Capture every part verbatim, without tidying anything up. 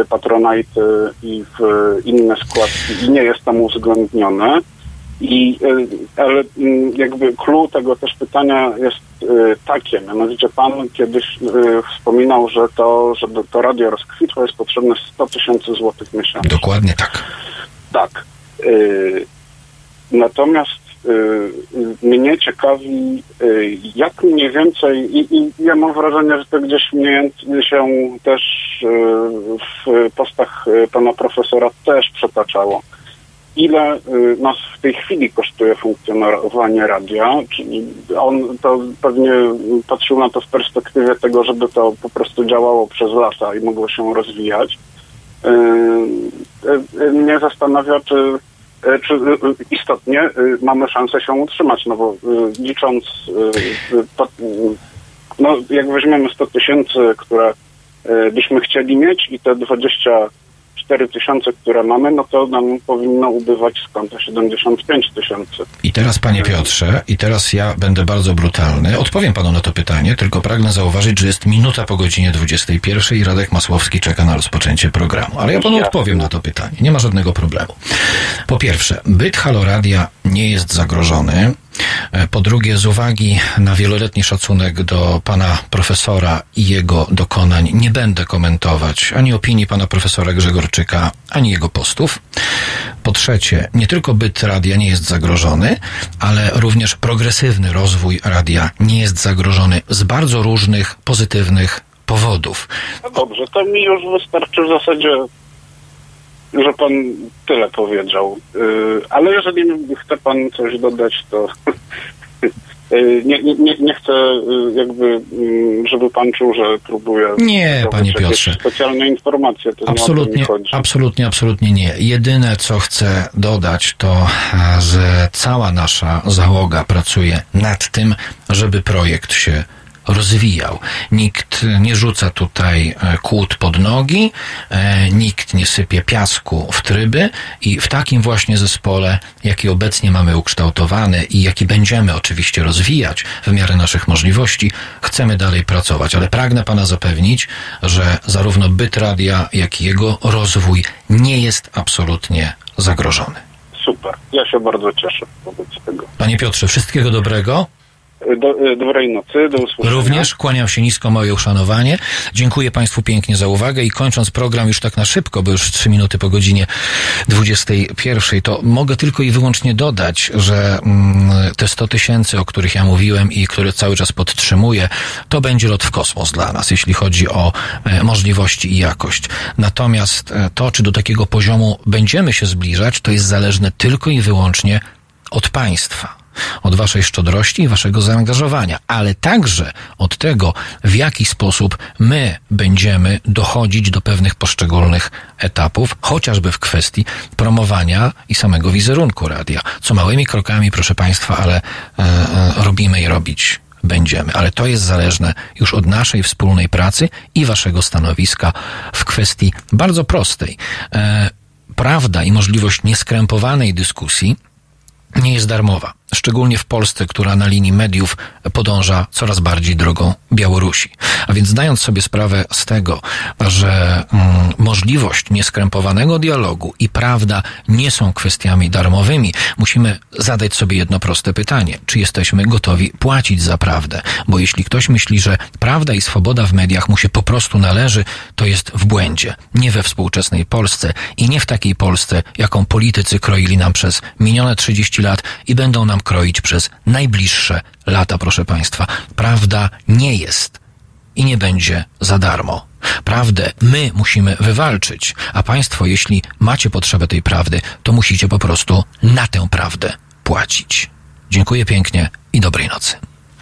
Patronite i w inne składki i nie jest tam uwzględnione. I, ale jakby clue tego też pytania jest takie, mianowicie pan kiedyś wspominał, że to, żeby to radio rozkwitło, jest potrzebne sto tysięcy złotych miesięcznie. Dokładnie tak. Tak. Natomiast mnie ciekawi, jak mniej więcej, i, i ja mam wrażenie, że to gdzieś mnie się też w postach pana profesora też przetaczało. Ile nas w tej chwili kosztuje funkcjonowanie radia, czyli on to pewnie patrzył na to w perspektywie tego, żeby to po prostu działało przez lata i mogło się rozwijać. Mnie zastanawia, czy, czy istotnie mamy szansę się utrzymać, no bo licząc, no jak weźmiemy sto tysięcy, które byśmy chcieli mieć i te dwadzieścia cztery tysiące, które mamy, no to nam powinno ubywać z konta siedemdziesiąt pięć tysięcy. I teraz, panie Piotrze, i teraz ja będę bardzo brutalny. Odpowiem panu na to pytanie, tylko pragnę zauważyć, że jest minuta po godzinie dwudziestej pierwszej i Radek Masłowski czeka na rozpoczęcie programu. Ale ja panu odpowiem na to pytanie. Nie ma żadnego problemu. Po pierwsze, byt Halo Radia nie jest zagrożony. Po drugie, z uwagi na wieloletni szacunek do pana profesora i jego dokonań nie będę komentować ani opinii pana profesora Grzegorczyka, ani jego postów. Po trzecie, nie tylko byt radia nie jest zagrożony, ale również progresywny rozwój radia nie jest zagrożony z bardzo różnych pozytywnych powodów. No dobrze, to mi już wystarczy w zasadzie, że pan tyle powiedział. Yy, ale jeżeli chce pan coś dodać, to yy, nie, nie, nie chcę yy, jakby, yy, żeby pan czuł, że próbuję... Nie, panie Piotrze. Specjalne informacje, to absolutnie, nie o to mi chodzi. Absolutnie, absolutnie nie. Jedyne, co chcę dodać, to, że cała nasza załoga pracuje nad tym, żeby projekt się rozwijał. Nikt nie rzuca tutaj kłód pod nogi, nikt nie sypie piasku w tryby i w takim właśnie zespole, jaki obecnie mamy ukształtowany i jaki będziemy oczywiście rozwijać w miarę naszych możliwości, chcemy dalej pracować. Ale pragnę pana zapewnić, że zarówno byt radia, jak i jego rozwój nie jest absolutnie zagrożony. Super. Ja się bardzo cieszę wobec tego. Panie Piotrze, wszystkiego dobrego. Do, dobrej nocy, do usłyszenia. Również kłaniam się nisko, moje uszanowanie. Dziękuję państwu pięknie za uwagę i kończąc program już tak na szybko, bo już trzy minuty po godzinie dwudziestej pierwszej, to mogę tylko i wyłącznie dodać, że mm, te sto tysięcy, o których ja mówiłem i które cały czas podtrzymuję, to będzie lot w kosmos dla nas, jeśli chodzi o e, możliwości i jakość. Natomiast e, to, czy do takiego poziomu będziemy się zbliżać, to jest zależne tylko i wyłącznie od państwa. Od waszej szczodrości i waszego zaangażowania, ale także od tego, w jaki sposób my będziemy dochodzić do pewnych poszczególnych etapów, chociażby w kwestii promowania i samego wizerunku radia. Co małymi krokami, proszę państwa, ale e, e, robimy i robić będziemy. Ale to jest zależne już od naszej wspólnej pracy i waszego stanowiska w kwestii bardzo prostej. E, prawda i możliwość nieskrępowanej dyskusji nie jest darmowa. Szczególnie w Polsce, która na linii mediów podąża coraz bardziej drogą Białorusi. A więc zdając sobie sprawę z tego, że mm, możliwość nieskrępowanego dialogu i prawda nie są kwestiami darmowymi, musimy zadać sobie jedno proste pytanie. Czy jesteśmy gotowi płacić za prawdę? Bo jeśli ktoś myśli, że prawda i swoboda w mediach mu się po prostu należy, to jest w błędzie. Nie we współczesnej Polsce i nie w takiej Polsce, jaką politycy kroili nam przez minione trzydzieści lat i będą nam kroić przez najbliższe lata, proszę państwa. Prawda nie jest i nie będzie za darmo. Prawdę my musimy wywalczyć, a państwo, jeśli macie potrzebę tej prawdy, to musicie po prostu na tę prawdę płacić. Dziękuję pięknie i dobrej nocy.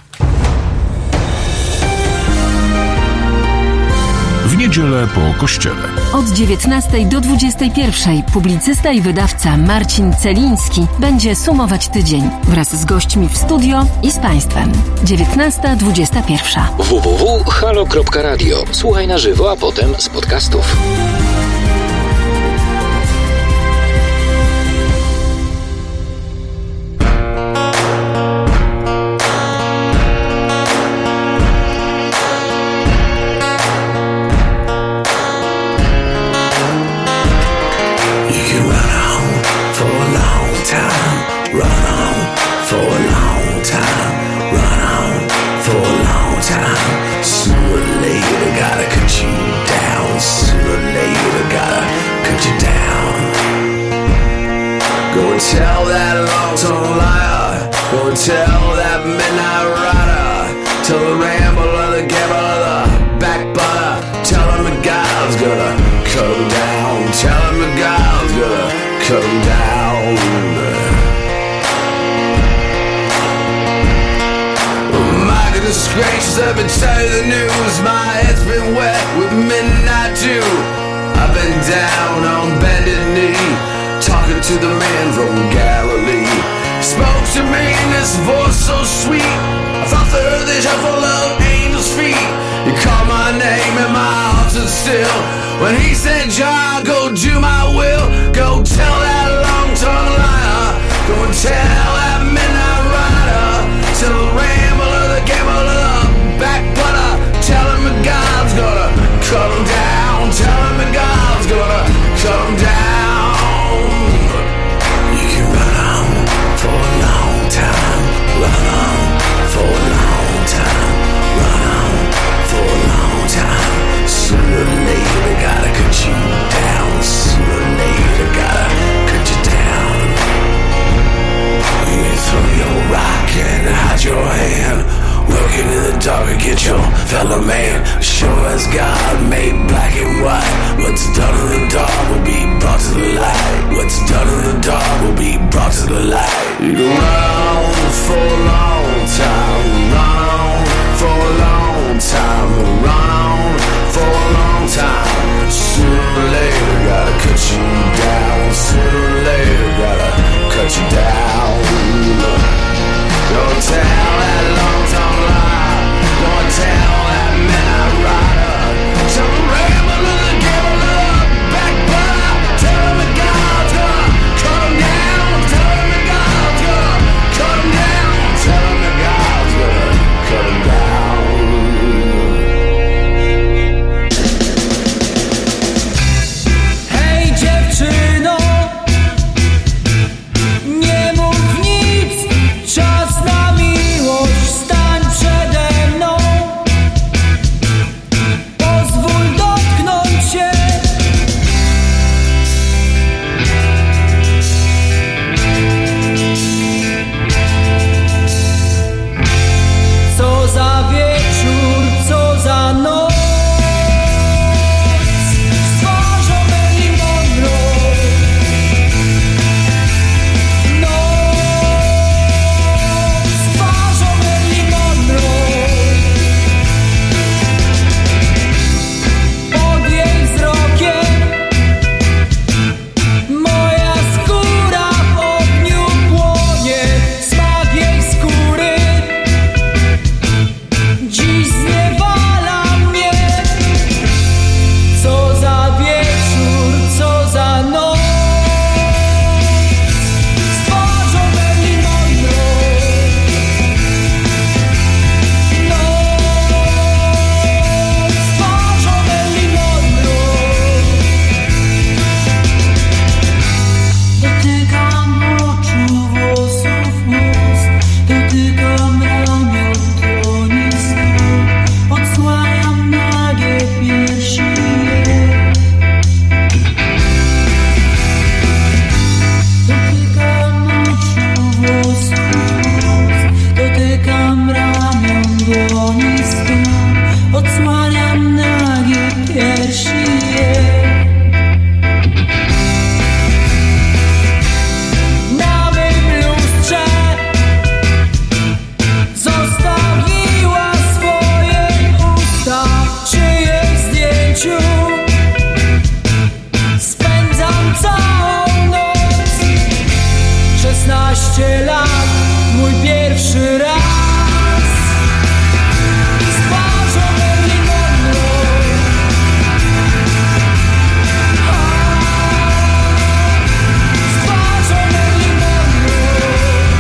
W niedzielę po kościele. Od dziewiętnastej do dwudziestej pierwszej publicysta i wydawca Marcin Celiński będzie sumować tydzień wraz z gośćmi w studio i z państwem. dziewiętnasta dwudziesta pierwsza. w w w kropka halo kropka radio. Słuchaj na żywo, a potem z podcastów. let me tell you the news. My head's been wet with midnight dew. I've been down on bended knee, talking to the man from Galilee. Spoke to me in this voice so sweet. I thought the earth is full of angels' feet. He called my name and my heart stood still when he said, John, go do my will. Go tell that long-tongued liar, go and tell that midnight rider, tell the rambler, the gambler, the backbutter, tell him that God's gonna cut him down. Tell him that God's gonna cut him down. You can run on for a long time, run on for a long time, run on for a long time. Sooner or later they gotta cut you down. Sooner or later they gotta cut you down. You throw your rock and hide your hand, working in the dark and get your fellow man. Sure as God made black and white, what's done in the dark will be brought to the light. What's done in the dark will be brought to the light. You can run on for a long time, run on for a long time, run on for a long time. Sooner or later gotta cut you down. Sooner or later gotta cut you down. Don't tell that long-tongue lie. Don't tell that midnight rider. Tell the rambler, the gambler, backbutter. Tell him that God's gonna cut him down. Tell him that God's gonna cut him down. Tell him that God's gonna cut him down. Hej dziewczyno, nie mów nic, czas na miłość, stań przede mną. Pozwól dotknąć się. Co za wieczór, co za noc, stworzą Marilyn Monroe. Noc, stworzą Marilyn Monroe. Pod jej wzrokiem moja skóra w ogniu płonie. Smak jej skóry dziś zniewala mnie. Co za wieczór, co za noc, stworzą Marilyn Monroe. Noc, stworzą Marilyn Monroe. Dotykam oczu, włosów, ust, dotykam ramion, dłoni, stóp, odsłaniam nagie piersi je. Dotykam oczu, włosów, ust, dotykam ramion, dłoni, stóp, odsłaniam nagie piersi je. Na mym lustrze zostawiła swoje usta. Przy jej zdjęciu spędzam całą noc. Szesnaście lat, mój pierwszy raz. Stworzą Marilyn Monroe. Stworzą Marilyn Monroe.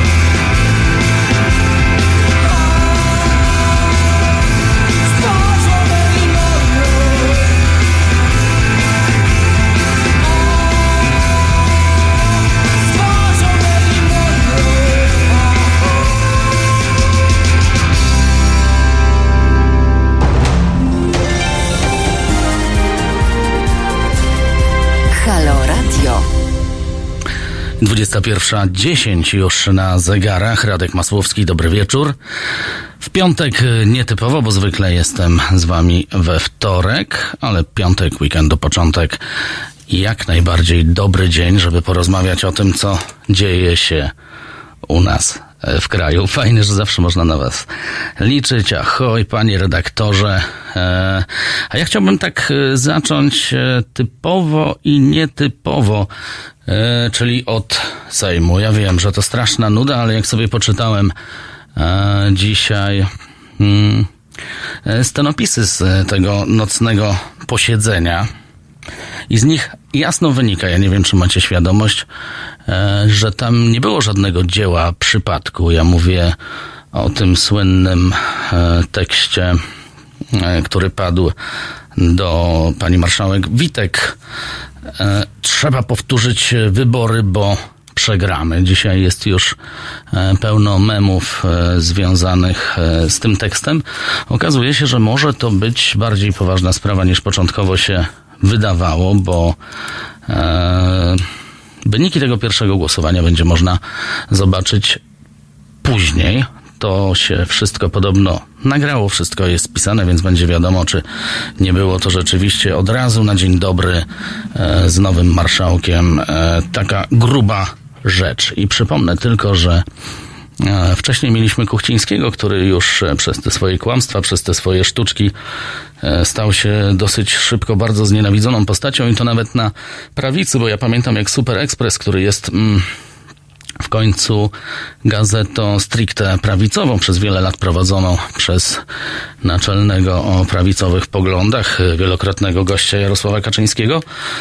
Stworzą Marilyn Monroe. Stworzą Marilyn Monroe. Halo Radio. dwudziesta pierwsza dziesięć już na zegarach. Radek Masłowski, dobry wieczór. W piątek nietypowo, bo zwykle jestem z wami we wtorek, ale piątek, weekendu, początek jak najbardziej dobry dzień, żeby porozmawiać o tym, co dzieje się u nas w kraju. Fajnie, że zawsze można na was liczyć. Ahoj, panie redaktorze. A ja chciałbym tak zacząć typowo i nietypowo, czyli od Sejmu. Ja wiem, że to straszna nuda, ale jak sobie poczytałem dzisiaj stenopisy z tego nocnego posiedzenia i z nich jasno wynika, ja nie wiem, czy macie świadomość, że tam nie było żadnego dzieła przypadku. Ja mówię o tym słynnym tekście, który padł do pani marszałek Witek. Trzeba powtórzyć wybory, bo przegramy. Dzisiaj jest już pełno memów związanych z tym tekstem. Okazuje się, że może to być bardziej poważna sprawa niż początkowo się wydawało, bo e, wyniki tego pierwszego głosowania będzie można zobaczyć później. To się wszystko podobno nagrało, wszystko jest spisane, więc będzie wiadomo, czy nie było to rzeczywiście od razu na dzień dobry e, z nowym marszałkiem e, taka gruba rzecz. I przypomnę tylko, że e, wcześniej mieliśmy Kuchcińskiego, który już przez te swoje kłamstwa, przez te swoje sztuczki e, stał się dosyć szybko bardzo znienawidzoną postacią i to nawet na prawicy, bo ja pamiętam jak Super Express, który jest mm, w końcu gazetą stricte prawicową, przez wiele lat prowadzoną przez naczelnego o prawicowych poglądach, wielokrotnego gościa Jarosława Kaczyńskiego.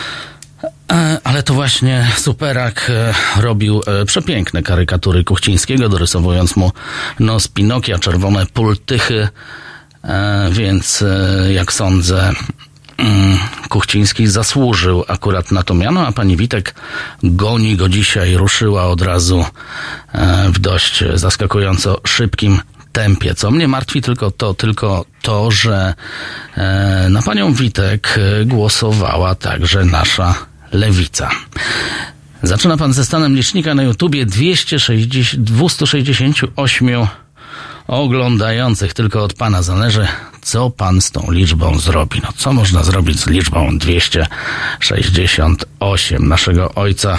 Ale to właśnie Superak robił przepiękne karykatury Kuchcińskiego, dorysowując mu nos Pinokia, czerwone pultychy, więc jak sądzę, Kuchciński zasłużył akurat na to miano, a pani Witek goni go dzisiaj, ruszyła od razu w dość zaskakująco szybkim tempie. Co mnie martwi tylko to, tylko to, że na panią Witek głosowała także nasza Lewica. Zaczyna pan ze stanem licznika na YouTubie dwieście sześćdziesiąt osiem oglądających. Tylko od pana zależy, co pan z tą liczbą zrobi. No, co można zrobić z liczbą dwieście sześćdziesiąt osiem? Naszego ojca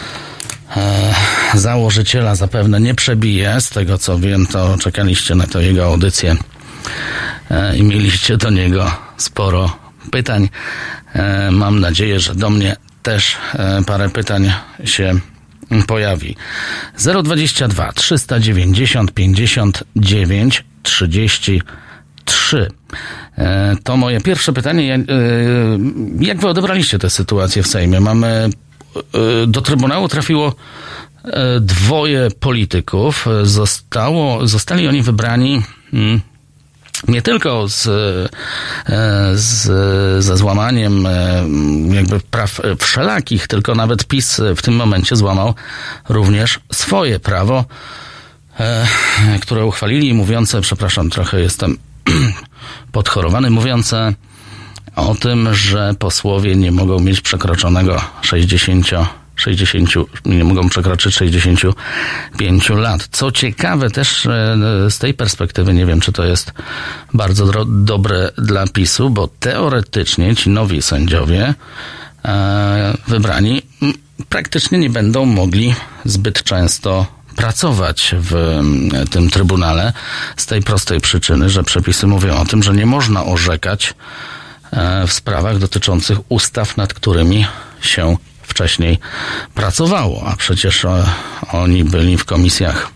e, założyciela zapewne nie przebije. Z tego co wiem, to czekaliście na tę jego audycję e, i mieliście do niego sporo pytań. E, mam nadzieję, że do mnie też e, parę pytań się pojawi. zero dwadzieścia dwa trzysta dziewięćdziesiąt pięćdziesiąt dziewięć trzydzieści trzy. E, to moje pierwsze pytanie. Ja, e, jak wy odebraliście tę sytuację w Sejmie? Mamy e, do Trybunału trafiło e, dwoje polityków. Zostało, zostali oni wybrani hmm, nie tylko z, z, ze złamaniem jakby praw wszelakich, tylko nawet PiS w tym momencie złamał również swoje prawo, które uchwalili, mówiące, przepraszam, trochę jestem podchorowany, mówiące o tym, że posłowie nie mogą mieć przekroczonego sześćdziesięciu sześćdziesięciu, nie mogą przekroczyć sześćdziesięciu pięciu lat. Co ciekawe też z tej perspektywy, nie wiem, czy to jest bardzo dro- dobre dla PiSu, bo teoretycznie ci nowi sędziowie e, wybrani m, praktycznie nie będą mogli zbyt często pracować w tym Trybunale z tej prostej przyczyny, że przepisy mówią o tym, że nie można orzekać e, w sprawach dotyczących ustaw, nad którymi się wcześniej pracowało, a przecież o, oni byli w komisjach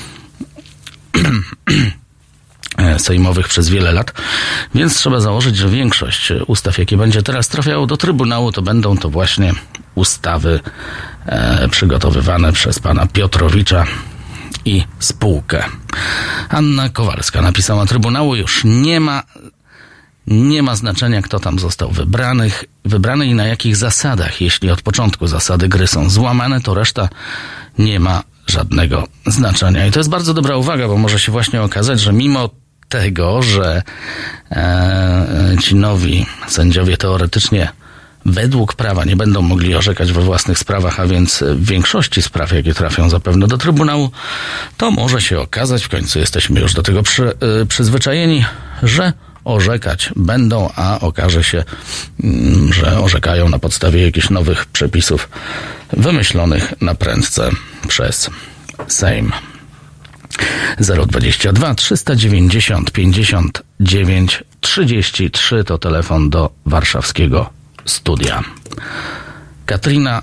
sejmowych przez wiele lat, więc trzeba założyć, że większość ustaw, jakie będzie teraz trafiało do Trybunału, to będą to właśnie ustawy e, przygotowywane przez pana Piotrowicza i spółkę. Anna Kowalska napisała: Trybunału już nie ma Nie ma znaczenia, kto tam został wybranych, wybrany i na jakich zasadach. Jeśli od początku zasady gry są złamane, to reszta nie ma żadnego znaczenia. I to jest bardzo dobra uwaga, bo może się właśnie okazać, że mimo tego, że e, ci nowi sędziowie teoretycznie według prawa nie będą mogli orzekać we własnych sprawach, a więc w większości spraw, jakie trafią zapewne do Trybunału, to może się okazać, w końcu jesteśmy już do tego przy, y, przyzwyczajeni, że orzekać będą, a okaże się, że orzekają na podstawie jakichś nowych przepisów wymyślonych na prędce przez Sejm. zero dwadzieścia dwa trzysta dziewięćdziesiąt pięćdziesiąt dziewięć trzydzieści trzy to telefon do warszawskiego studia. Katrina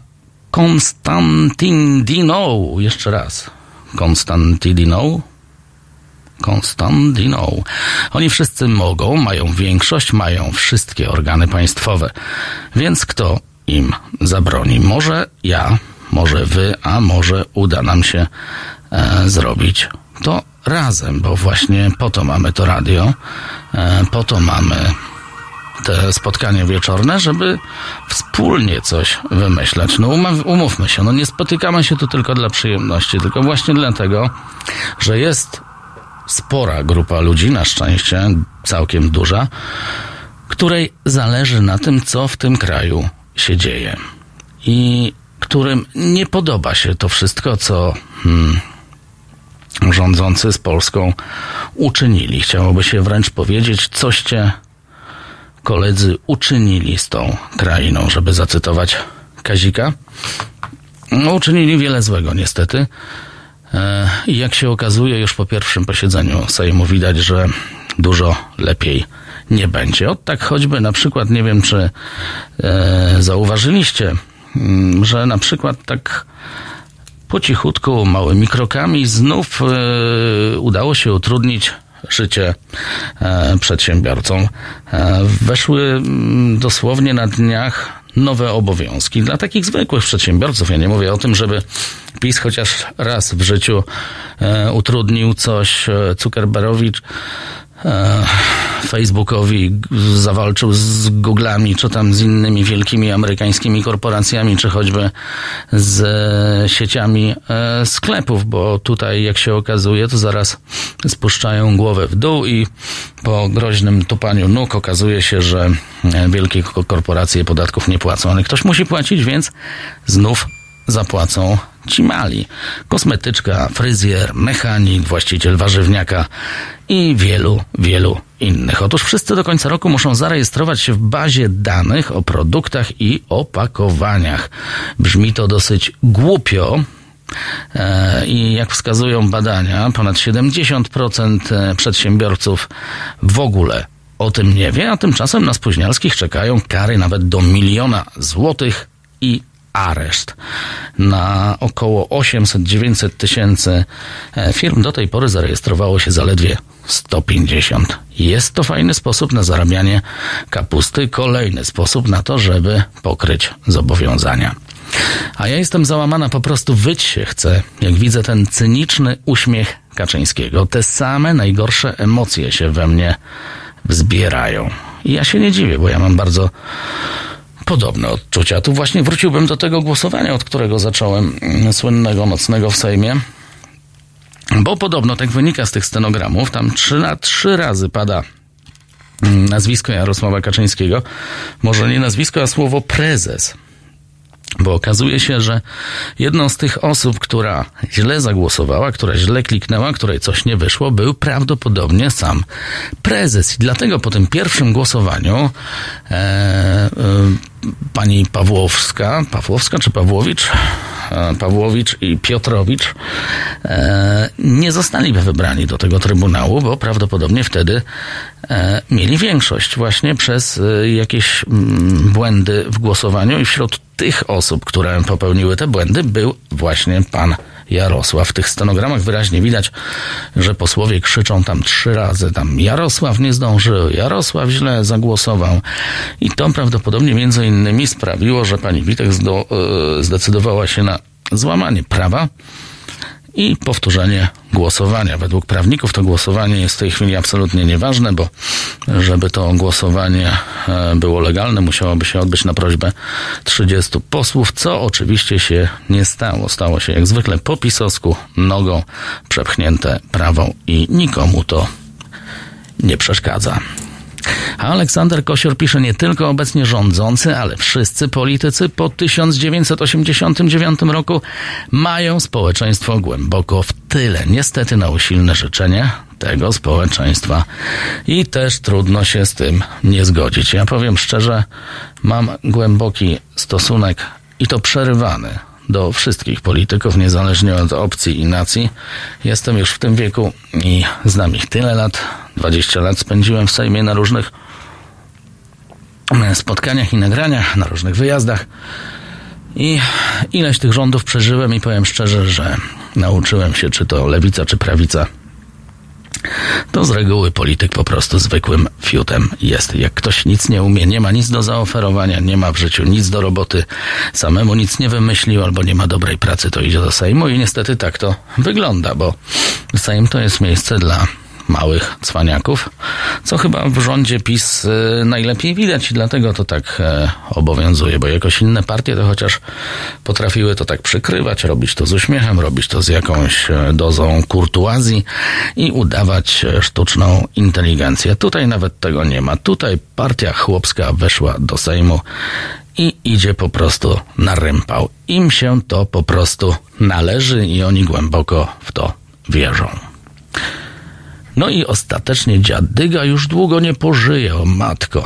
Konstantidinou, jeszcze raz. Konstantidinou? Konstantidinou. Oni wszyscy mogą, mają większość, mają wszystkie organy państwowe. Więc kto im zabroni? Może ja, może wy, a może uda nam się e, zrobić to razem, bo właśnie po to mamy to radio, e, po to mamy te spotkania wieczorne, żeby wspólnie coś wymyślać. No umówmy się, no nie spotykamy się tu tylko dla przyjemności, tylko właśnie dlatego, że jest spora grupa ludzi, na szczęście całkiem duża, której zależy na tym, co w tym kraju się dzieje. I którym nie podoba się to wszystko, co hmm, rządzący z Polską uczynili. Chciałoby się wręcz powiedzieć, coście koledzy uczynili z tą krainą, żeby zacytować Kazika. No, uczynili wiele złego, niestety. I jak się okazuje, już po pierwszym posiedzeniu Sejmu widać, że dużo lepiej nie będzie. Od tak choćby na przykład, nie wiem, czy e, zauważyliście, że na przykład tak po cichutku, małymi krokami znów e, udało się utrudnić życie e, przedsiębiorcom. E, weszły m, dosłownie na dniach nowe obowiązki dla takich zwykłych przedsiębiorców. Ja nie mówię o tym, żeby PiS chociaż raz w życiu e, utrudnił coś e, Zuckerbergowi, e, Facebookowi, zawalczył z Google'ami, czy tam z innymi wielkimi amerykańskimi korporacjami, czy choćby z e, sieciami e, sklepów, bo tutaj, jak się okazuje, to zaraz spuszczają głowę w dół i po groźnym tupaniu nóg okazuje się, że wielkie korporacje podatków nie płacą, ale ktoś musi płacić, więc znów zapłacą ci mali. Kosmetyczka, fryzjer, mechanik, właściciel warzywniaka i wielu, wielu innych. Otóż wszyscy do końca roku muszą zarejestrować się w bazie danych o produktach i opakowaniach. Brzmi to dosyć głupio, i jak wskazują badania, ponad siedemdziesiąt procent przedsiębiorców w ogóle o tym nie wie, a tymczasem na spóźnialskich czekają kary nawet do miliona złotych i areszt. Na około osiemset dziewięćset tysięcy firm do tej pory zarejestrowało się zaledwie sto pięćdziesiąt. Jest to fajny sposób na zarabianie kapusty, kolejny sposób na to, żeby pokryć zobowiązania. A ja jestem załamana, po prostu wyć się chcę, jak widzę ten cyniczny uśmiech Kaczyńskiego. Te same najgorsze emocje się we mnie wzbierają. I ja się nie dziwię, bo ja mam bardzo podobne odczucia. Tu właśnie wróciłbym do tego głosowania, od którego zacząłem, słynnego nocnego w Sejmie. Bo podobno, tak wynika z tych stenogramów, tam trzy na trzy razy pada nazwisko Jarosława Kaczyńskiego. Może nie nazwisko, a słowo prezes. Bo okazuje się, że jedną z tych osób, która źle zagłosowała, która źle kliknęła, której coś nie wyszło, był prawdopodobnie sam prezes. I dlatego po tym pierwszym głosowaniu e, e, pani Pawłowska, Pawłowska czy Pawłowicz? E, Pawłowicz i Piotrowicz e, nie zostali wybrani do tego Trybunału, bo prawdopodobnie wtedy e, mieli większość właśnie przez e, jakieś m, błędy w głosowaniu i wśród tych osób, które popełniły te błędy, był właśnie pan Jarosław. W tych stenogramach wyraźnie widać, że posłowie krzyczą tam trzy razy, tam Jarosław nie zdążył, Jarosław źle zagłosował. I to prawdopodobnie między innymi sprawiło, że pani Witek zdo, yy, zdecydowała się na złamanie prawa i powtórzenie głosowania. Według prawników to głosowanie jest w tej chwili absolutnie nieważne, bo żeby to głosowanie było legalne, musiałoby się odbyć na prośbę trzydziestu posłów, co oczywiście się nie stało. Stało się jak zwykle po pisowsku, nogą przepchnięte prawą i nikomu to nie przeszkadza. A Aleksander Kosior pisze, nie tylko obecnie rządzący, ale wszyscy politycy po tysiąc dziewięćset osiemdziesiątym dziewiątym roku mają społeczeństwo głęboko w tyle. Niestety na usilne życzenie tego społeczeństwa. I też trudno się z tym nie zgodzić. Ja powiem szczerze, mam głęboki stosunek i to przerywany do wszystkich polityków, niezależnie od opcji i nacji. Jestem już w tym wieku i znam ich tyle lat. dwadzieścia lat spędziłem w Sejmie na różnych spotkaniach i nagraniach, na różnych wyjazdach. I ileś tych rządów przeżyłem i powiem szczerze, że nauczyłem się, czy to lewica, czy prawica, to z reguły polityk po prostu zwykłym fiutem jest. Jak ktoś nic nie umie, nie ma nic do zaoferowania, nie ma w życiu nic do roboty, samemu nic nie wymyślił albo nie ma dobrej pracy, to idzie do Sejmu i niestety tak to wygląda, bo Sejm to jest miejsce dla małych cwaniaków, co chyba w rządzie PiS y, najlepiej widać i dlatego to tak e, obowiązuje, bo jakoś inne partie to chociaż potrafiły to tak przykrywać, robić to z uśmiechem, robić to z jakąś e, dozą kurtuazji i udawać e, sztuczną inteligencję. Tutaj nawet tego nie ma. Tutaj partia chłopska weszła do Sejmu i idzie po prostu na rympał. Im się to po prostu należy i oni głęboko w to wierzą. No i ostatecznie dziadyga już długo nie pożyje, o matko.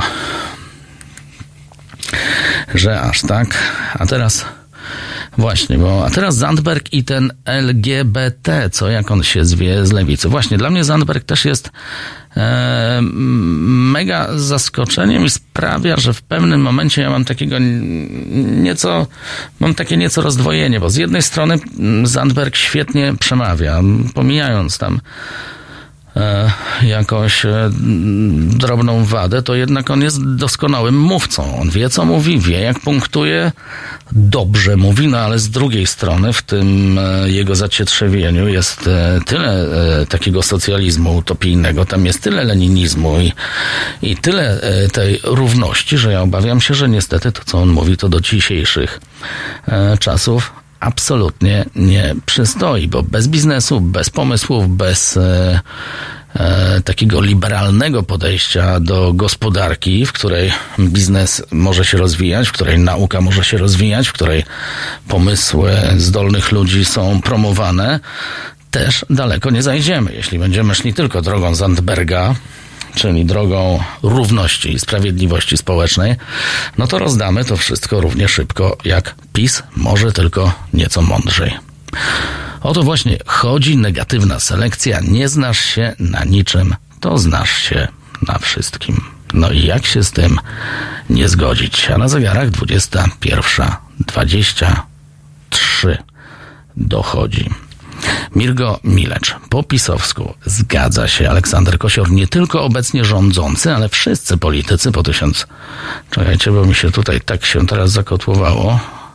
Że aż tak. A teraz właśnie, bo a teraz Zandberg i ten L G B T, co jak on się zwie z lewicy. Właśnie, dla mnie Zandberg też jest e, mega zaskoczeniem i sprawia, że w pewnym momencie ja mam takiego nieco, mam takie nieco rozdwojenie, bo z jednej strony Zandberg świetnie przemawia, pomijając tam E, jakąś e, drobną wadę, to jednak on jest doskonałym mówcą. On wie, co mówi, wie, jak punktuje, dobrze mówi, no ale z drugiej strony w tym e, jego zacietrzewieniu jest e, tyle e, takiego socjalizmu utopijnego, tam jest tyle leninizmu i, i tyle e, tej równości, że ja obawiam się, że niestety to, co on mówi, to do dzisiejszych e, czasów absolutnie nie przystoi, bo bez biznesu, bez pomysłów, bez e, e, takiego liberalnego podejścia do gospodarki, w której biznes może się rozwijać, w której nauka może się rozwijać, w której pomysły zdolnych ludzi są promowane, też daleko nie zajdziemy. Jeśli będziemy szli tylko drogą Zandberga, czyli drogą równości i sprawiedliwości społecznej, no to rozdamy to wszystko równie szybko jak PiS, może tylko nieco mądrzej. O to właśnie chodzi negatywna selekcja. Nie znasz się na niczym, to znasz się na wszystkim. No i jak się z tym nie zgodzić? A na zegarach dwudziesta pierwsza dwadzieścia trzy dochodzi. Mirgo Milecz, po pisowsku, zgadza się. Aleksander Kosior, nie tylko obecnie rządzący, ale wszyscy politycy po tysiąc... Czekajcie, bo mi się tutaj tak się teraz zakotłowało.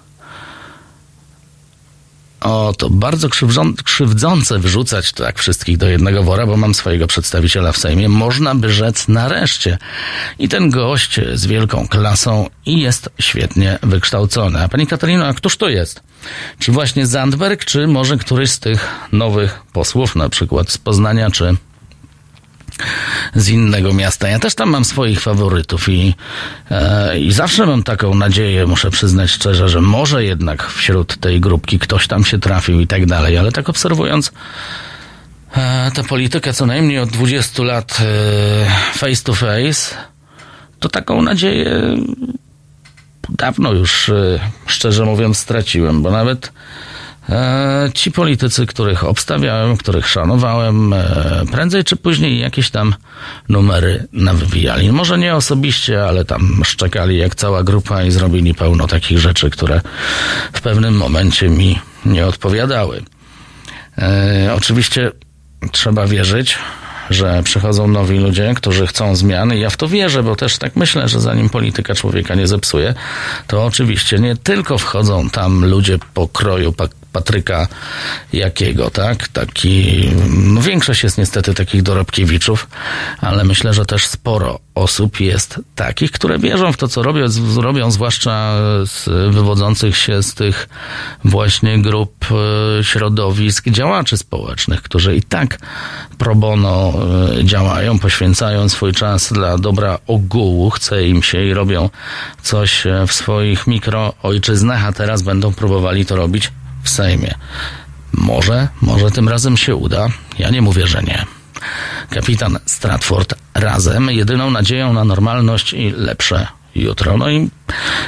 O, to bardzo krzywdzące wyrzucać tak wszystkich do jednego wora, bo mam swojego przedstawiciela w Sejmie. Można by rzec nareszcie. I ten gość z wielką klasą i jest świetnie wykształcony. A pani Katarino, a któż to jest? Czy właśnie Zandberg, czy może któryś z tych nowych posłów, na przykład z Poznania, czy z innego miasta? Ja też tam mam swoich faworytów i, e, i zawsze mam taką nadzieję, muszę przyznać szczerze, że może jednak wśród tej grupki ktoś tam się trafił i tak dalej, ale tak obserwując e, tę politykę co najmniej od dwudziestu lat e, face to face, to taką nadzieję dawno już, e, szczerze mówiąc, straciłem, bo nawet E, ci politycy, których obstawiałem, których szanowałem, e, prędzej czy później jakieś tam numery nawywijali. Może nie osobiście, ale tam szczekali jak cała grupa i zrobili pełno takich rzeczy, które w pewnym momencie mi nie odpowiadały. E, oczywiście trzeba wierzyć, że przychodzą nowi ludzie, którzy chcą zmiany. Ja w to wierzę, bo też tak myślę, że zanim polityka człowieka nie zepsuje, to oczywiście nie tylko wchodzą tam ludzie pokroju Patryka Jakiego, tak? Taki, no większość jest niestety takich dorobkiewiczów, ale myślę, że też sporo osób jest takich, które wierzą w to, co robią, robią zwłaszcza z wywodzących się z tych właśnie grup, środowisk działaczy społecznych, którzy i tak pro bono działają, poświęcają swój czas dla dobra ogółu, chce im się i robią coś w swoich mikroojczyznach, a teraz będą próbowali to robić w Sejmie. Może, może tym razem się uda. Ja nie mówię, że nie. Kapitan Stratford, razem jedyną nadzieją na normalność i lepsze jutro. No i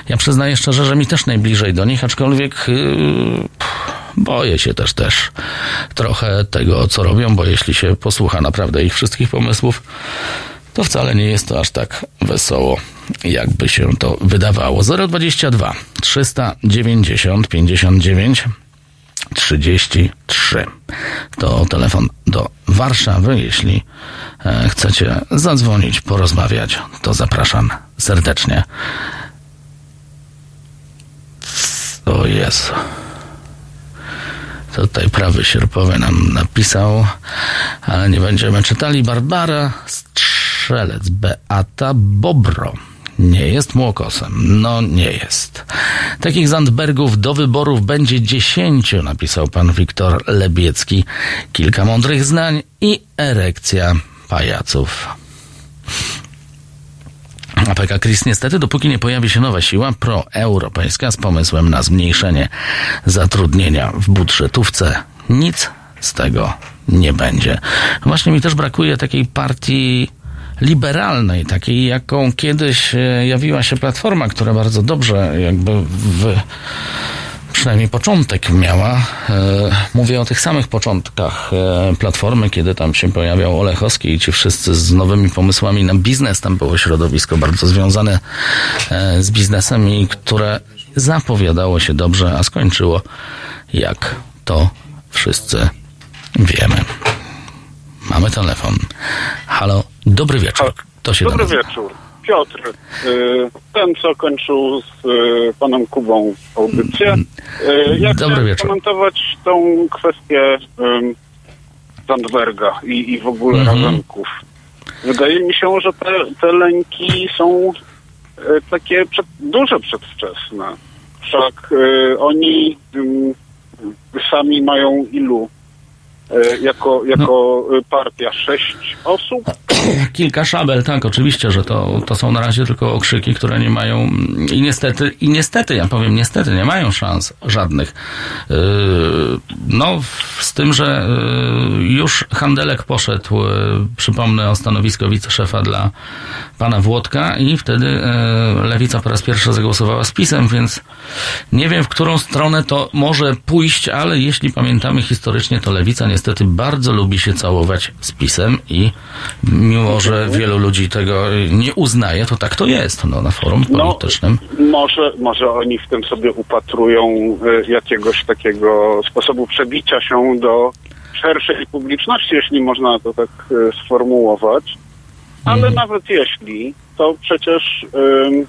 Ja przyznaję szczerze, że mi też najbliżej do nich, aczkolwiek yy, boję się też też trochę tego, co robią, bo jeśli się posłucha naprawdę ich wszystkich pomysłów, to wcale nie jest to aż tak wesoło, jakby się to wydawało. zero dwadzieścia dwa trzysta dziewięćdziesiąt pięćdziesiąt dziewięć trzydzieści trzy. To telefon do Warszawy. Jeśli e, chcecie zadzwonić, porozmawiać, to zapraszam serdecznie. O Jezu. Tutaj prawy sierpowy nam napisał, ale nie będziemy czytali. Barbara Strzelec, Beata Bobro. Nie jest Młokosem. No nie jest. Takich Zandbergów do wyborów będzie dziesięciu, napisał pan Wiktor Lebiecki. Kilka mądrych zdań i erekcja pajaców. A P K Chris, niestety, dopóki nie pojawi się nowa siła proeuropejska z pomysłem na zmniejszenie zatrudnienia w budżetówce, nic z tego nie będzie. Właśnie mi też brakuje takiej partii liberalnej, takiej jaką kiedyś jawiła się Platforma, która bardzo dobrze jakby w przynajmniej początek miała. E, mówię o tych samych początkach e, Platformy, kiedy tam się pojawiał Olechowski i ci wszyscy z nowymi pomysłami na biznes. Tam było środowisko bardzo związane e, z biznesem i które zapowiadało się dobrze, a skończyło jak to wszyscy wiemy. Mamy telefon. Halo, dobry wieczór. To się Dobry nazywa. wieczór. Piotr, ten co kończył z panem Kubą audycję. Ja Dobry chciałem wieczór. komentować tą kwestię Zandberga i, i w ogóle Mhm. Razemków. Wydaje mi się, że te, te lęki są takie przed, duże przedwczesne. Wszak oni sami mają ilu? Jako, jako no. partia sześć osób? Kilka szabel, tak, oczywiście, że to, to są na razie tylko okrzyki, które nie mają i niestety, i niestety, ja powiem niestety, nie mają szans żadnych. Yy, no, z tym, że yy, już Handelek poszedł, yy, przypomnę o stanowisko wiceszefa dla pana Włodka i wtedy yy, Lewica po raz pierwszy zagłosowała z PiS-em, więc nie wiem, w którą stronę to może pójść, ale jeśli pamiętamy historycznie, to Lewica niestety bardzo lubi się całować z PiS-em i mimo, że wielu ludzi tego nie uznaje, to tak to jest, no, na forum politycznym. No, może, może oni w tym sobie upatrują y, jakiegoś takiego sposobu przebicia się do szerszej publiczności, jeśli można to tak y, sformułować. Ale mm. nawet jeśli, to przecież y,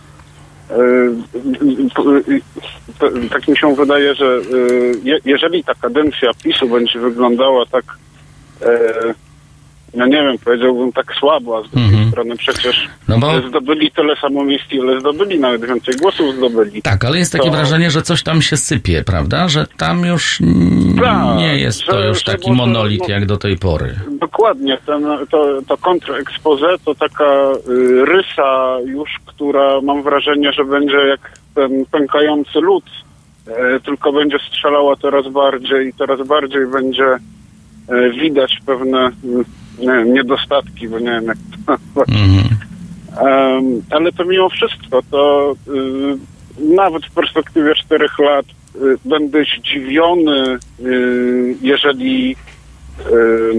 y, y, y, tak mi się wydaje, że y, je, jeżeli ta kadencja PiS-u będzie wyglądała tak y, no nie wiem, powiedziałbym tak słabo, a z drugiej mm-hmm. strony przecież no bo... zdobyli tyle samo miejsc, ile zdobyli, nawet więcej głosów zdobyli. Tak, ale jest takie to... wrażenie, że coś tam się sypie, prawda? Że tam już tak, nie jest to że, już taki może, monolit, no, jak do tej pory. Dokładnie. Ten, to, to kontrexpose to taka y, rysa już, która mam wrażenie, że będzie jak ten pękający lód, y, tylko będzie strzelała coraz bardziej i coraz bardziej będzie y, widać pewne y, nie, niedostatki, bo nie wiem jak to mm-hmm. um, ale to mimo wszystko to y, nawet w perspektywie czterech lat y, będę zdziwiony, y, jeżeli y,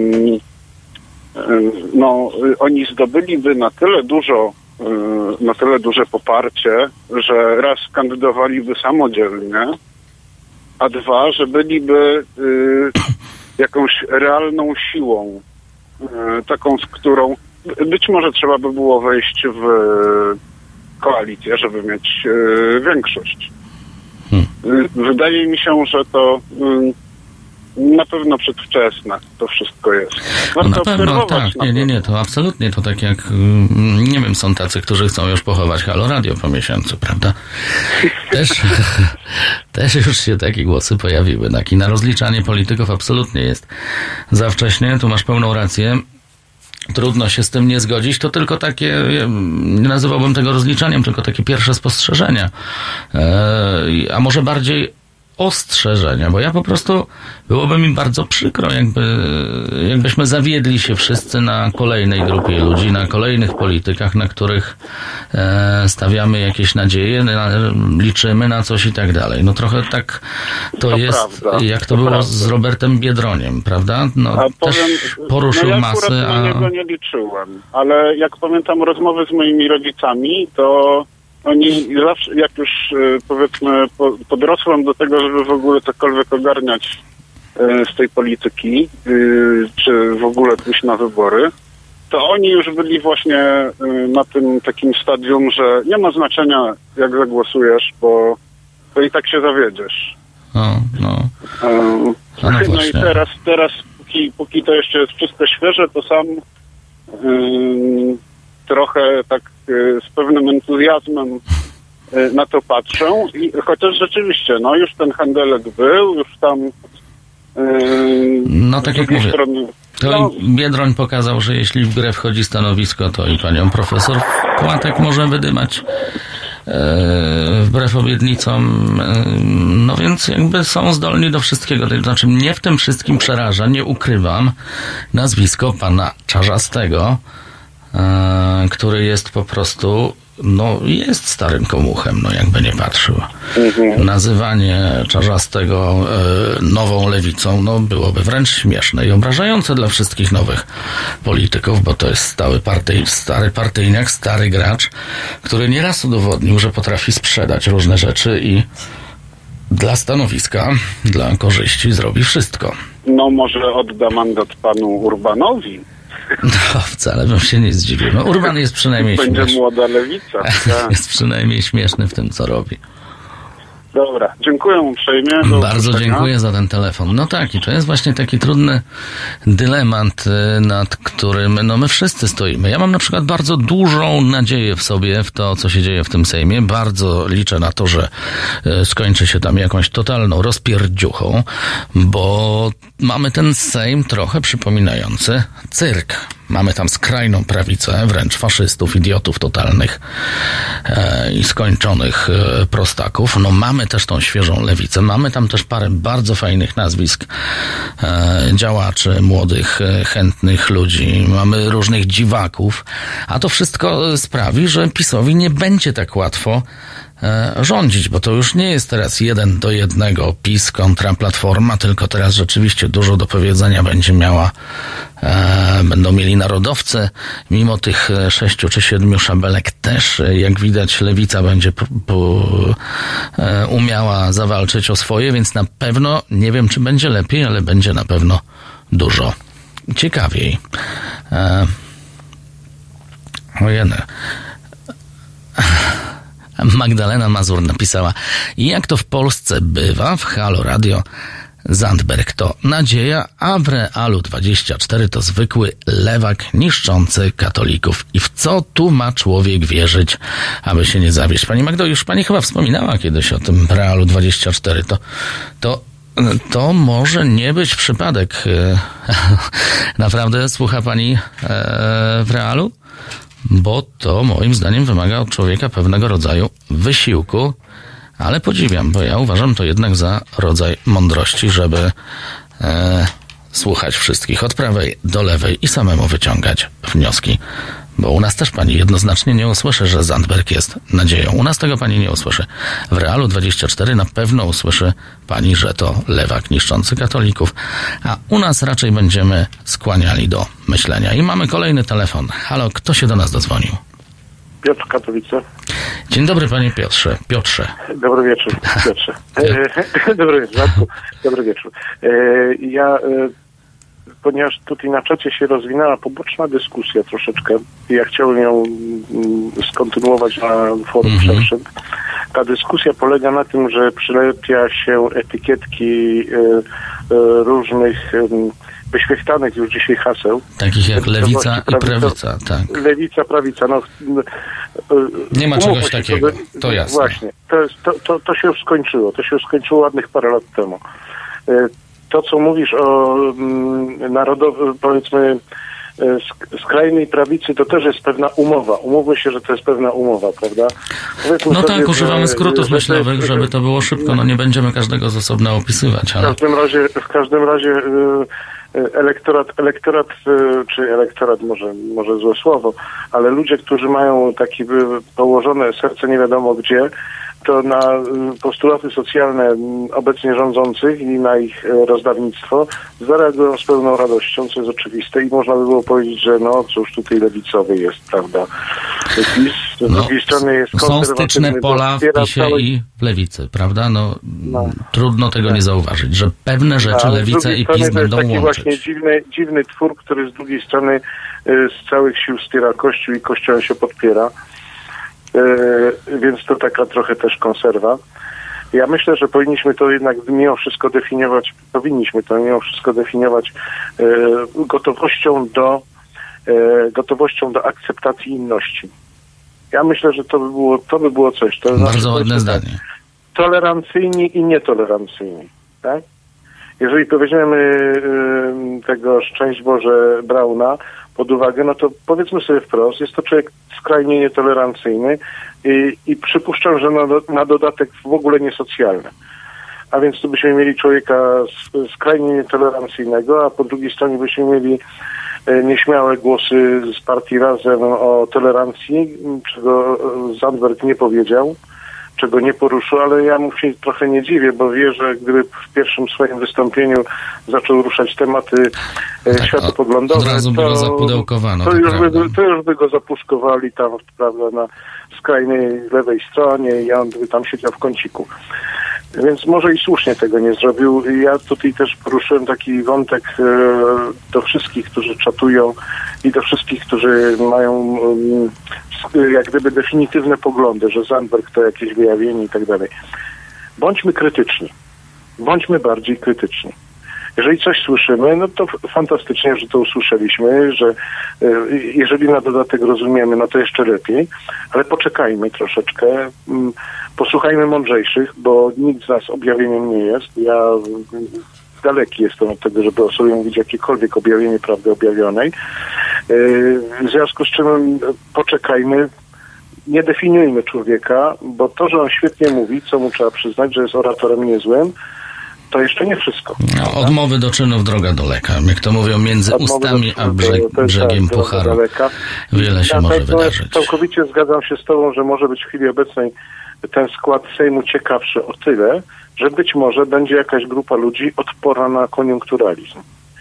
y, no, y, oni zdobyliby na tyle dużo y, na tyle duże poparcie, że raz kandydowaliby samodzielnie, a dwa, że byliby y, jakąś realną siłą, taką, z którą być może trzeba by było wejść w koalicję, żeby mieć większość. Hmm. Wydaje mi się, że to na pewno przedwczesne to wszystko jest. No na pewno, tak. Na nie, nie, nie, to absolutnie to tak jak, nie wiem, są tacy, którzy chcą już pochować Halo Radio po miesiącu, prawda? Też, też już się takie głosy pojawiły. Tak? I na rozliczanie polityków absolutnie jest za wcześnie. Tu masz pełną rację. Trudno się z tym nie zgodzić. To tylko takie, nie nazywałbym tego rozliczaniem, tylko takie pierwsze spostrzeżenia. A może bardziej ostrzeżenia, bo ja po prostu, byłoby mi bardzo przykro, jakby, jakbyśmy zawiedli się wszyscy na kolejnej grupie ludzi, na kolejnych politykach, na których e, stawiamy jakieś nadzieje, na, liczymy na coś i tak dalej. No trochę tak to, to jest, prawda. jak to, to było prawda. z Robertem Biedroniem, prawda? No, a też powiem, poruszył no ja masy. A... na niego nie liczyłem, ale jak pamiętam rozmowy z moimi rodzicami, to oni zawsze, jak już powiedzmy podrosłem do tego, żeby w ogóle cokolwiek ogarniać z tej polityki, czy w ogóle pójść na wybory, to oni już byli właśnie na tym takim stadium, że nie ma znaczenia, jak zagłosujesz, bo to i tak się zawiedziesz. No, no. Um, no, no i teraz, teraz póki, póki to jeszcze jest wszystko świeże, to sam um, trochę tak y, z pewnym entuzjazmem y, na to patrzę. I, chociaż rzeczywiście, no już ten handelek był, już tam y, no tak jak mówię. Strony, To no, Biedroń pokazał, że jeśli w grę wchodzi stanowisko, to i panią profesor Płatek może wydymać e, wbrew obietnicom. E, no więc jakby są zdolni do wszystkiego. To znaczy mnie w tym wszystkim przeraża, nie ukrywam, nazwisko pana Czarzastego, e, który jest po prostu, no jest starym komuchem, no jakby nie patrzył. Mhm. Nazywanie Czarzastego e, nową lewicą, no byłoby wręcz śmieszne i obrażające dla wszystkich nowych polityków, bo to jest stały partyj, stary partyjniak, stary gracz, który nieraz udowodnił, że potrafi sprzedać różne rzeczy i dla stanowiska, dla korzyści zrobi wszystko. No może odda mandat panu Urbanowi. No, wcale bym się nie zdziwił. No, Urban jest przynajmniej Będzie śmieszny. młoda lewica. Tak. Jest przynajmniej śmieszny w tym, co robi. Dobra, dziękuję uprzejmie. Do Bardzo usłyszenia. dziękuję za ten telefon. No tak, i to jest właśnie taki trudny dylemat, nad którym no my wszyscy stoimy. Ja mam na przykład bardzo dużą nadzieję w sobie, w to, co się dzieje w tym Sejmie. Bardzo liczę na to, że skończy się tam jakąś totalną rozpierdziuchą, bo mamy ten Sejm trochę przypominający cyrk. Mamy tam skrajną prawicę, wręcz faszystów, idiotów totalnych e, i skończonych e, prostaków. No mamy też tą świeżą lewicę. Mamy tam też parę bardzo fajnych nazwisk e, działaczy, młodych, e, chętnych ludzi. Mamy różnych dziwaków. A to wszystko sprawi, że PiS-owi nie będzie tak łatwo rządzić, bo to już nie jest teraz jeden do jednego PiS kontra Platforma, tylko teraz rzeczywiście dużo do powiedzenia będzie miała, e, będą mieli narodowcy, mimo tych sześciu czy siedmiu szabelek też, jak widać, lewica będzie po, po, e, umiała zawalczyć o swoje, więc na pewno, nie wiem czy będzie lepiej, ale będzie na pewno dużo ciekawiej. E, ojeny. Magdalena Mazur napisała: jak to w Polsce bywa, w Halo Radio Zandberg to nadzieja, a w Realu dwadzieścia cztery to zwykły lewak niszczący katolików. I w co tu ma człowiek wierzyć, aby się nie zawieść? Pani Magdo, już pani chyba wspominała kiedyś o tym Realu dwadzieścia cztery. To, to, to może nie być przypadek. Naprawdę słucha pani w Realu? Bo to moim zdaniem wymaga od człowieka pewnego rodzaju wysiłku, ale podziwiam, bo ja uważam to jednak za rodzaj mądrości, żeby e, słuchać wszystkich od prawej do lewej i samemu wyciągać wnioski. Bo u nas też pani jednoznacznie nie usłyszy, że Zandberg jest nadzieją. U nas tego pani nie usłyszy. W Realu dwadzieścia cztery na pewno usłyszy pani, że to lewak niszczący katolików. A u nas raczej będziemy skłaniali do myślenia. I mamy kolejny telefon. Halo, kto się do nas dozwonił? Piotr, Katowice. Dzień dobry, panie Piotrze. Piotrze. Dobry wieczór, Piotrze. Dobry wieczór, Dobry wieczór. Ja... Ponieważ tutaj na czacie się rozwinęła poboczna dyskusja troszeczkę i ja chciałem ją skontynuować na forum mm-hmm. szerszym. Ta dyskusja polega na tym, że przylepia się etykietki y, y, różnych y, wyświechtanych już dzisiaj haseł. Takich jak lewica i prawica, tak. Lewica, prawica, no. Y, Nie ma czegoś takiego, to, to jasne. Właśnie, to, jest, to, to, to się już skończyło, to się już skończyło ładnych parę lat temu. Y, To, co mówisz o mm, narodowym, powiedzmy, skrajnej prawicy to też jest pewna umowa. Umówmy się, że to jest pewna umowa, prawda? Powiedzmy no sobie, tak, używamy że, skrótów że myślowych, jest, żeby to było szybko. No nie będziemy każdego z osobna opisywać, ale... W każdym razie, w każdym razie elektorat, elektorat, czy elektorat może, może złe słowo, ale ludzie, którzy mają takie położone serce nie wiadomo gdzie, to na postulaty socjalne obecnie rządzących i na ich rozdawnictwo zareagują z pełną radością, co jest oczywiste i można by było powiedzieć, że no cóż, tutaj lewicowy jest, prawda. PiS, z no, drugiej strony jest są styczne pola w PiSie całej... i w lewicy, prawda? No, no trudno tego tak. nie zauważyć, że pewne rzeczy no, lewica i PiS będą to jest taki łączyć. właśnie dziwny, dziwny twór, który z drugiej strony z całych sił wspiera Kościół i Kościołem się podpiera. Yy, więc to taka trochę też konserwa. Ja myślę, że powinniśmy to jednak mimo wszystko definiować, powinniśmy to mimo wszystko definiować yy, gotowością do yy, gotowością do akceptacji inności. Ja myślę, że to by było, to by było coś. To Bardzo znaczy, ładne to zdanie. Tak, tolerancyjni i nietolerancyjni, tak? Jeżeli weźmiemy yy, tego, szczęść Boże, Brauna pod uwagę, no to powiedzmy sobie wprost, jest to człowiek skrajnie nietolerancyjny i, i przypuszczam, że na, na dodatek w ogóle niesocjalny. A więc tu byśmy mieli człowieka skrajnie nietolerancyjnego, a po drugiej stronie byśmy mieli nieśmiałe głosy z partii Razem o tolerancji, czego Zandberg nie powiedział, czego nie poruszył, ale ja mu się trochę nie dziwię, bo wie, że gdyby w pierwszym swoim wystąpieniu zaczął ruszać tematy tak, światopoglądowe, od razu by to, go zapudełkowano. to, to, już by, to już by go zapuszkowali tam, prawda, na skrajnej lewej stronie i on by tam siedział w kąciku. Więc może i słusznie tego nie zrobił. Ja tutaj też poruszyłem taki wątek e, do wszystkich, którzy czatują i do wszystkich, którzy mają e, jak gdyby definitywne poglądy, że Zandberg to jakieś wyjawienie i tak dalej. Bądźmy krytyczni. Bądźmy bardziej krytyczni. Jeżeli coś słyszymy, no to fantastycznie, że to usłyszeliśmy, że e, jeżeli na dodatek rozumiemy, no to jeszcze lepiej, ale poczekajmy troszeczkę, m, posłuchajmy mądrzejszych, bo nikt z nas objawieniem nie jest. Ja daleki jestem od tego, żeby o sobie mówić jakiekolwiek objawienie prawdy objawionej. E, w związku z czym poczekajmy, nie definiujmy człowieka, bo to, że on świetnie mówi, co mu trzeba przyznać, że jest oratorem niezłym, to jeszcze nie wszystko. No, od mowy do czynów droga daleka. Jak to mówią, między od ustami a brzeg, to, to brzegiem tak, pucharu wiele się ja może wydarzyć. Całkowicie zgadzam się z tobą, że może być w chwili obecnej ten skład Sejmu ciekawszy o tyle, że być może będzie jakaś grupa ludzi odporna na koniunkturalizm.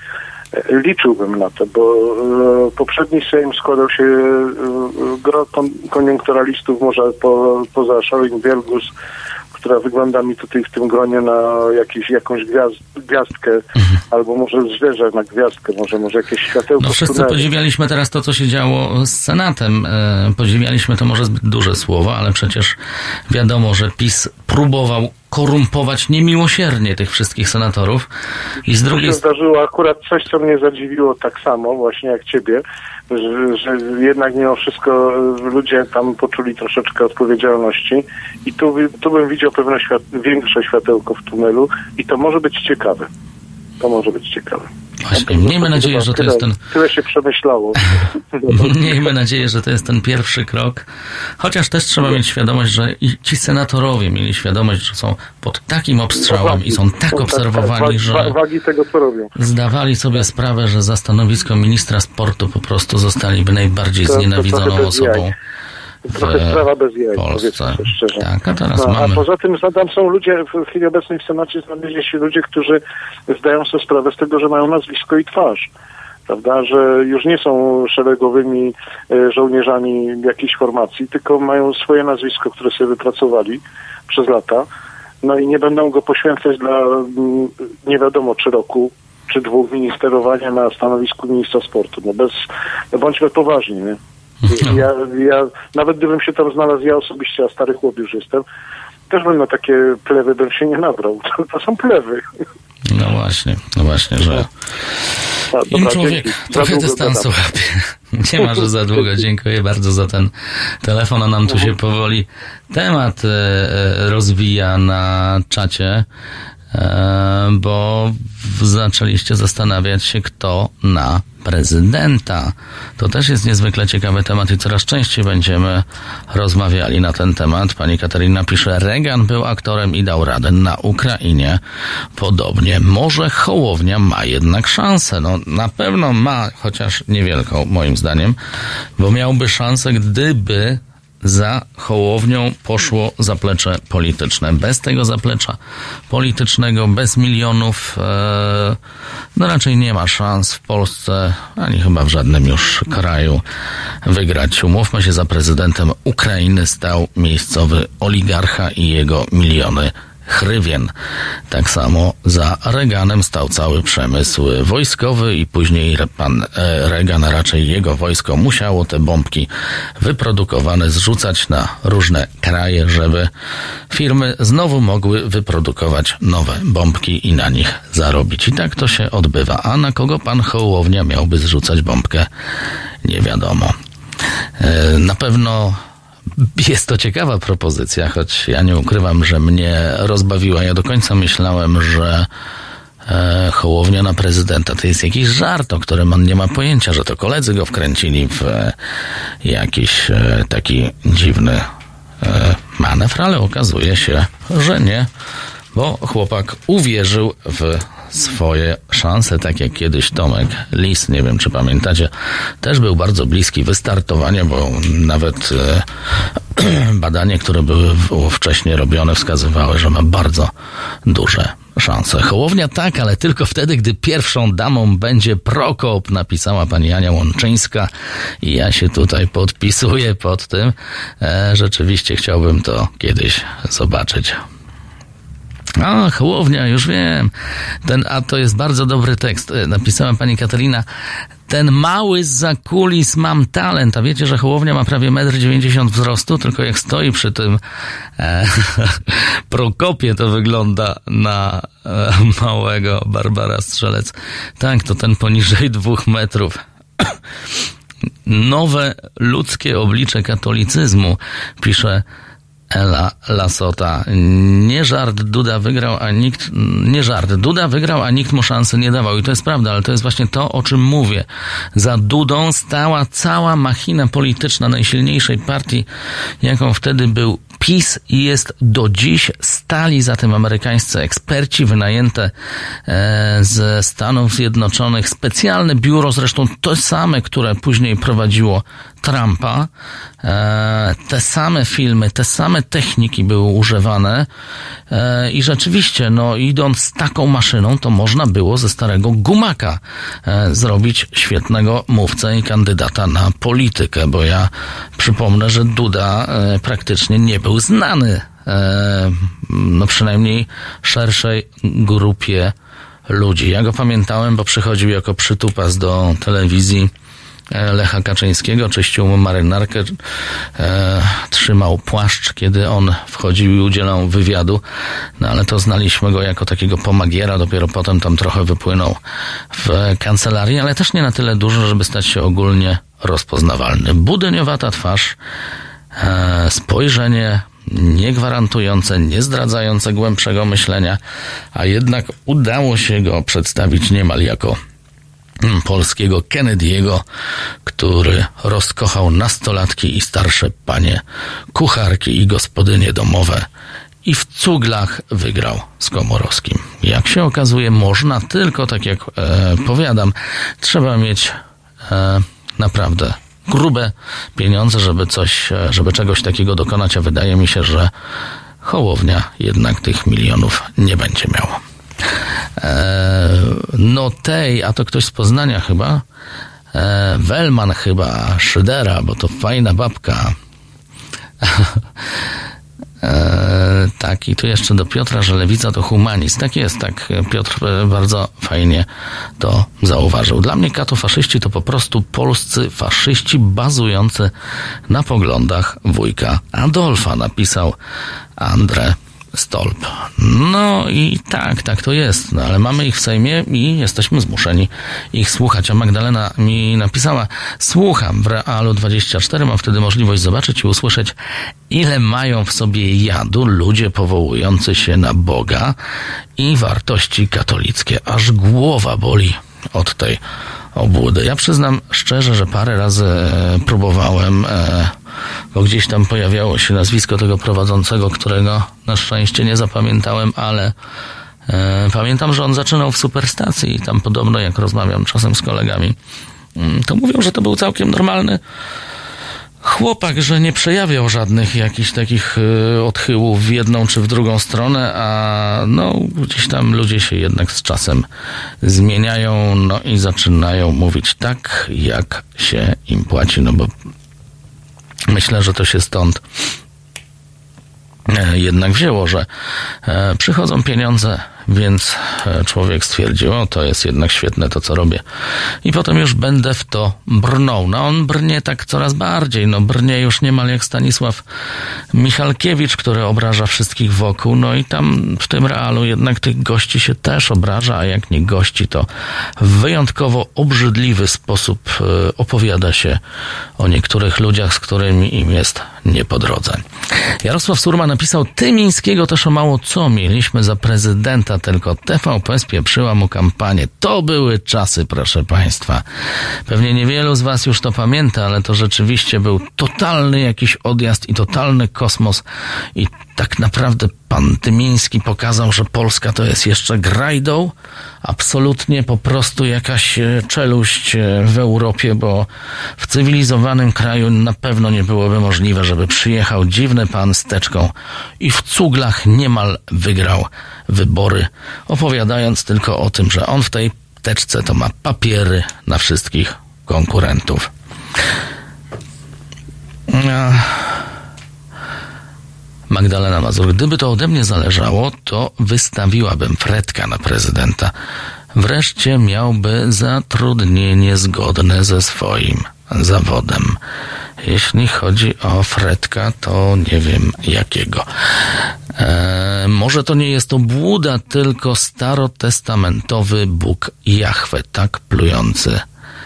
Liczyłbym na to, bo e, poprzedni Sejm składał się e, gro kon, koniunkturalistów, może po, poza Szalin Wielgus, która wygląda mi tutaj w tym gronie na jakieś, jakąś gwiazd, gwiazdkę, mhm. albo może zwierzę na gwiazdkę, może, może jakieś światełko. No wszyscy podziwialiśmy teraz to, co się działo z Senatem. E, podziwialiśmy to może zbyt duże słowo, ale przecież wiadomo, że PiS próbował korumpować niemiłosiernie tych wszystkich senatorów. I z drugiej strony zdarzyło akurat coś, co mnie zadziwiło tak samo, właśnie jak ciebie, że, że jednak mimo wszystko ludzie tam poczuli troszeczkę odpowiedzialności i tu, tu bym widział pewne świat, większe światełko w tunelu i to może być ciekawe. To może być ciekawe. Właśnie, miejmy nadzieję, że to jest ten... Tyle się przemyślało. Miejmy nadzieję, że to jest ten pierwszy krok. Chociaż też trzeba mieć świadomość, że i ci senatorowie mieli świadomość, że są pod takim obstrzałem i są tak obserwowani, że wagi tego, co robią. Zdawali sobie sprawę, że za stanowisko ministra sportu po prostu zostaliby najbardziej znienawidzoną osobą trochę sprawa bez jaj, Polsce. Szczerze. Tak, a teraz no, mamy... A poza tym tam są ludzie, w chwili obecnej w Senacie znaleźli się ludzie, którzy zdają sobie sprawę z tego, że mają nazwisko i twarz. Prawda, że już nie są szeregowymi e, żołnierzami jakiejś formacji, tylko mają swoje nazwisko, które sobie wypracowali przez lata. No i nie będą go poświęcać dla m, nie wiadomo czy roku, czy dwóch ministerowania na stanowisku ministra sportu. No bez, no bądźmy poważni, nie? Ja, ja, nawet gdybym się tam znalazł, ja osobiście, a stary chłop już jestem, też bym na takie plewy bym się nie nabrał. To, to są plewy. No właśnie, no właśnie, że a, im dobra, człowiek dzięki. Trochę dystansu łapie. Nie ma, że za długo. Dziękuję bardzo za ten telefon, a nam tu się powoli temat e, rozwija na czacie. bo zaczęliście zastanawiać się, kto na prezydenta. To też jest niezwykle ciekawy temat i coraz częściej będziemy rozmawiali na ten temat. Pani Katarina pisze, Reagan był aktorem i dał radę. Na Ukrainie podobnie. Może Hołownia ma jednak szansę. No na pewno ma, chociaż niewielką moim zdaniem, bo miałby szansę, gdyby za Hołownią poszło zaplecze polityczne. Bez tego zaplecza politycznego, bez milionów, e, no raczej nie ma szans w Polsce, ani chyba w żadnym już kraju wygrać. Umówmy się, za prezydentem Ukrainy stał miejscowy oligarcha i jego miliony hrywien. Tak samo za Reaganem stał cały przemysł wojskowy i później pan Reagan, a raczej jego wojsko, musiało te bombki wyprodukowane zrzucać na różne kraje, żeby firmy znowu mogły wyprodukować nowe bombki i na nich zarobić. I tak to się odbywa. A na kogo pan Hołownia miałby zrzucać bombkę? Nie wiadomo. Na pewno jest to ciekawa propozycja, choć ja nie ukrywam, że mnie rozbawiła. Ja do końca myślałem, że e, Hołownia na prezydenta to jest jakiś żart, o którym on nie ma pojęcia, że to koledzy go wkręcili w e, jakiś e, taki dziwny e, manewr, ale okazuje się, że nie, bo chłopak uwierzył w swoje szanse, tak jak kiedyś Tomek Lis, nie wiem czy pamiętacie, też był bardzo bliski wystartowania, bo nawet e, badania, które były wcześniej robione, wskazywały, że ma bardzo duże szanse. Hołownia tak, ale tylko wtedy, gdy pierwszą damą będzie Prokop, napisała pani Ania Łączyńska i ja się tutaj podpisuję pod tym. E, rzeczywiście chciałbym to kiedyś zobaczyć. A, Hołownia, już wiem. Ten, a to jest bardzo dobry tekst. Napisała pani Katarina. Ten mały zza kulis mam talent. A wiecie, że Hołownia ma prawie metr dziewięćdziesiąt wzrostu, tylko jak stoi przy tym e, Prokopie, to wygląda na e, małego Barbara Strzelec. Tak, to ten poniżej dwóch metrów. Nowe ludzkie oblicze katolicyzmu, pisze Ela Lasota. Nie żart, Duda wygrał, a nikt, nie żart, Duda wygrał, a nikt mu szansy nie dawał. I to jest prawda, ale to jest właśnie to, o czym mówię. Za Dudą stała cała machina polityczna najsilniejszej partii, jaką wtedy był PiS, i jest do dziś. Stali za tym amerykańscy eksperci wynajęte e, ze Stanów Zjednoczonych, specjalne biuro, zresztą to same, które później prowadziło Trumpa. E, te same filmy, te same techniki były używane e, i rzeczywiście, no idąc z taką maszyną, to można było ze starego gumaka e, zrobić świetnego mówcę i kandydata na politykę, bo ja przypomnę, że Duda e, praktycznie nie był znany, e, no przynajmniej szerszej grupie ludzi. Ja go pamiętałem, bo przychodził jako przytupas do telewizji Lecha Kaczyńskiego, czyścił mu marynarkę, e, trzymał płaszcz, kiedy on wchodził i udzielał wywiadu, no ale to znaliśmy go jako takiego pomagiera, dopiero potem tam trochę wypłynął w kancelarii, ale też nie na tyle dużo, żeby stać się ogólnie rozpoznawalny. Budyniowata twarz, e, spojrzenie niegwarantujące, nie zdradzające głębszego myślenia, a jednak udało się go przedstawić niemal jako polskiego Kennedy'ego, który rozkochał nastolatki i starsze panie, kucharki i gospodynie domowe i w cuglach wygrał z Komorowskim. Jak się okazuje, można, tylko tak jak e, powiadam, trzeba mieć e, naprawdę grube pieniądze, żeby coś, żeby czegoś takiego dokonać, a wydaje mi się, że Hołownia jednak tych milionów nie będzie miał. No tej, a to ktoś z Poznania chyba, e, Wellman chyba, Szydera, bo to fajna babka. e, tak, i tu jeszcze do Piotra, że lewica to humanizm. Tak jest, tak, Piotr bardzo fajnie to zauważył. Dla mnie katofaszyści to po prostu polscy faszyści bazujący na poglądach wujka Adolfa, napisał André stolp. No i tak, tak to jest. No, ale mamy ich w Sejmie i jesteśmy zmuszeni ich słuchać. A Magdalena mi napisała: słucham w Realu dwadzieścia cztery, mam wtedy możliwość zobaczyć i usłyszeć, ile mają w sobie jadu ludzie powołujący się na Boga i wartości katolickie. Aż głowa boli od tej obłudy. Ja przyznam szczerze, że parę razy e, próbowałem, e, bo gdzieś tam pojawiało się nazwisko tego prowadzącego, którego na szczęście nie zapamiętałem, ale e, pamiętam, że on zaczynał w Superstacji i tam podobno, jak rozmawiam czasem z kolegami, to mówią, że to był całkiem normalny chłopak, że nie przejawiał żadnych jakichś takich y, odchyłów w jedną czy w drugą stronę, a no gdzieś tam ludzie się jednak z czasem zmieniają, no i zaczynają mówić tak, jak się im płaci, no bo myślę, że to się stąd e, jednak wzięło, że e, przychodzą pieniądze, więc człowiek stwierdził, o, to jest jednak świetne to, co robię. I potem już będę w to brnął. No on brnie tak coraz bardziej. No brnie już niemal jak Stanisław Michalkiewicz, który obraża wszystkich wokół. No i tam w tym Realu jednak tych gości się też obraża, a jak nie gości, to w wyjątkowo obrzydliwy sposób opowiada się o niektórych ludziach, z którymi im jest nie po drodze. Jarosław Surma napisał: Tymińskiego też o mało co mieliśmy za prezydenta, tylko T V P spieprzyła mu kampanię. To były czasy, proszę państwa. Pewnie niewielu z was już to pamięta, ale to rzeczywiście był totalny jakiś odjazd i totalny kosmos i tak naprawdę pan Tymiński pokazał, że Polska to jest jeszcze grajdą, absolutnie po prostu jakaś czeluść w Europie, bo w cywilizowanym kraju na pewno nie byłoby możliwe, żeby przyjechał dziwny pan z teczką i w cuglach niemal wygrał wybory, opowiadając tylko o tym, że on w tej teczce to ma papiery na wszystkich konkurentów. Magdalena Mazur: gdyby to ode mnie zależało, to wystawiłabym Fredka na prezydenta. Wreszcie miałby zatrudnienie zgodne ze swoim zawodem. Jeśli chodzi o Fredka, to nie wiem jakiego. Eee, może to nie jest obłuda, tylko starotestamentowy Bóg Jahwe, tak plujący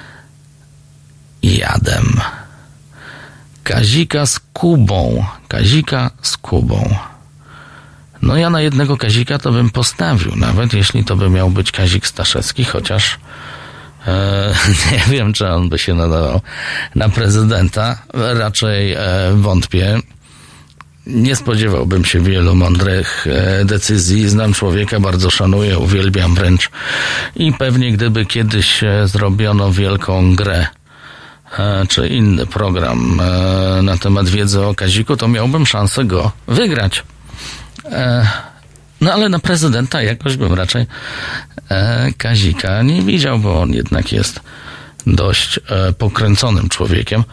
jadem. Kazika z Kubą. Kazika z Kubą. No ja na jednego Kazika to bym postawił, nawet jeśli to by miał być Kazik Staszewski, chociaż e, nie wiem, czy on by się nadawał na prezydenta. Raczej e, wątpię. Nie spodziewałbym się wielu mądrych e, decyzji. Znam człowieka, bardzo szanuję, uwielbiam wręcz. I pewnie gdyby kiedyś e, zrobiono wielką grę czy inny program na temat wiedzy o Kaziku, to miałbym szansę go wygrać. No ale na prezydenta jakoś bym raczej Kazika nie widział, bo on jednak jest dość pokręconym człowiekiem.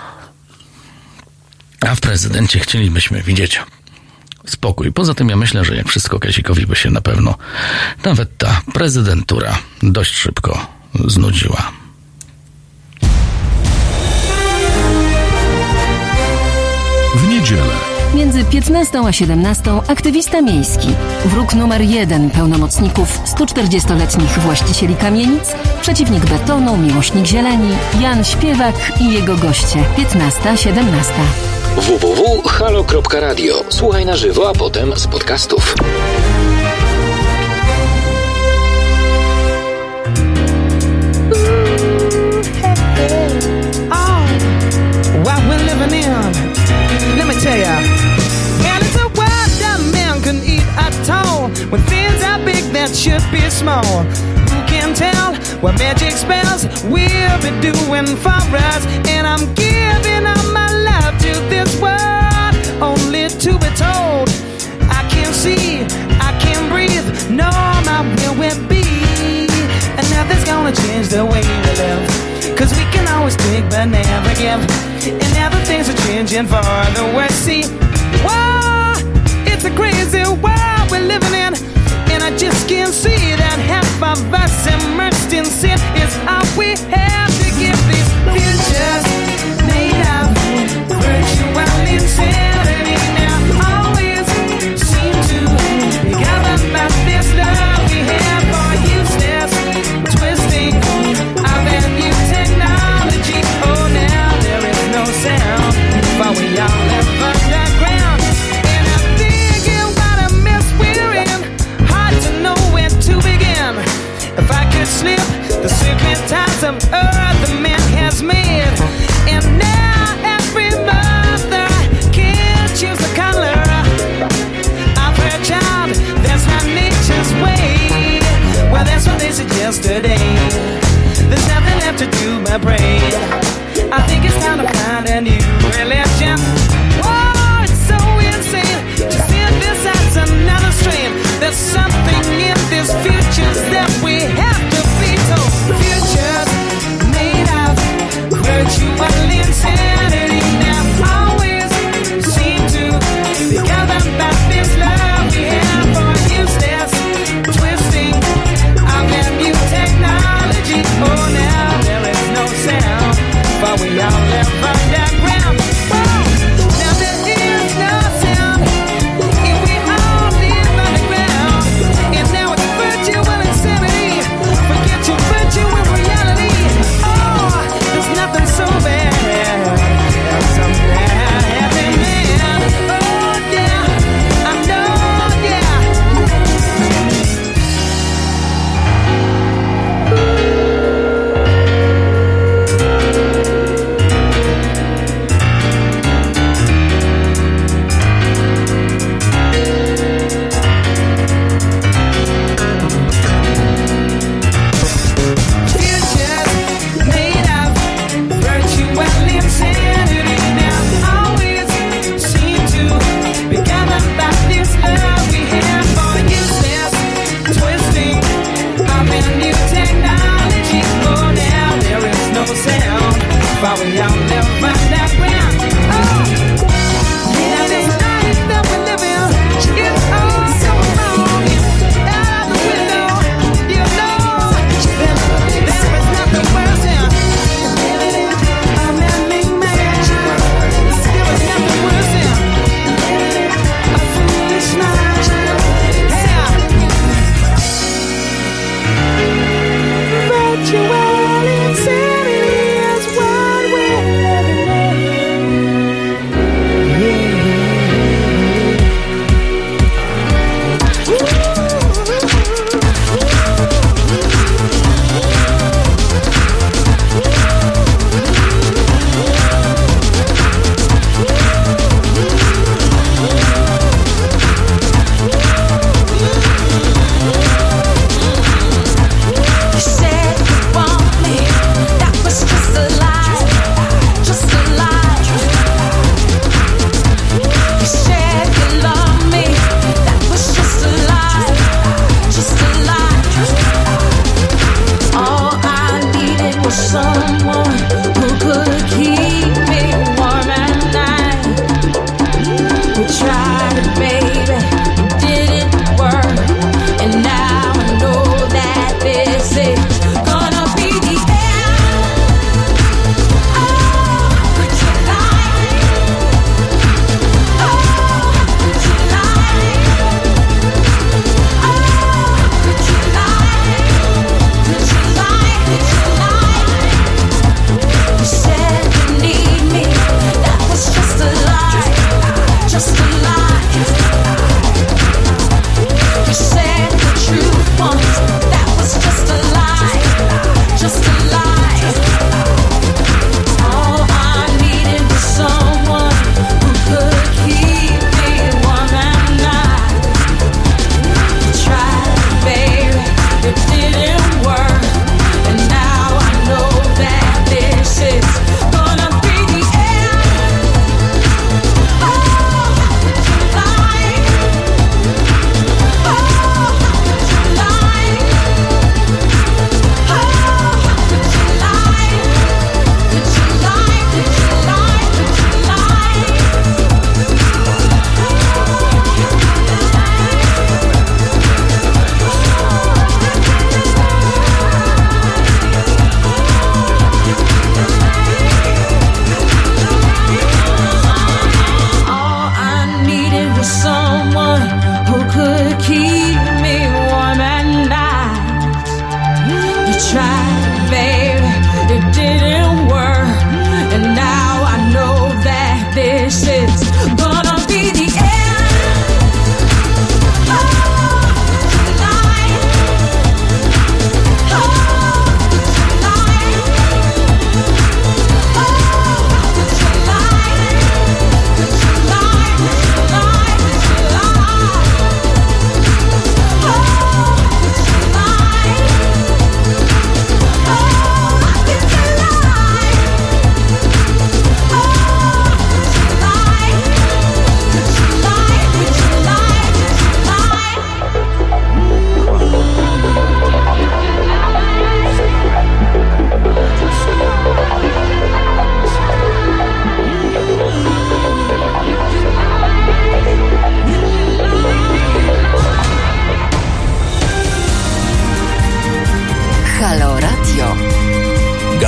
A w prezydencie chcielibyśmy widzieć spokój. Poza tym ja myślę, że jak wszystko Kazikowi by się na pewno nawet ta prezydentura dość szybko znudziła. W niedzielę. Między piętnastą a siedemnastą aktywista miejski, wróg numer jeden pełnomocników stu czterdziestoletnich właścicieli kamienic, przeciwnik betonu, miłośnik zieleni, Jan Śpiewak i jego goście. piętnasta siedemnasta. w w w kropka halo kropka radio. Słuchaj na żywo, a potem z podcastów. Let me tell ya, and it's a world that man can eat at all. When things are big that should be small. Who can tell what magic spells we'll be doing for us? And I'm giving all my love to this world, only to be told I can't see, I can't breathe, no, my will will be. And nothing's gonna change the way we live, 'cause we can always take but never give. And now the things are changing for the worse. See, whoa, it's a crazy world we're living in, and I just can't see that half of us immersed in sin is all we have to give. These futures made of virtual insanity now always seem to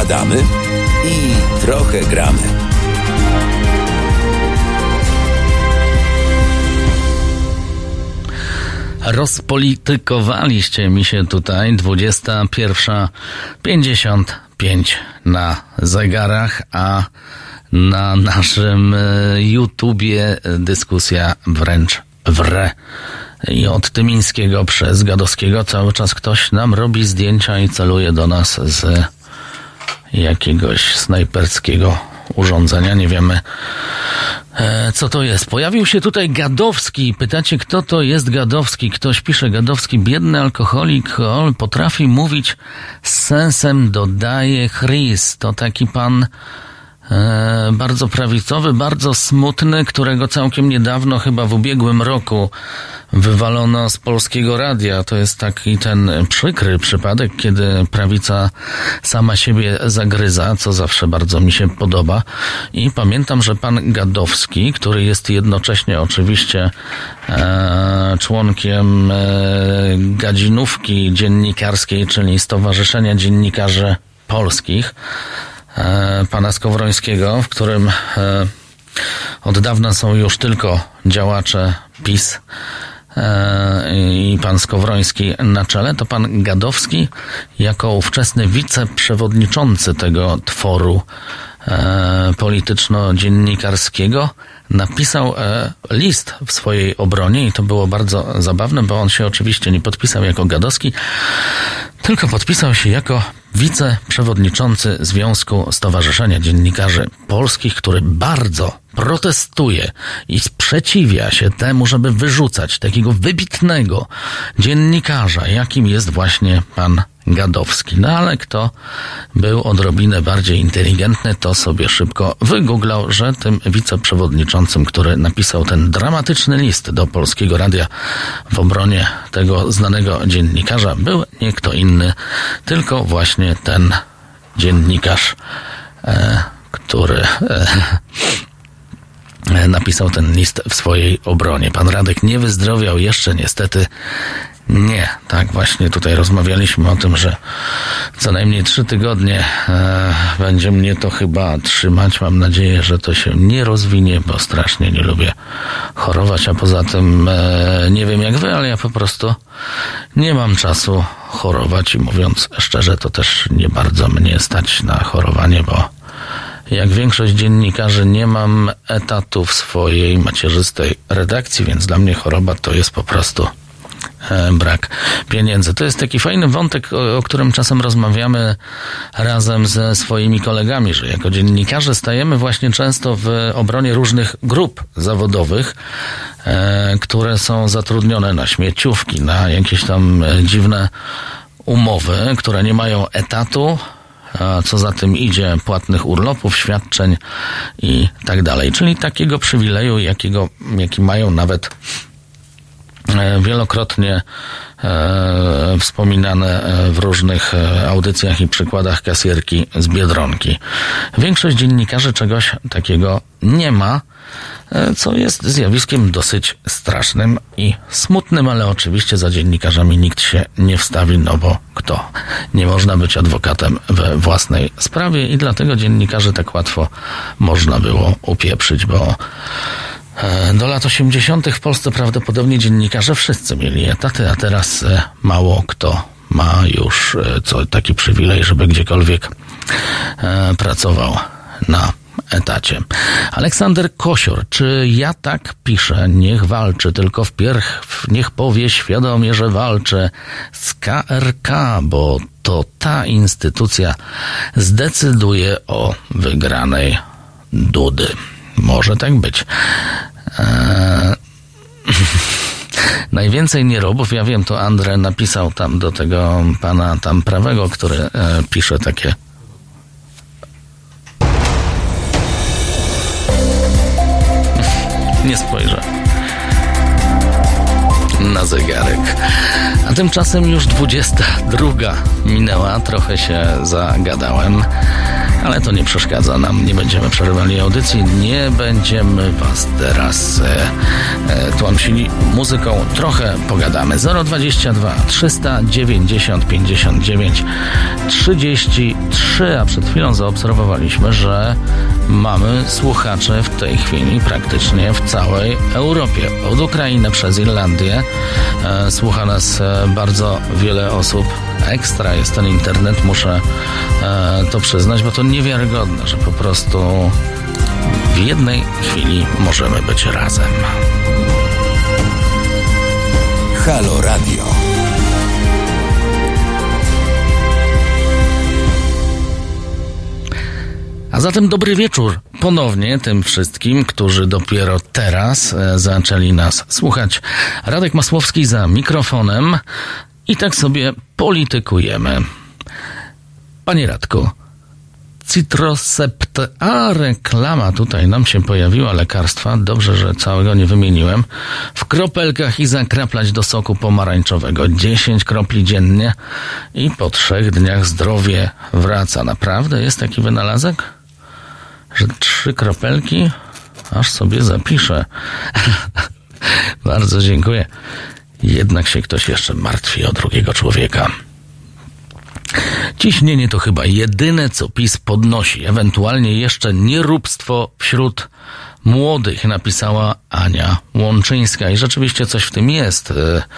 gadamy i trochę gramy. Rozpolitykowaliście mi się tutaj. Dwudziesta pierwsza pięćdziesiąt pięć na zegarach, a na naszym YouTubie dyskusja wręcz wre. I od Tymińskiego przez Gadowskiego cały czas ktoś nam robi zdjęcia i celuje do nas z jakiegoś snajperskiego urządzenia. Nie wiemy, e, co to jest. Pojawił się tutaj Gadowski. Pytacie, kto to jest Gadowski? Ktoś pisze, Gadowski, biedny alkoholik, on potrafi mówić z sensem, dodaje Chris. To taki pan e, bardzo prawicowy, bardzo smutny, którego całkiem niedawno, chyba w ubiegłym roku, wywalono z Polskiego Radia. To jest taki ten przykry przypadek, kiedy prawica sama siebie zagryza, co zawsze bardzo mi się podoba. I pamiętam, że pan Gadowski, który jest jednocześnie oczywiście e, członkiem e, gadzinówki dziennikarskiej, czyli Stowarzyszenia Dziennikarzy Polskich, e, pana Skowrońskiego, w którym e, od dawna są już tylko działacze PiS i pan Skowroński na czele, to pan Gadowski jako ówczesny wiceprzewodniczący tego tworu e, polityczno-dziennikarskiego napisał e, list w swojej obronie i to było bardzo zabawne, bo on się oczywiście nie podpisał jako Gadowski, tylko podpisał się jako wiceprzewodniczący Związku Stowarzyszenia Dziennikarzy Polskich, który bardzo protestuje i sprzeciwia się temu, żeby wyrzucać takiego wybitnego dziennikarza, jakim jest właśnie pan Gadowski. No ale kto był odrobinę bardziej inteligentny, to sobie szybko wygooglał, że tym wiceprzewodniczącym, który napisał ten dramatyczny list do Polskiego Radia w obronie tego znanego dziennikarza, był nie kto inny, tylko właśnie ten dziennikarz, e, który e, napisał ten list w swojej obronie. Pan Radek nie wyzdrowiał jeszcze niestety. Nie, tak właśnie tutaj rozmawialiśmy o tym, że co najmniej trzy tygodnie e, będzie mnie to chyba trzymać. Mam nadzieję, że to się nie rozwinie, bo strasznie nie lubię chorować, a poza tym e, nie wiem jak wy, ale ja po prostu nie mam czasu chorować i mówiąc szczerze, to też nie bardzo mnie stać na chorowanie, bo jak większość dziennikarzy nie mam etatu w swojej macierzystej redakcji, więc dla mnie choroba to jest po prostu brak pieniędzy. To jest taki fajny wątek, o, o którym czasem rozmawiamy razem ze swoimi kolegami, że jako dziennikarze stajemy właśnie często w obronie różnych grup zawodowych, e, które są zatrudnione na śmieciówki, na jakieś tam dziwne umowy, które nie mają etatu, a co za tym idzie płatnych urlopów, świadczeń i tak dalej. Czyli takiego przywileju, jakiego, jaki mają nawet wielokrotnie e, wspominane w różnych audycjach i przykładach kasjerki z Biedronki. Większość dziennikarzy czegoś takiego nie ma, e, co jest zjawiskiem dosyć strasznym i smutnym, ale oczywiście za dziennikarzami nikt się nie wstawi, no bo kto? Nie można być adwokatem we własnej sprawie i dlatego dziennikarzy tak łatwo można było upieprzyć, bo do lat osiemdziesiątych w Polsce prawdopodobnie dziennikarze wszyscy mieli etaty, a teraz mało kto ma już co, taki przywilej, żeby gdziekolwiek e, pracował na etacie. Aleksander Kosior, czy ja tak piszę? Niech walczy, tylko wpierw niech powie świadomie, że walczę z K R K, bo to ta instytucja zdecyduje o wygranej Dudy. Może tak być. Eee... Najwięcej nierobów, ja wiem, to Andrzej napisał tam do tego pana tam prawego, który e, pisze takie nie spojrzę na zegarek. A tymczasem już dwudziesta druga minęła, trochę się zagadałem, ale to nie przeszkadza nam, nie będziemy przerywali audycji, nie będziemy was teraz e, e, tłamsili muzyką, trochę pogadamy. zero dwadzieścia dwa trzysta dziewięćdziesiąt pięćdziesiąt dziewięć trzydzieści trzy, a przed chwilą zaobserwowaliśmy, że mamy słuchaczy w tej chwili praktycznie w całej Europie. Od Ukrainy przez Irlandię e, słucha nas e, bardzo wiele osób. Ekstra jest ten internet, muszę e, to przyznać, bo to niewiarygodne, że po prostu w jednej chwili możemy być razem. Halo Radio. A zatem dobry wieczór ponownie tym wszystkim, którzy dopiero teraz e, zaczęli nas słuchać. Radek Masłowski za mikrofonem i tak sobie politykujemy. Panie Radku, Citrosept, a reklama tutaj nam się pojawiła, lekarstwa, dobrze, że całego nie wymieniłem, w kropelkach i zakraplać do soku pomarańczowego, dziesięć kropli dziennie i po trzech dniach zdrowie wraca. Naprawdę jest taki wynalazek? Że trzy kropelki? Aż sobie zapiszę. Bardzo dziękuję. Jednak się ktoś jeszcze martwi o drugiego człowieka. Ciśnienie to chyba jedyne, co PiS podnosi. Ewentualnie jeszcze nieróbstwo wśród młodych, napisała Ania Łączyńska. I rzeczywiście coś w tym jest.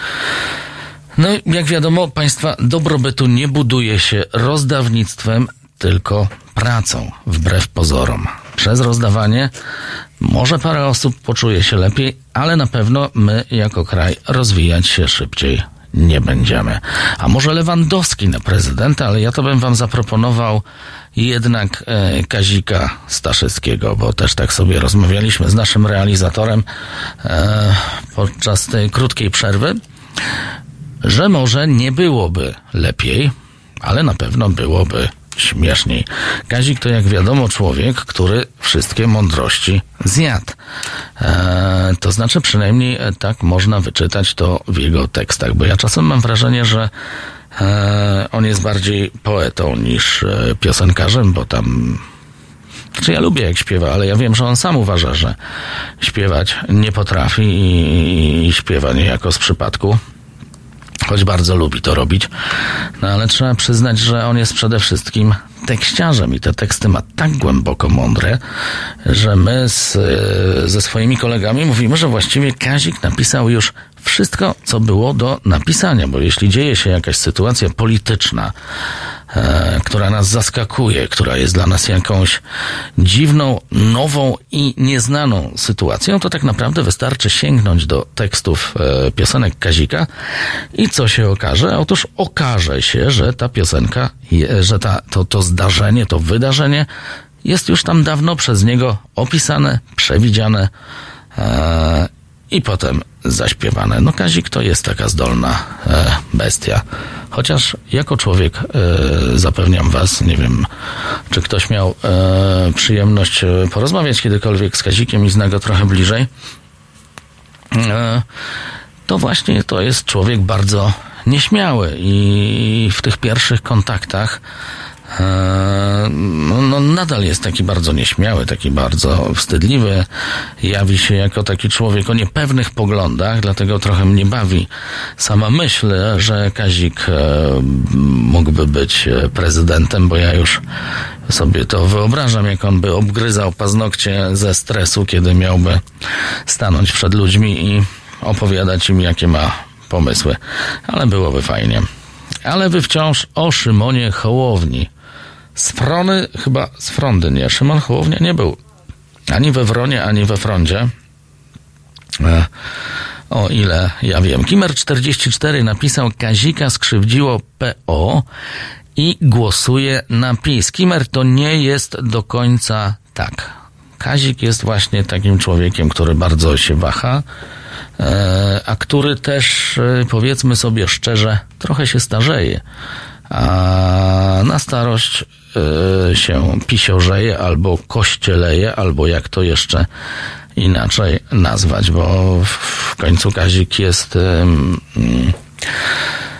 No, jak wiadomo, państwa dobrobytu nie buduje się rozdawnictwem, tylko pracą, wbrew pozorom. Przez rozdawanie może parę osób poczuje się lepiej, ale na pewno my jako kraj rozwijać się szybciej nie będziemy. A może Lewandowski na prezydenta, ale ja to bym wam zaproponował jednak e, Kazika Staszewskiego, bo też tak sobie rozmawialiśmy z naszym realizatorem e, podczas tej krótkiej przerwy, że może nie byłoby lepiej, ale na pewno byłoby śmieszniej. Kazik to, jak wiadomo, człowiek, który wszystkie mądrości zjadł. Eee, to znaczy, przynajmniej tak można wyczytać to w jego tekstach, bo ja czasem mam wrażenie, że eee, on jest bardziej poetą niż e, piosenkarzem, bo tam... Znaczy, ja lubię, jak śpiewa, ale ja wiem, że on sam uważa, że śpiewać nie potrafi i, i śpiewa niejako z przypadku. Choć bardzo lubi to robić, no ale trzeba przyznać, że on jest przede wszystkim tekściarzem i te teksty ma tak głęboko mądre, że my z, ze swoimi kolegami mówimy, że właściwie Kazik napisał już wszystko, co było do napisania, bo jeśli dzieje się jakaś sytuacja polityczna, e, która nas zaskakuje, która jest dla nas jakąś dziwną, nową i nieznaną sytuacją, to tak naprawdę wystarczy sięgnąć do tekstów e, piosenek Kazika i co się okaże? Otóż okaże się, że ta piosenka, je, że ta, to, to zdarzenie, to wydarzenie jest już tam dawno przez niego opisane, przewidziane e, i potem zaśpiewane. No Kazik to jest taka zdolna e, bestia. Chociaż jako człowiek e, zapewniam was, nie wiem, czy ktoś miał e, przyjemność porozmawiać kiedykolwiek z Kazikiem i zna go trochę bliżej, e, to właśnie to jest człowiek bardzo nieśmiały i w tych pierwszych kontaktach No, no nadal jest taki bardzo nieśmiały, taki bardzo wstydliwy, jawi się jako taki człowiek o niepewnych poglądach, dlatego trochę mnie bawi sama myśl, że Kazik e, mógłby być prezydentem, bo ja już sobie to wyobrażam, jak on by obgryzał paznokcie ze stresu, kiedy miałby stanąć przed ludźmi i opowiadać im, jakie ma pomysły, ale byłoby fajnie. Ale wy wciąż o Szymonie Hołowni. Z Frony, chyba z Frondy, nie. Szymon Hołownia nie był ani we Wronie, ani we Frondzie. E, o ile ja wiem. Kimer czterdzieści cztery napisał: Kazika skrzywdziło P O i głosuje na PiS. Kimer, to nie jest do końca tak. Kazik jest właśnie takim człowiekiem, który bardzo się waha, e, a który też, e, powiedzmy sobie szczerze, trochę się starzeje. A na starość y, się pisiorzeje albo kościeleje, albo jak to jeszcze inaczej nazwać, bo w końcu Kazik jest y, y,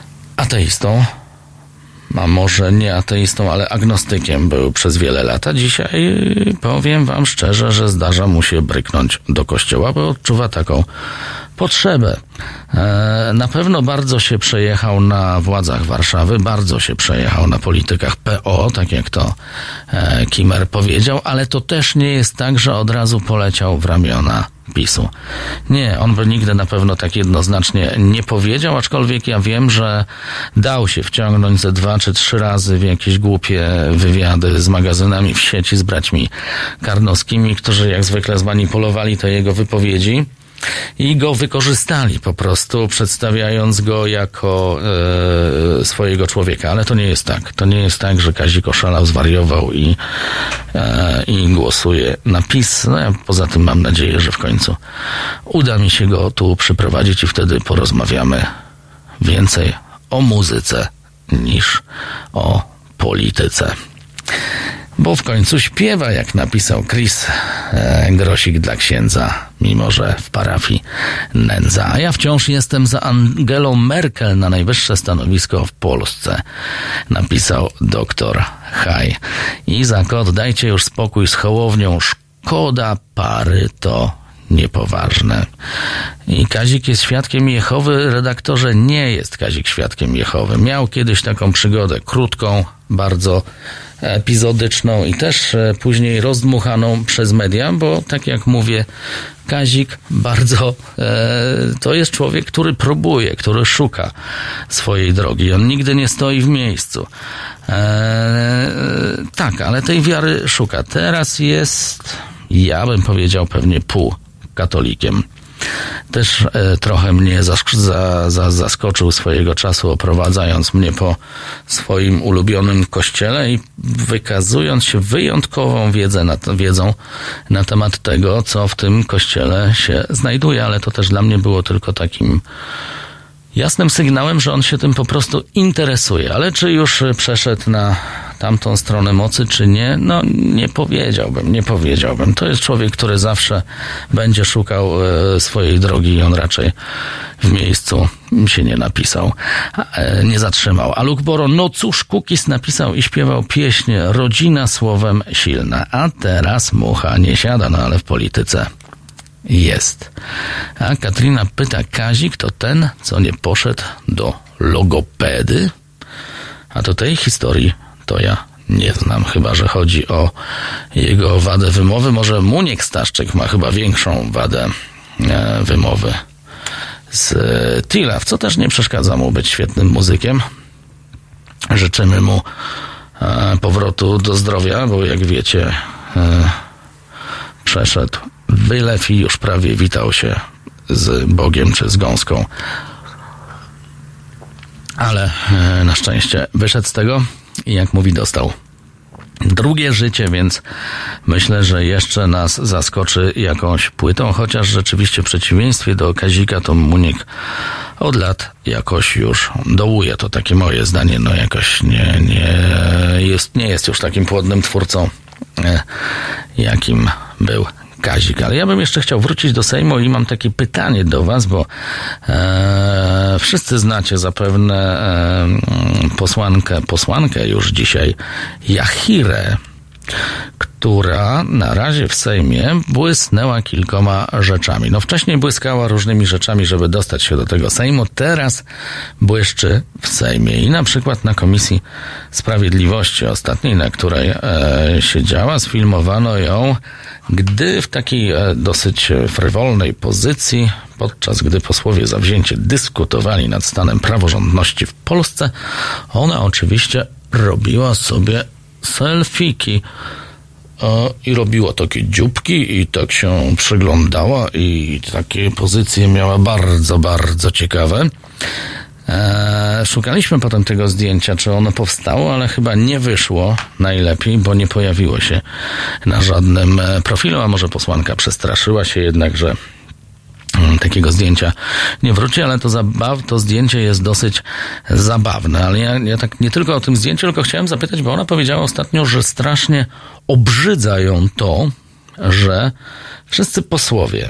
ateistą, a może nie ateistą, ale agnostykiem był przez wiele lat. A dzisiaj powiem wam szczerze, że zdarza mu się bryknąć do kościoła, bo odczuwa taką potrzebę. Na pewno bardzo się przejechał na władzach Warszawy, bardzo się przejechał na politykach P O, tak jak to Kimmer powiedział, ale to też nie jest tak, że od razu poleciał w ramiona PiSu. Nie, on by nigdy na pewno tak jednoznacznie nie powiedział, aczkolwiek ja wiem, że dał się wciągnąć ze dwa czy trzy razy w jakieś głupie wywiady z magazynami w sieci, z braćmi Karnowskimi, którzy jak zwykle zmanipulowali te jego wypowiedzi i go wykorzystali po prostu, przedstawiając go jako e, swojego człowieka. Ale to nie jest tak. To nie jest tak, że Kazik oszalał, zwariował i, e, i głosuje na PiS. No ja poza tym mam nadzieję, że w końcu uda mi się go tu przyprowadzić i wtedy porozmawiamy więcej o muzyce niż o polityce. Bo w końcu śpiewa, jak napisał Chris e, Grosik dla księdza, mimo że w parafii nędza. A ja wciąż jestem za Angelą Merkel na najwyższe stanowisko w Polsce, napisał doktor Haj. Izak, dajcie już spokój z Hołownią, szkoda pary, to niepoważne. I Kazik jest świadkiem Jehowy, redaktorze, nie jest Kazik świadkiem Jehowy. Miał kiedyś taką przygodę krótką, bardzo epizodyczną i też później rozdmuchaną przez media, bo tak jak mówię, Kazik bardzo e, to jest człowiek, który próbuje, który szuka swojej drogi. On nigdy nie stoi w miejscu. E, tak, ale tej wiary szuka. Teraz jest, ja bym powiedział, pewnie pół katolikiem. Też e, trochę mnie zask- za, za, zaskoczył swojego czasu, oprowadzając mnie po swoim ulubionym kościele i wykazując się wyjątkową wiedzę na, wiedzą na temat tego, co w tym kościele się znajduje, ale to też dla mnie było tylko takim jasnym sygnałem, że on się tym po prostu interesuje. Ale czy już przeszedł na tamtą stronę mocy, czy nie? No nie powiedziałbym, nie powiedziałbym. To jest człowiek, który zawsze będzie szukał e, swojej drogi i on raczej w miejscu się nie napisał, e, nie zatrzymał. A Luke Boro, no cóż, Kukis napisał i śpiewał pieśń Rodzina słowem silna, a teraz mucha nie siada, no ale w polityce jest. A Katrina pyta, Kazik to ten, co nie poszedł do logopedy? A do tej historii to ja nie znam, chyba że chodzi o jego wadę wymowy. Może Muniek Staszczyk ma chyba większą wadę e, wymowy z e, Tilaw, co też nie przeszkadza mu być świetnym muzykiem. Życzymy mu e, powrotu do zdrowia, bo jak wiecie e, przeszedł wylew i już prawie witał się z Bogiem czy z gąską. Ale e, na szczęście wyszedł z tego i jak mówi, dostał drugie życie, więc myślę, że jeszcze nas zaskoczy jakąś płytą, chociaż rzeczywiście w przeciwieństwie do Kazika to Muniek od lat jakoś już dołuje. To takie moje zdanie, no jakoś nie, nie, jest, nie jest już takim płodnym twórcą, e, jakim był Kazik. Ale ja bym jeszcze chciał wrócić do Sejmu i mam takie pytanie do was, bo e, wszyscy znacie zapewne e, posłankę, posłankę już dzisiaj, Jachirę, która na razie w Sejmie błysnęła kilkoma rzeczami. No wcześniej błyskała różnymi rzeczami, żeby dostać się do tego Sejmu, teraz błyszczy w Sejmie i na przykład na Komisji Sprawiedliwości ostatniej, na której e, siedziała, sfilmowano ją, gdy w takiej e, dosyć frywolnej pozycji, podczas gdy posłowie zawzięcie dyskutowali nad stanem praworządności w Polsce, ona oczywiście robiła sobie selfiki o, i robiła takie dzióbki i tak się przyglądała i takie pozycje miała bardzo, bardzo ciekawe. Eee, szukaliśmy potem tego zdjęcia, czy ono powstało, ale chyba nie wyszło najlepiej, bo nie pojawiło się na żadnym profilu, a może posłanka przestraszyła się jednak, że takiego zdjęcia nie wróci, ale to, zabaw, to zdjęcie jest dosyć zabawne. Ale ja, ja tak nie tylko o tym zdjęciu, tylko chciałem zapytać, bo ona powiedziała ostatnio, że strasznie obrzydza ją to, że wszyscy posłowie,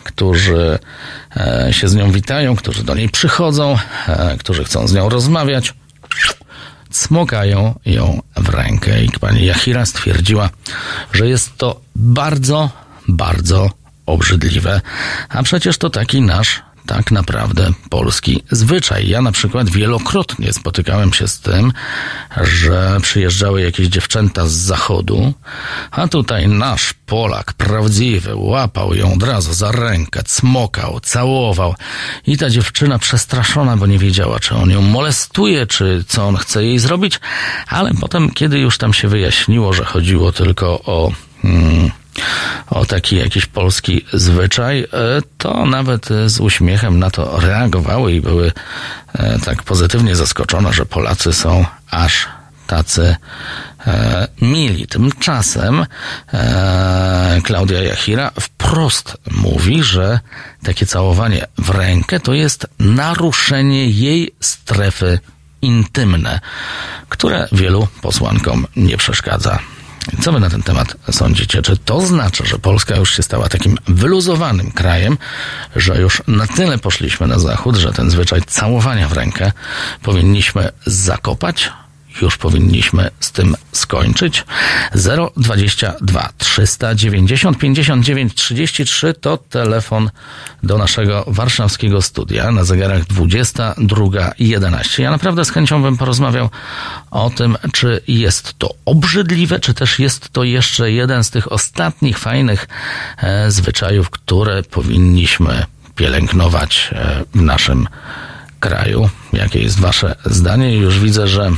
którzy e, się z nią witają, którzy do niej przychodzą, e, którzy chcą z nią rozmawiać, cmokają ją w rękę. I pani Jahira stwierdziła, że jest to bardzo, bardzo obrzydliwe, a przecież to taki nasz tak naprawdę polski zwyczaj. Ja na przykład wielokrotnie spotykałem się z tym, że przyjeżdżały jakieś dziewczęta z zachodu, a tutaj nasz Polak prawdziwy łapał ją od razu za rękę, cmokał, całował i ta dziewczyna przestraszona, bo nie wiedziała, czy on ją molestuje, czy co on chce jej zrobić, ale potem, kiedy już tam się wyjaśniło, że chodziło tylko o... Hmm, o taki jakiś polski zwyczaj, to nawet z uśmiechem na to reagowały i były tak pozytywnie zaskoczone, że Polacy są aż tacy e, mili. Tymczasem e, Klaudia Jahira wprost mówi, że takie całowanie w rękę to jest naruszenie jej strefy intymne, które wielu posłankom nie przeszkadza. Co wy na ten temat sądzicie? Czy to znaczy, że Polska już się stała takim wyluzowanym krajem, że już na tyle poszliśmy na zachód, że ten zwyczaj całowania w rękę powinniśmy zakopać? Już powinniśmy z tym skończyć. zero dwadzieścia dwa trzysta dziewięćdziesiąt pięćdziesiąt dziewięć trzydzieści trzy to telefon do naszego warszawskiego studia na zegarach dwudziesta druga jedenaście. Ja naprawdę z chęcią bym porozmawiał o tym, czy jest to obrzydliwe, czy też jest to jeszcze jeden z tych ostatnich fajnych e, zwyczajów, które powinniśmy pielęgnować e, w naszym kraju. Jakie jest wasze zdanie? Już widzę, że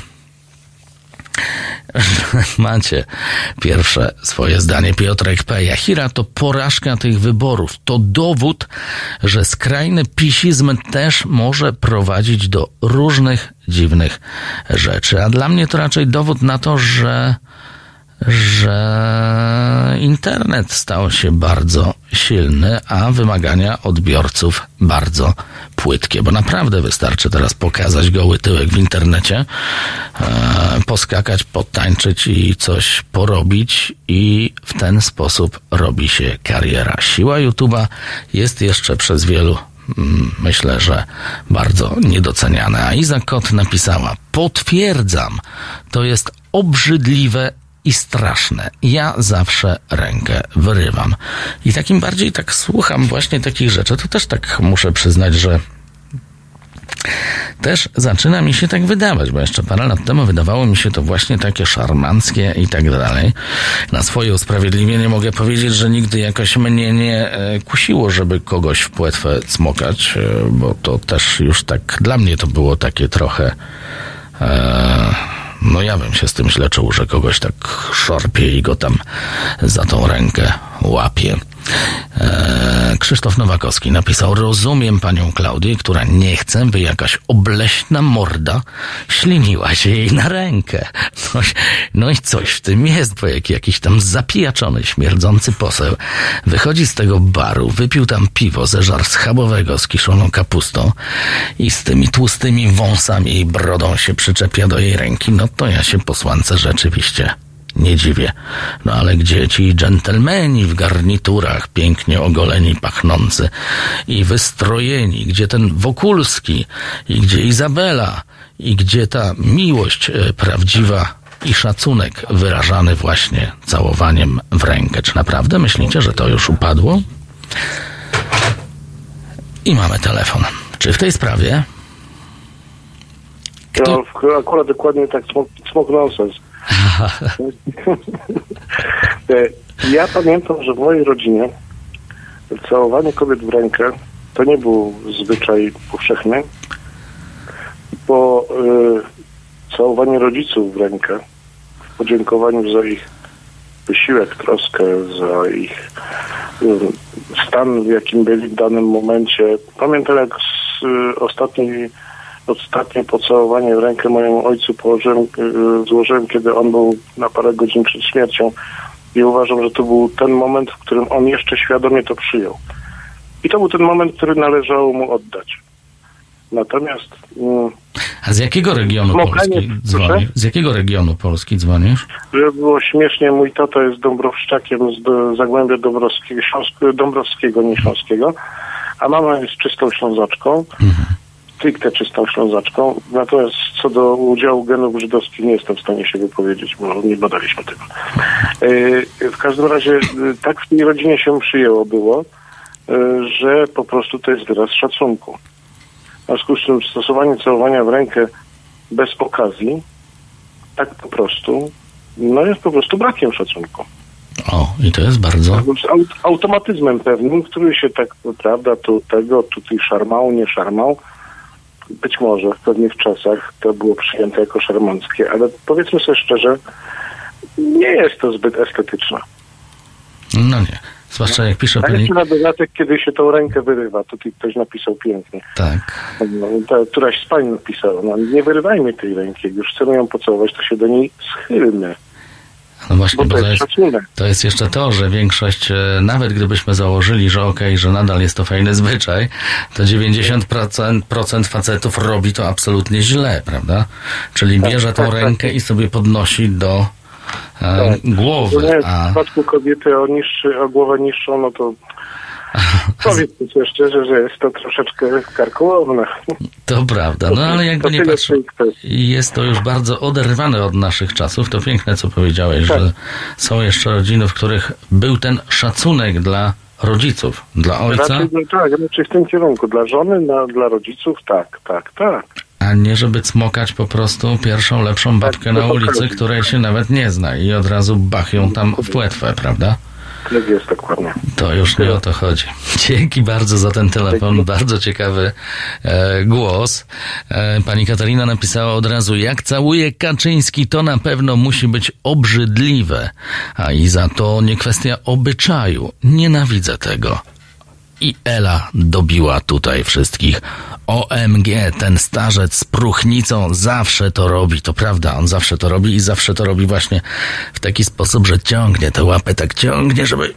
macie pierwsze swoje zdanie. Piotrek P. Jahira to porażka tych wyborów. To dowód, że skrajny pisizm też może prowadzić do różnych dziwnych rzeczy. A dla mnie to raczej dowód na to, że że internet stał się bardzo silny, a wymagania odbiorców bardzo płytkie, bo naprawdę wystarczy teraz pokazać goły tyłek w internecie, e, poskakać, potańczyć i coś porobić i w ten sposób robi się kariera. Siła YouTube'a jest jeszcze przez wielu, myślę, że bardzo niedoceniana. A Iza Kot napisała: potwierdzam, to jest obrzydliwe i straszne. Ja zawsze rękę wyrywam. I takim bardziej tak słucham właśnie takich rzeczy, to też tak muszę przyznać, że też zaczyna mi się tak wydawać, bo jeszcze parę lat temu wydawało mi się to właśnie takie szarmanckie i tak dalej. Na swoje usprawiedliwienie mogę powiedzieć, że nigdy jakoś mnie nie kusiło, żeby kogoś w płetwę cmokać, bo to też już tak dla mnie to było takie trochę e, no ja bym się z tym źle czuł, że kogoś tak szorpie i go tam za tą rękę łapie. Eee, Krzysztof Nowakowski napisał: rozumiem panią Klaudię, która nie chce, by jakaś obleśna morda śliniła się jej na rękę. No, no i coś w tym jest, bo jak jakiś tam zapijaczony, śmierdzący poseł wychodzi z tego baru, wypił tam piwo, zeżar schabowego z kiszoną kapustą i z tymi tłustymi wąsami i brodą się przyczepia do jej ręki, no to ja się posłance rzeczywiście nie dziwię. No ale gdzie ci dżentelmeni w garniturach, pięknie ogoleni, pachnący i wystrojeni? Gdzie ten Wokulski? I gdzie Izabela? I gdzie ta miłość e, prawdziwa i szacunek wyrażany właśnie całowaniem w rękę? Czy naprawdę myślicie, że to już upadło? I mamy telefon. Czy w tej sprawie? Kto? No, akurat dokładnie tak smok nonsens. Ja pamiętam, że w mojej rodzinie całowanie kobiet w rękę to nie był zwyczaj powszechny, bo y, całowanie rodziców w rękę w podziękowaniu za ich wysiłek, troskę, za ich y, stan, w jakim byli w danym momencie. Pamiętam, jak z y, ostatniej Ostatnie pocałowanie w rękę mojemu ojcu położyłem, yy, złożyłem, kiedy on był na parę godzin przed śmiercią i uważam, że to był ten moment, w którym on jeszcze świadomie to przyjął. I to był ten moment, który należało mu oddać. Natomiast... Yy, A z jakiego regionu Smokanie, Polski dzwonisz? Z jakiego regionu Polski dzwonisz? Żeby było śmiesznie, mój tata jest dąbrowszczakiem z do, Zagłębia Dąbrowskiego, Śląsk, Dąbrowskiego, nie Śląskiego, a mama jest czystą Ślązaczką, mhm. stricte czystą Ślązaczką, natomiast co do udziału genów żydowskich nie jestem w stanie się wypowiedzieć, bo nie badaliśmy tego. Yy, w każdym razie yy, tak w tej rodzinie się przyjęło było, yy, że po prostu to jest wyraz szacunku. W związku z czym stosowanie całowania w rękę bez okazji, tak po prostu, no jest po prostu brakiem szacunku. O, i to jest bardzo... Z automatyzmem pewnym, który się tak, prawda, tu tego, tutaj szarmał, nie szarmał. Być może w pewnych czasach to było przyjęte jako szarmanckie, ale powiedzmy sobie szczerze, nie jest to zbyt estetyczne. No nie. Zwłaszcza jak pisze A pani... jeszcze na dodatek, kiedy się tą rękę wyrywa, tutaj ktoś napisał pięknie. Tak. No, ta, któraś z pań napisała, no nie wyrywajmy tej ręki, jak już chcemy ją pocałować, to się do niej schylmy. No właśnie, bo bo to, to jest, jest, to jest jeszcze to, że większość, nawet gdybyśmy założyli, że okej, okay, że nadal jest to fajny zwyczaj, to dziewięćdziesiąt procent facetów robi to absolutnie źle, prawda? Czyli bierze tą rękę i sobie podnosi do e, tak. głowy. Nie, a... w przypadku kobiety o, niższy, o głowę niższą, no to powiedzmy sobie szczerze, że jest to troszeczkę karkołomne. To prawda, no ale jakby nie patrzeć, jest to już bardzo oderwane od naszych czasów. To piękne, co powiedziałeś, tak. że są jeszcze rodziny, w których był ten szacunek dla rodziców, dla ojca. Raczej, no tak, raczej w tym kierunku. Dla żony, na, dla rodziców, tak, tak, tak. A nie, żeby cmokać po prostu pierwszą, lepszą babkę tak, na ulicy, której się nawet nie zna i od razu bach ją tam w płetwę, prawda? Tak jest, dokładnie. To już nie o to chodzi. Dzięki bardzo za ten telefon. Dzięki. Bardzo ciekawy e, głos. E, pani Katarina napisała od razu, jak całuje Kaczyński, to na pewno musi być obrzydliwe. A i za to nie kwestia obyczaju. Nienawidzę tego. I Ela dobiła tutaj wszystkich. O M G, ten starzec z próchnicą zawsze to robi, to prawda, on zawsze to robi i zawsze to robi właśnie w taki sposób, że ciągnie te łapy, tak ciągnie, żeby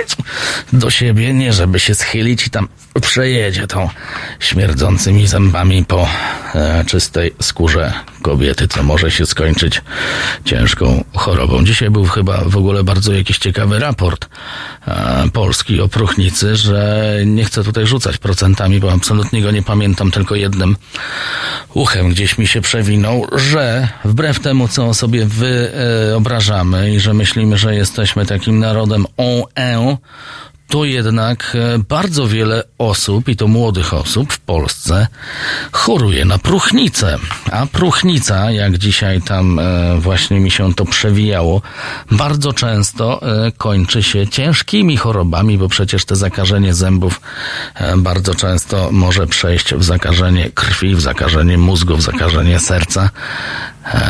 do siebie, nie żeby się schylić i tam przejedzie tą śmierdzącymi zębami po e, czystej skórze kobiety, co może się skończyć ciężką chorobą. Dzisiaj był chyba w ogóle bardzo jakiś ciekawy raport e, polski o próchnicy, że nie chcę tutaj rzucać procentami, bo absolutnie go nie pamiętam, tylko jednym uchem gdzieś mi się przewinął, że wbrew temu, co sobie wyobrażamy i że myślimy, że jesteśmy takim narodem on-en, to jednak bardzo wiele osób, i to młodych osób w Polsce, choruje na próchnicę. A próchnica, jak dzisiaj tam e, właśnie mi się to przewijało, bardzo często e, kończy się ciężkimi chorobami, bo przecież te zakażenie zębów e, bardzo często może przejść w zakażenie krwi, w zakażenie mózgu, w zakażenie serca. E,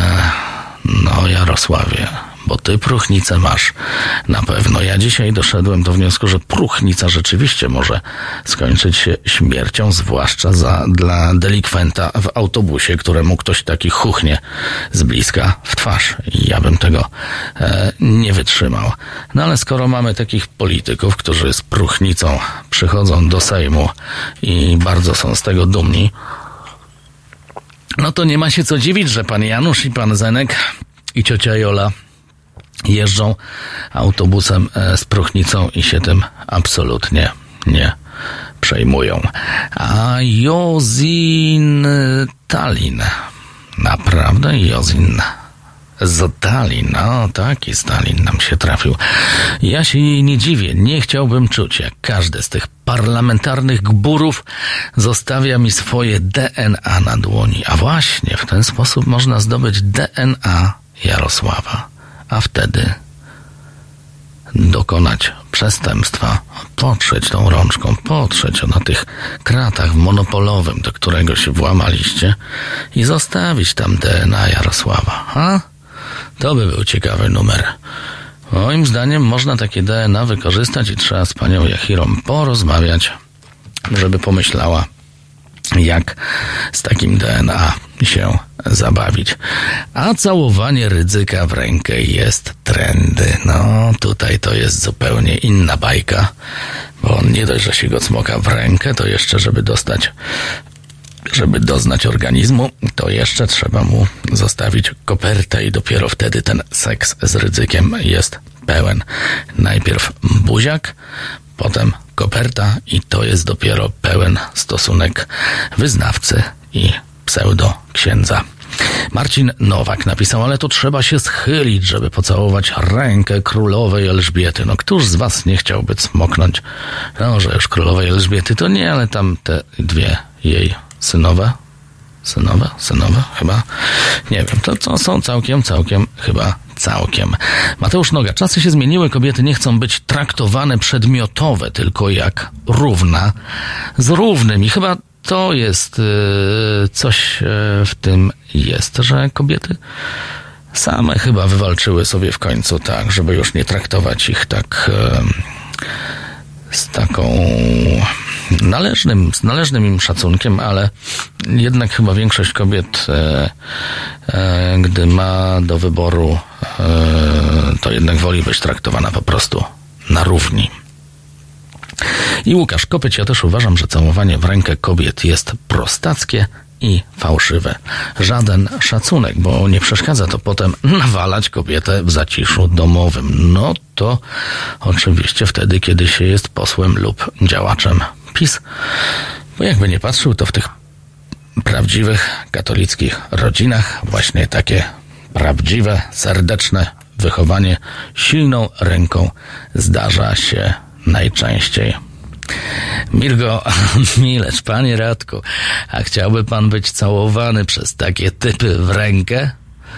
no, Jarosławie, bo ty próchnicę masz na pewno. Ja dzisiaj doszedłem do wniosku, że próchnica rzeczywiście może skończyć się śmiercią, zwłaszcza za, dla delikwenta w autobusie, któremu ktoś taki chuchnie z bliska w twarz. I ja bym tego e, nie wytrzymał. No ale skoro mamy takich polityków, którzy z próchnicą przychodzą do Sejmu i bardzo są z tego dumni, no to nie ma się co dziwić, że pan Janusz i pan Zenek i ciocia Jola jeżdżą autobusem z próchnicą i się tym absolutnie nie przejmują. A Jozin Talin, naprawdę Jozin z Talin, no taki Stalin nam się trafił. Ja się jej nie dziwię, nie chciałbym czuć, jak każdy z tych parlamentarnych gburów zostawia mi swoje D N A na dłoni. A właśnie, w ten sposób można zdobyć D N A Jarosława. A wtedy dokonać przestępstwa, potrzeć tą rączką, potrzeć na tych kratach w monopolowym, do którego się włamaliście i zostawić tam D N A Jarosława. A? To by był ciekawy numer. Moim zdaniem można takie D N A wykorzystać i trzeba z panią Jachirą porozmawiać, żeby pomyślała, jak z takim D N A się zabawić. A całowanie Rydzyka w rękę jest trendy. No, tutaj to jest zupełnie inna bajka, bo on nie dość, że się go cmoka w rękę, to jeszcze, żeby dostać żeby doznać orgazmu, to jeszcze trzeba mu zostawić kopertę i dopiero wtedy ten seks z Rydzykiem jest pełen. Najpierw buziak, potem koperta i to jest dopiero pełen stosunek wyznawcy i pseudo-księdza. Marcin Nowak napisał, ale to trzeba się schylić, żeby pocałować rękę królowej Elżbiety. No któż z was nie chciałby cmoknąć? No, że już królowej Elżbiety to nie, ale tam te dwie jej synowe, synowe, synowe chyba, nie wiem, to, to są całkiem, całkiem, chyba całkiem. Mateusz Noga, czasy się zmieniły, kobiety nie chcą być traktowane przedmiotowe, tylko jak równa z równym i chyba to jest yy, coś yy, w tym jest, że kobiety same chyba wywalczyły sobie w końcu tak, żeby już nie traktować ich tak yy, z taką należnym, z należnym im szacunkiem, ale jednak chyba większość kobiet yy, yy, gdy ma do wyboru yy, to jednak woli być traktowana po prostu na równi. I Łukasz Kopyć, ja też uważam, że całowanie w rękę kobiet jest prostackie i fałszywe. Żaden szacunek, bo nie przeszkadza to potem nawalać kobietę w zaciszu domowym. No to oczywiście wtedy, kiedy się jest posłem lub działaczem PiS. Bo jakby nie patrzył, to w tych prawdziwych katolickich rodzinach właśnie takie prawdziwe, serdeczne wychowanie silną ręką zdarza się najczęściej. Milgo Milecz, panie Radku, a chciałby pan być całowany przez takie typy w rękę?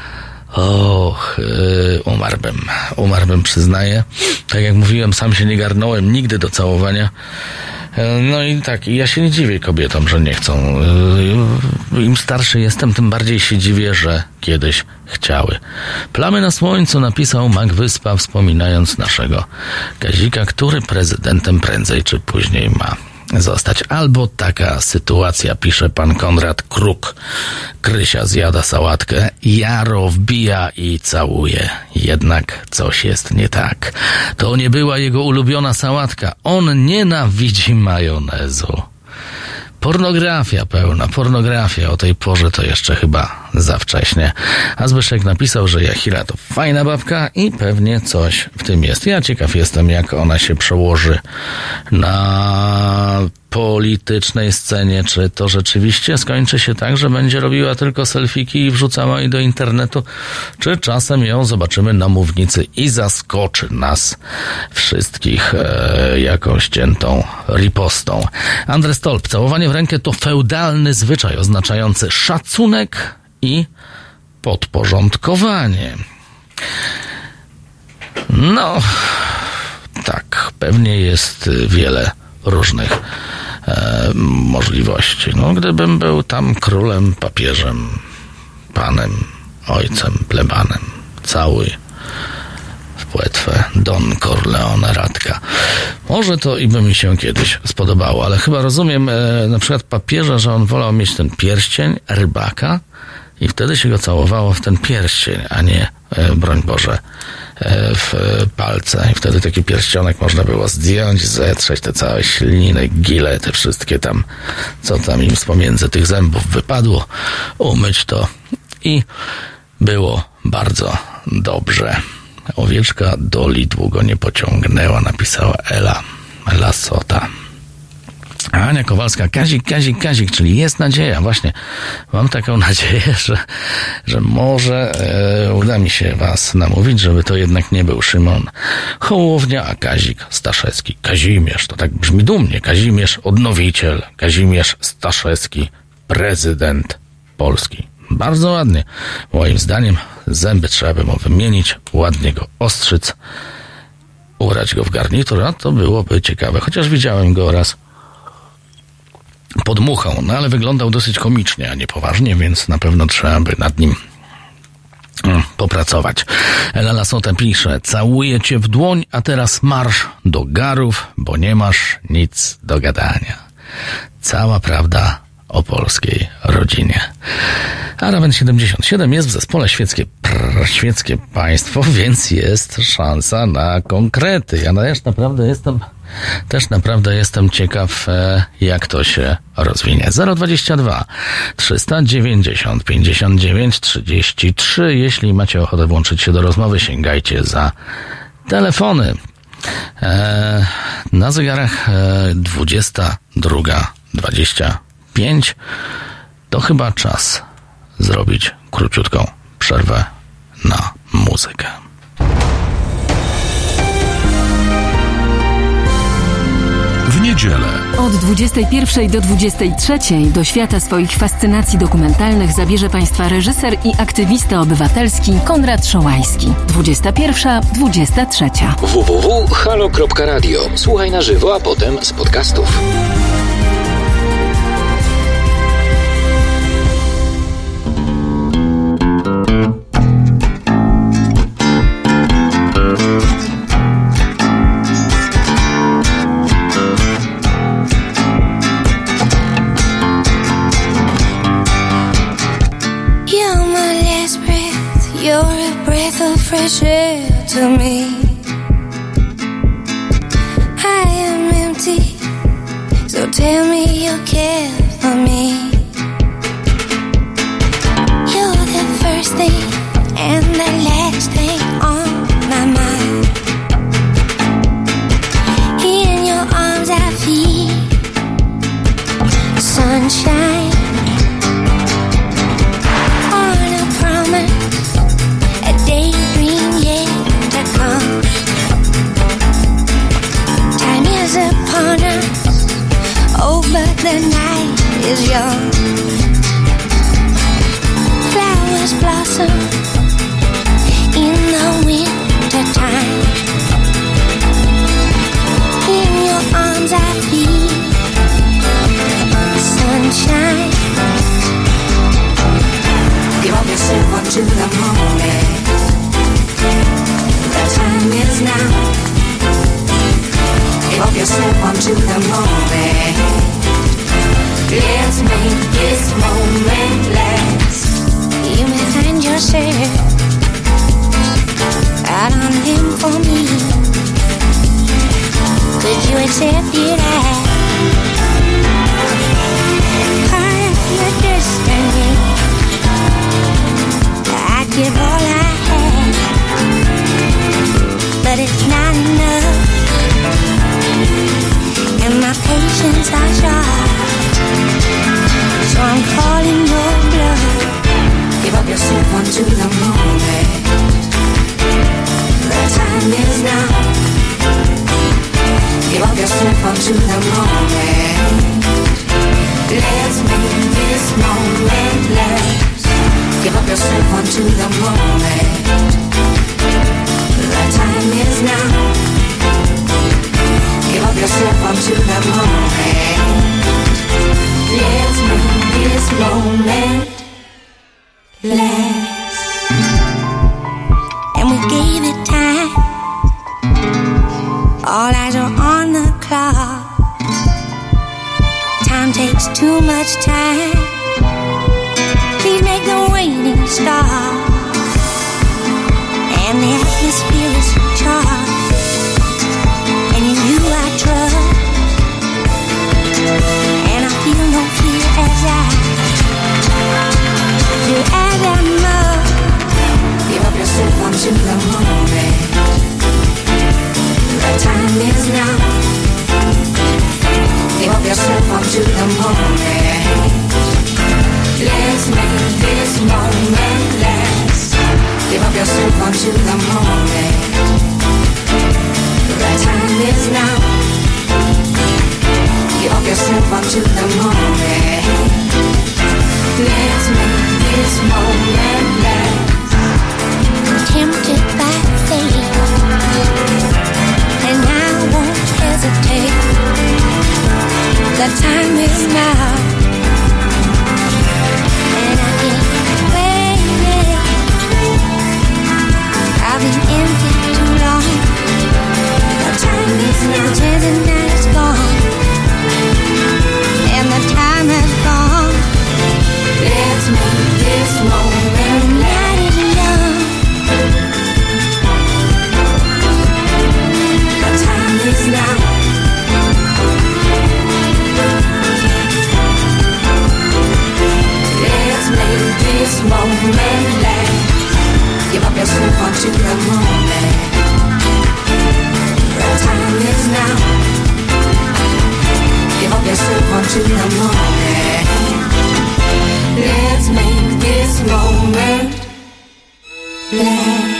Och, yy, umarłbym, umarłbym, przyznaję. Tak jak mówiłem, sam się nie garnąłem nigdy do całowania. No i tak, ja się nie dziwię kobietom, że nie chcą. Im starszy jestem, tym bardziej się dziwię, że kiedyś chciały. Plamy na słońcu napisał Mac Wyspa, wspominając naszego Kazika, który prezydentem prędzej czy później ma zostać. Albo taka sytuacja, pisze pan Konrad Kruk. Krysia zjada sałatkę, Jaro wbija i całuje. Jednak coś jest nie tak. To nie była jego ulubiona sałatka. On nienawidzi majonezu. Pornografia pełna, pornografia. O tej porze to jeszcze chyba za wcześnie. A Zbyszek napisał, że Jachira to fajna babka i pewnie coś w tym jest. Ja ciekaw jestem, jak ona się przełoży na politycznej scenie. Czy to rzeczywiście skończy się tak, że będzie robiła tylko selfiki i wrzucała je do internetu? Czy czasem ją zobaczymy na mównicy i zaskoczy nas wszystkich e, jakąś ciętą ripostą? Andrzej Stolp, całowanie w rękę to feudalny zwyczaj oznaczający szacunek i podporządkowanie. No, tak, pewnie jest wiele różnych e, możliwości. No, gdybym był tam królem, papieżem, panem, ojcem, plebanem, cały w płetwę Don Corleone Radka. Może to i by mi się kiedyś spodobało, ale chyba rozumiem e, na przykład papieża, że on wolał mieć ten pierścień rybaka i wtedy się go całowało w ten pierścień, a nie, e, broń Boże, e, w e, palce. I wtedy taki pierścionek można było zdjąć, zetrzeć te całe śliny, gile, te wszystkie tam, co tam im z pomiędzy tych zębów wypadło, umyć to i było bardzo dobrze. Owieczka Doli długo nie pociągnęła, napisała Ela, Ela Sota. Ania Kowalska, Kazik, Kazik, Kazik, czyli jest nadzieja. Właśnie, mam taką nadzieję, że, że może e, uda mi się was namówić, żeby to jednak nie był Szymon Hołownia, a Kazik Staszewski. Kazimierz, to tak brzmi dumnie. Kazimierz odnowiciel, Kazimierz Staszewski, prezydent Polski. Bardzo ładnie. Moim zdaniem zęby trzeba by mu wymienić, ładnie go ostrzyc, ubrać go w garnitur, a to byłoby ciekawe. Chociaż widziałem go raz pod muchą, no ale wyglądał dosyć komicznie, a nie poważnie, więc na pewno trzeba by nad nim popracować. Ela Sota pisze, całuję cię w dłoń, a teraz marsz do garów, bo nie masz nic do gadania. Cała prawda o polskiej rodzinie. A Raven siedemdziesiąt siedem jest w zespole Świeckie, prr, Świeckie Państwo, więc jest szansa na konkrety. Ja też naprawdę jestem też naprawdę jestem ciekaw, jak to się rozwinie. zero dwadzieścia dwa trzysta dziewięćdziesiąt pięćdziesiąt dziewięć trzydzieści trzy. Jeśli macie ochotę włączyć się do rozmowy, sięgajcie za telefony. E, na zegarach e, dwudziesta druga dwadzieścia pięć. To chyba czas zrobić króciutką przerwę na muzykę. W niedzielę Od dwudziestej pierwszej do dwudziestej trzeciej do świata swoich fascynacji dokumentalnych zabierze Państwa reżyser i aktywista obywatelski Konrad Szołajski. dwudziesta pierwsza dwudziesta trzecia. w w w kropka halo kropka radio. Słuchaj na żywo, a potem z podcastów. Fresh air to me. I am empty, so tell me you care for me. You're the first thing and the last thing on my mind. In your arms I feel sunshine. On a promise, a daydream yet to come. Time is upon us, oh but the night is young. Flowers blossom in the winter time. In your arms I feel sunshine. Give up yourself unto the moment. The time is now. Give up yourself unto the moment. Let's make this moment last. You may find yourself out on him for me. Could you accept it as part of your destiny? I'd give all I have, but it's not enough, and my patience are short, so I'm calling your bluff. Give up yourself unto the moment. The time is now. Give up yourself unto the moment. Let's make this moment last. Give up yourself unto the moment. The time is now. Give up yourself unto the moment. Let's make this moment last. And we gave it time. All eyes are on the clock. Time takes too much time. Please make the waiting stop. And the atmosphere is charged, and in you I trust, and I feel no fear as I do as I must. Give up yourself unto the moment. The time is now. Give up yourself unto the moment. Let's make this moment last. Give up yourself unto the moment. The time is now. Give up yourself unto the moment. Let's make this moment last. Tempted by fate, and I won't hesitate. The time is now. I've been empty too long. The time is now. The chance is now is gone, and the time has gone. Let's make this moment. The night is young. The time is now. moment lasts. Give up yourself onto the moment. The time is now. Give up yourself onto the moment. Let's make this moment last.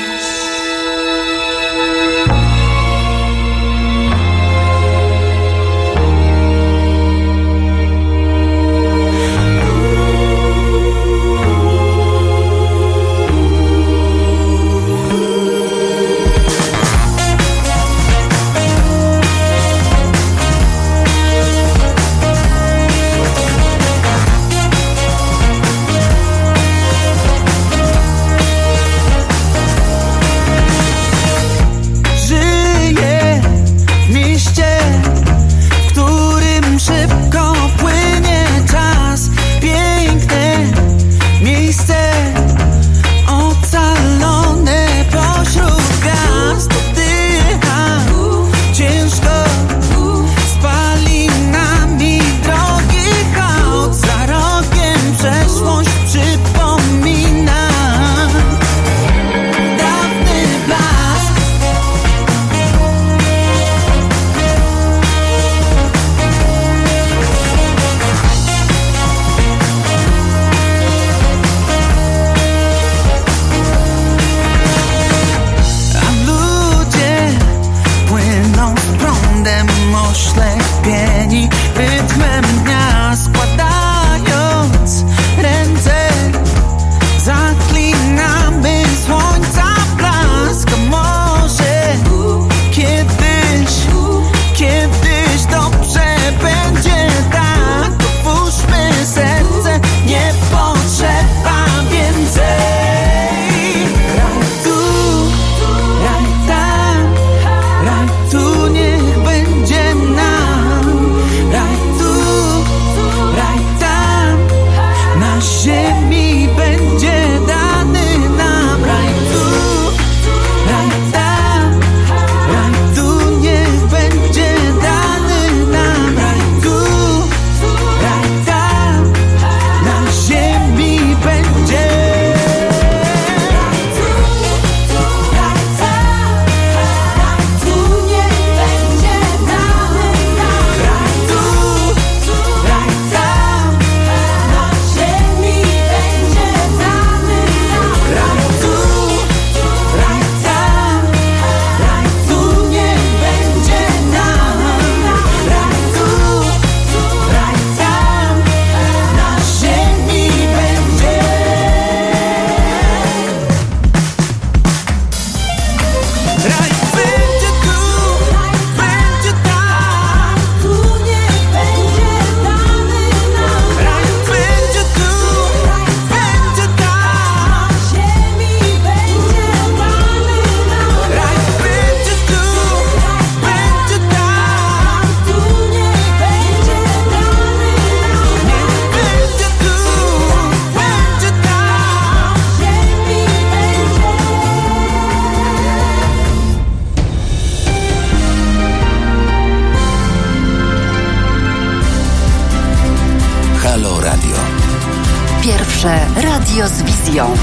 Radio z wizją.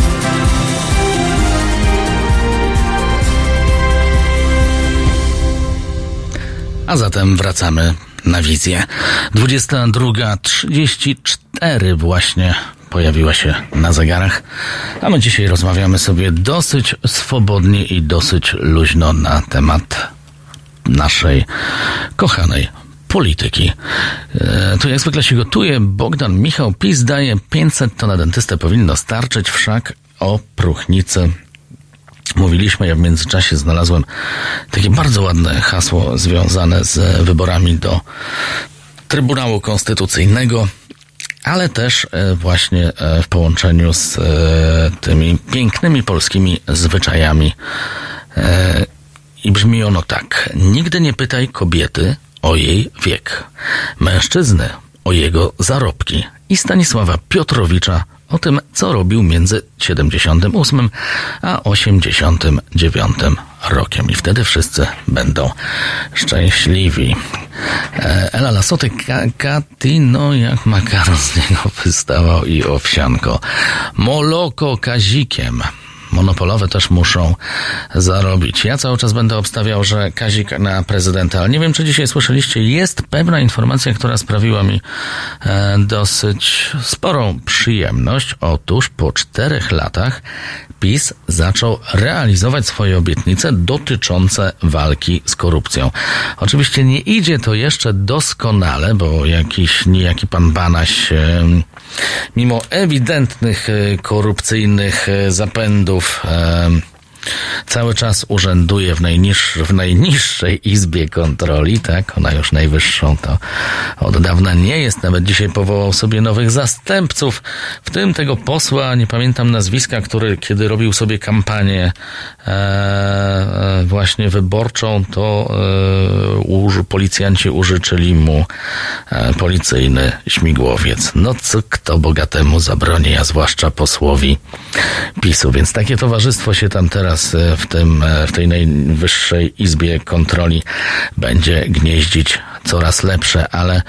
A zatem wracamy na wizję. dwudziesta druga trzydzieści cztery właśnie pojawiła się na zegarach, a my dzisiaj rozmawiamy sobie dosyć swobodnie i dosyć luźno na temat naszej kochanej polityki. E, tu jak zwykle się gotuje. Bogdan Michał, PiS daje pięćset, to na dentystę powinno starczyć, wszak o próchnicy mówiliśmy. Ja w międzyczasie znalazłem takie bardzo ładne hasło związane z wyborami do Trybunału Konstytucyjnego, ale też właśnie w połączeniu z tymi pięknymi polskimi zwyczajami. I brzmi ono tak. Nigdy nie pytaj kobiety o jej wiek, mężczyzny o jego zarobki i Stanisława Piotrowicza o tym, co robił między siedemdziesiątym ósmym a osiemdziesiątym dziewiątym rokiem. I wtedy wszyscy będą szczęśliwi. Ela Lasoty, Katy, no jak makaron z niego wystawał i owsianko. Moloko Kazikiem. Monopolowe też muszą zarobić. Ja cały czas będę obstawiał, że Kazik na prezydenta, ale nie wiem, czy dzisiaj słyszeliście, jest pewna informacja, która sprawiła mi e, dosyć sporą przyjemność. Otóż po czterech latach PiS zaczął realizować swoje obietnice dotyczące walki z korupcją. Oczywiście nie idzie to jeszcze doskonale, bo jakiś niejaki pan Banaś e, mimo ewidentnych e, korupcyjnych e, zapędów e, cały czas urzęduje w, najniż, w najniższej izbie kontroli, tak? Ona już najwyższą to od dawna nie jest. Nawet dzisiaj powołał sobie nowych zastępców, w tym tego posła, nie pamiętam nazwiska, który kiedy robił sobie kampanię e, właśnie wyborczą, to e, uży, policjanci użyczyli mu e, policyjny śmigłowiec. No co kto bogatemu zabroni, a zwłaszcza posłowi PiSu. Więc takie towarzystwo się tam teraz w tym, w tej najwyższej izbie kontroli będzie gnieździć coraz lepsze, ale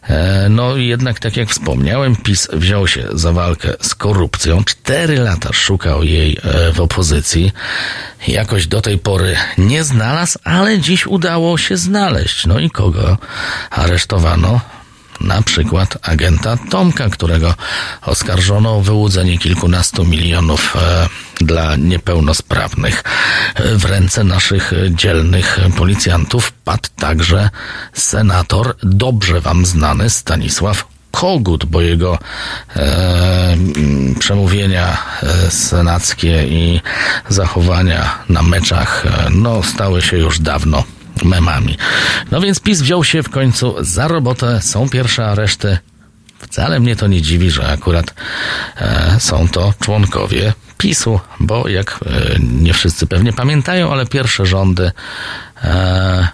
no jednak tak jak wspomniałem, PiS wziął się za walkę z korupcją. Cztery lata szukał jej w opozycji. Jakoś do tej pory nie znalazł, ale dziś udało się znaleźć. No i kogo aresztowano? Na przykład agenta Tomka, którego oskarżono o wyłudzenie kilkunastu milionów e, dla niepełnosprawnych. W ręce naszych dzielnych policjantów padł także senator, dobrze wam znany Stanisław Kogut, bo jego e, przemówienia e, senackie i zachowania na meczach e, no, stały się już dawno memami. No więc PiS wziął się w końcu za robotę, są pierwsze areszty. Wcale mnie to nie dziwi, że akurat e, są to członkowie PiSu, bo jak e, nie wszyscy pewnie pamiętają, ale pierwsze rządy e,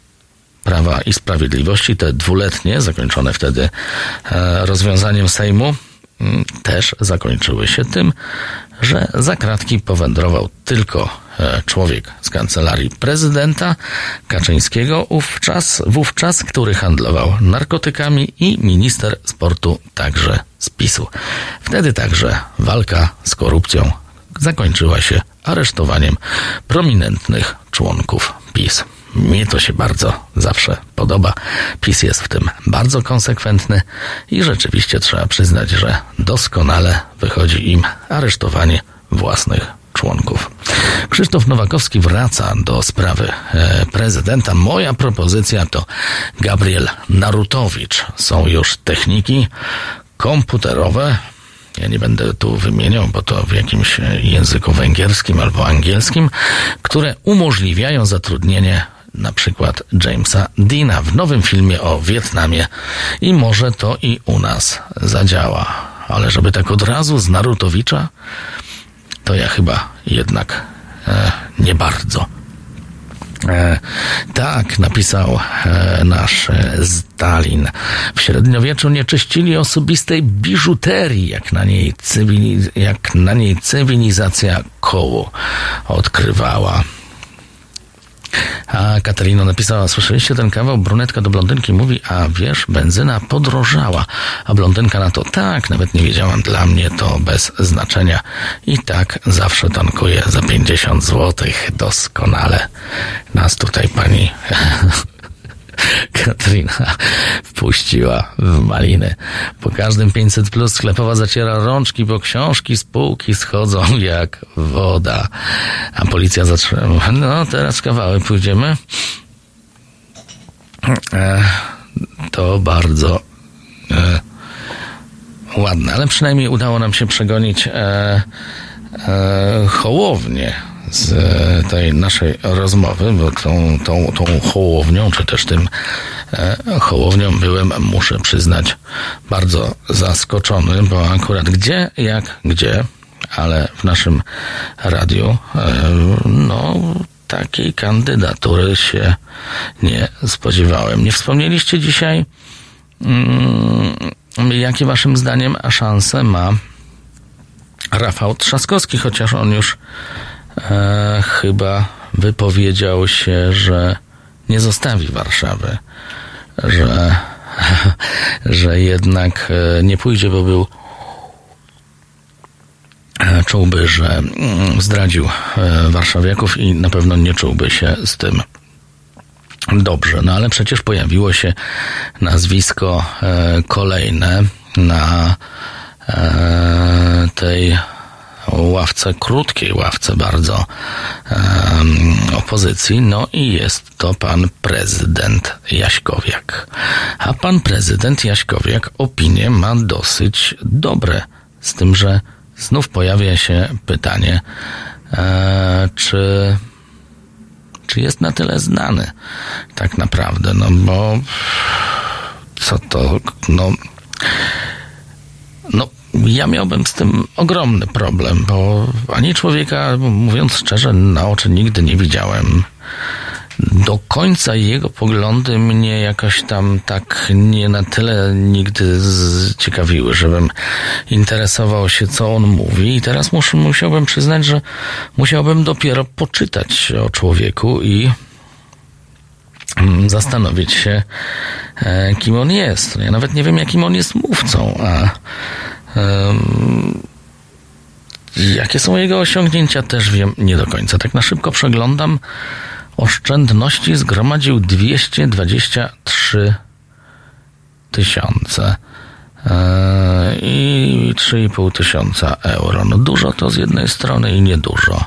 Prawa i Sprawiedliwości, te dwuletnie, zakończone wtedy e, rozwiązaniem Sejmu, m, też zakończyły się tym, że za kratki powędrował tylko człowiek z kancelarii prezydenta Kaczyńskiego, wówczas, wówczas, który handlował narkotykami, i minister sportu także z PiSu. Wtedy także walka z korupcją zakończyła się aresztowaniem prominentnych członków PiS. Mnie to się bardzo zawsze podoba. PiS jest w tym bardzo konsekwentny i rzeczywiście trzeba przyznać, że doskonale wychodzi im aresztowanie własnych członków. Krzysztof Nowakowski wraca do sprawy e, prezydenta. Moja propozycja to Gabriel Narutowicz. Są już techniki komputerowe. Ja nie będę tu wymieniał, bo to w jakimś języku węgierskim albo angielskim, które umożliwiają zatrudnienie na przykład Jamesa Deana w nowym filmie o Wietnamie i może to i u nas zadziała. Ale żeby tak od razu z Narutowicza, to ja chyba jednak e, nie bardzo. E, tak, napisał e, nasz e, Stalin. W średniowieczu nie czyścili osobistej biżuterii, jak na niej, cywiliz- jak na niej cywilizacja koło odkrywała. A Katarina napisała: słyszeliście ten kawał? Brunetka do blondynki mówi: a wiesz, benzyna podrożała. A blondynka na to: tak, nawet nie wiedziałam, dla mnie to bez znaczenia. I tak zawsze tankuję za pięćdziesiąt złotych. Doskonale nas tutaj pani Katrina wpuściła w maliny. Po każdym pięćset plus sklepowa zaciera rączki, bo książki z półki schodzą jak woda. A policja zatrzyma. No, teraz kawałek pójdziemy. E, to bardzo e, ładne, ale przynajmniej udało nam się przegonić e, e, Hołownię z tej naszej rozmowy, bo tą, tą, tą Hołownią, czy też tym e, Hołownią byłem, muszę przyznać, bardzo zaskoczony, bo akurat gdzie, jak, gdzie, ale w naszym radiu, e, no, takiej kandydatury się nie spodziewałem. Nie wspomnieliście dzisiaj, mm, jakie waszym zdaniem szanse ma Rafał Trzaskowski, chociaż on już e, chyba wypowiedział się, że nie zostawi Warszawy, że, że jednak nie pójdzie, bo był czułby, że zdradził warszawiaków i na pewno nie czułby się z tym dobrze. No ale przecież pojawiło się nazwisko kolejne na tej ławce, krótkiej ławce bardzo um, opozycji, no i jest to pan prezydent Jaśkowiak. A pan prezydent Jaśkowiak opinie ma dosyć dobre, z tym, że znów pojawia się pytanie, e, czy czy jest na tyle znany tak naprawdę, no bo co to, no no ja miałbym z tym ogromny problem, bo ani człowieka, mówiąc szczerze, na oczy nigdy nie widziałem. Do końca jego poglądy mnie jakoś tam tak nie na tyle nigdy ciekawiły, żebym interesował się, co on mówi. I teraz muszę, musiałbym przyznać, że musiałbym dopiero poczytać o człowieku i zastanowić się, kim on jest. Ja nawet nie wiem, jakim on jest mówcą, a um, jakie są jego osiągnięcia, też wiem nie do końca. Tak na szybko przeglądam. Oszczędności zgromadził dwieście dwadzieścia trzy tysiące i trzy i pół tysiąca euro. No dużo to z jednej strony i niedużo.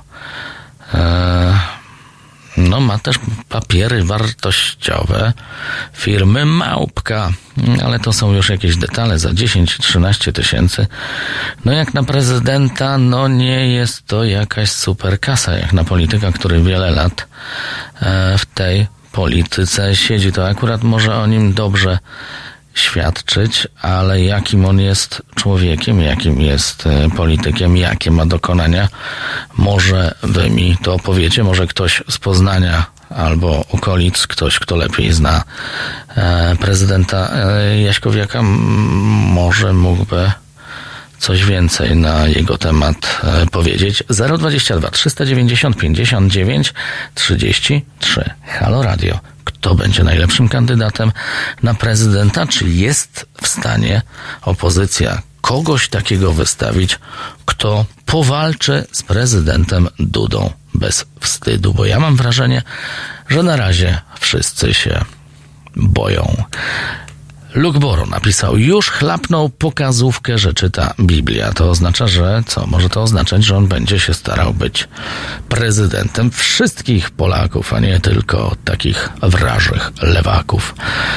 No ma też papiery wartościowe firmy Małpka, ale to są już jakieś detale za dziesięć trzynaście tysięcy. No jak na prezydenta, no nie jest to jakaś super kasa, jak na polityka, który wiele lat w tej polityce siedzi. To akurat może o nim dobrze świadczyć, ale jakim on jest człowiekiem, jakim jest politykiem, jakie ma dokonania, może wy mi to opowiecie, może ktoś z Poznania albo okolic, ktoś, kto lepiej zna prezydenta Jaśkowiaka, może mógłby coś więcej na jego temat powiedzieć. zero dwadzieścia dwa trzysta dziewięćdziesiąt pięćdziesiąt dziewięć trzydzieści trzy. Halo Radio. Kto będzie najlepszym kandydatem na prezydenta? Czy jest w stanie opozycja kogoś takiego wystawić, kto powalczy z prezydentem Dudą bez wstydu? Bo ja mam wrażenie, że na razie wszyscy się boją. Luke Boro napisał, już chlapnął pokazówkę, że czyta Biblia. To oznacza, że co? Może to oznaczać, że on będzie się starał być prezydentem wszystkich Polaków, a nie tylko takich wrażych lewaków,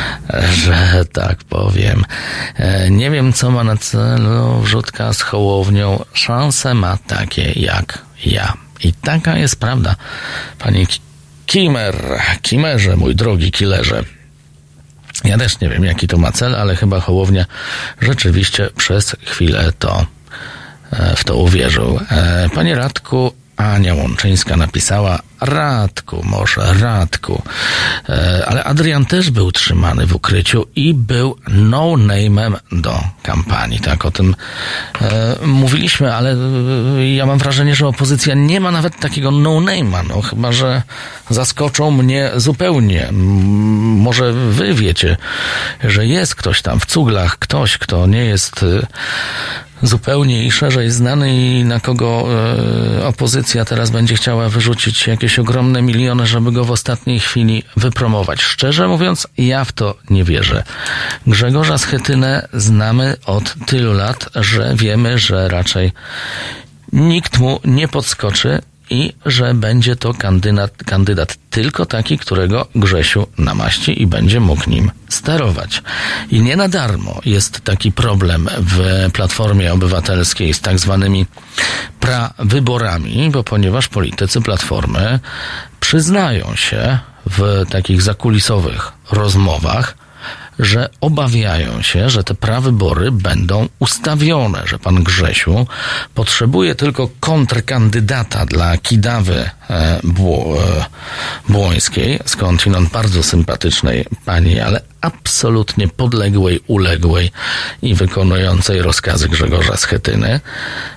że tak powiem. Nie wiem, co ma na celu wrzutka z Hołownią. Szanse ma takie jak ja. I taka jest prawda. Panie Kimer, Kimerze, mój drogi killerze. Ja też nie wiem, jaki to ma cel, ale chyba Hołownia rzeczywiście przez chwilę to w to uwierzył. Panie Radku, Ania Łączyńska napisała, Radku, może Radku, ale Adrian też był trzymany w ukryciu i był no-name'em do kampanii. Tak, o tym e, mówiliśmy, ale ja mam wrażenie, że opozycja nie ma nawet takiego no-name'a, no chyba, że zaskoczą mnie zupełnie. Może wy wiecie, że jest ktoś tam w cuglach, ktoś, kto nie jest zupełnie i szerzej znany i na kogo e, opozycja teraz będzie chciała wyrzucić jakieś ogromne miliony, żeby go w ostatniej chwili wypromować. Szczerze mówiąc, ja w to nie wierzę. Grzegorza Schetynę znamy od tylu lat, że wiemy, że raczej nikt mu nie podskoczy i że będzie to kandydat, kandydat tylko taki, którego Grzesiu namaści i będzie mógł nim sterować. I nie na darmo jest taki problem w Platformie Obywatelskiej z tak zwanymi prawyborami, bo ponieważ politycy Platformy przyznają się w takich zakulisowych rozmowach, że obawiają się, że te prawybory będą ustawione, że pan Grzesiu potrzebuje tylko kontrkandydata dla Kidawy e, Bło, e, Błońskiej, skądinąd bardzo sympatycznej pani, ale absolutnie podległej, uległej i wykonującej rozkazy Grzegorza Schetyny,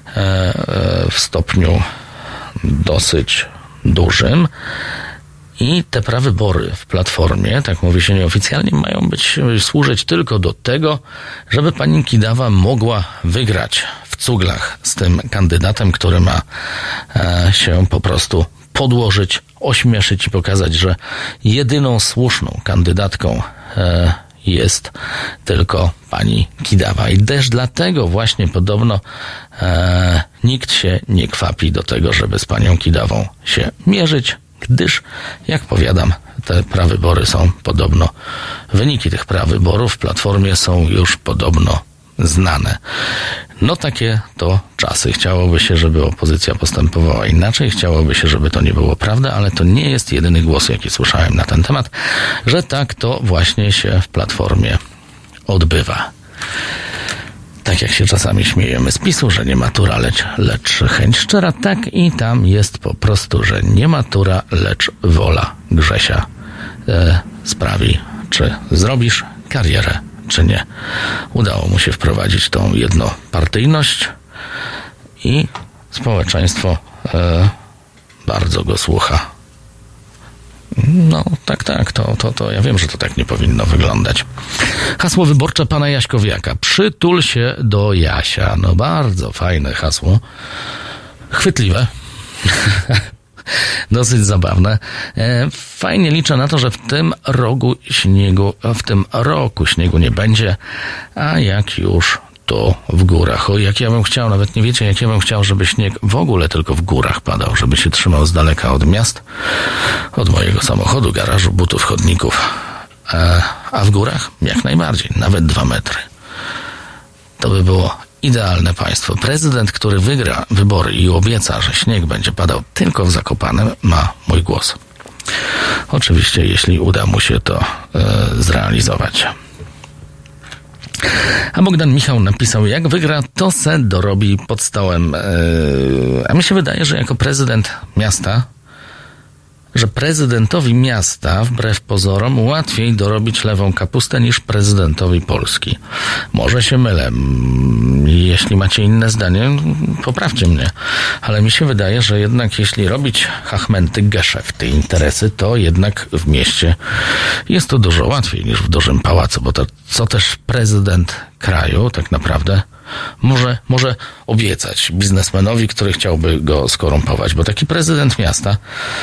w stopniu dosyć dużym. I te prawybory w Platformie, tak mówi się nieoficjalnie, mają być, służyć tylko do tego, żeby pani Kidawa mogła wygrać w cuglach z tym kandydatem, który ma e, się po prostu podłożyć, ośmieszyć i pokazać, że jedyną słuszną kandydatką e, jest tylko pani Kidawa. I też dlatego właśnie podobno e, nikt się nie kwapi do tego, żeby z panią Kidawą się mierzyć, gdyż, jak powiadam, te prawybory są podobno, wyniki tych prawyborów w Platformie są już podobno znane. No takie to czasy. Chciałoby się, żeby opozycja postępowała inaczej, chciałoby się, żeby to nie było prawda, ale to nie jest jedyny głos, jaki słyszałem na ten temat, że tak to właśnie się w Platformie odbywa. Tak jak się czasami śmiejemy z PiSu, że nie matura, lecz, lecz chęć szczera, tak i tam jest po prostu, że nie matura, lecz wola Grzesia e, sprawi, czy zrobisz karierę, czy nie. Udało mu się wprowadzić tą jednopartyjność i społeczeństwo e, bardzo go słucha. No, tak, tak, to, to, to ja wiem, że to tak nie powinno wyglądać. Hasło wyborcze pana Jaśkowiaka. Przytul się do Jasia. No, bardzo fajne hasło. Chwytliwe. Dosyć zabawne. Fajnie liczę na to, że w tym roku śniegu, w tym roku śniegu nie będzie, a jak już to w górach. O, jak ja bym chciał, nawet nie wiecie, jak ja bym chciał, żeby śnieg w ogóle tylko w górach padał, żeby się trzymał z daleka od miast, od mojego samochodu, garażu, butów, chodników. E, a w górach jak najbardziej, nawet dwa metry. To by było idealne państwo. Prezydent, który wygra wybory i obieca, że śnieg będzie padał tylko w Zakopanem, ma mój głos. Oczywiście, jeśli uda mu się to e, zrealizować. A Bogdan Michał napisał, jak wygra, to se dorobi pod stołem. A mi się wydaje, że jako prezydent miasta, że prezydentowi miasta, wbrew pozorom, łatwiej dorobić lewą kapustę niż prezydentowi Polski. Może się mylę. Jeśli macie inne zdanie, poprawcie mnie. Ale mi się wydaje, że jednak jeśli robić hachmenty, geszefty, interesy, to jednak w mieście jest to dużo łatwiej niż w dużym pałacu, bo to co też prezydent kraju tak naprawdę może, może obiecać biznesmenowi, który chciałby go skorumpować, bo taki prezydent miasta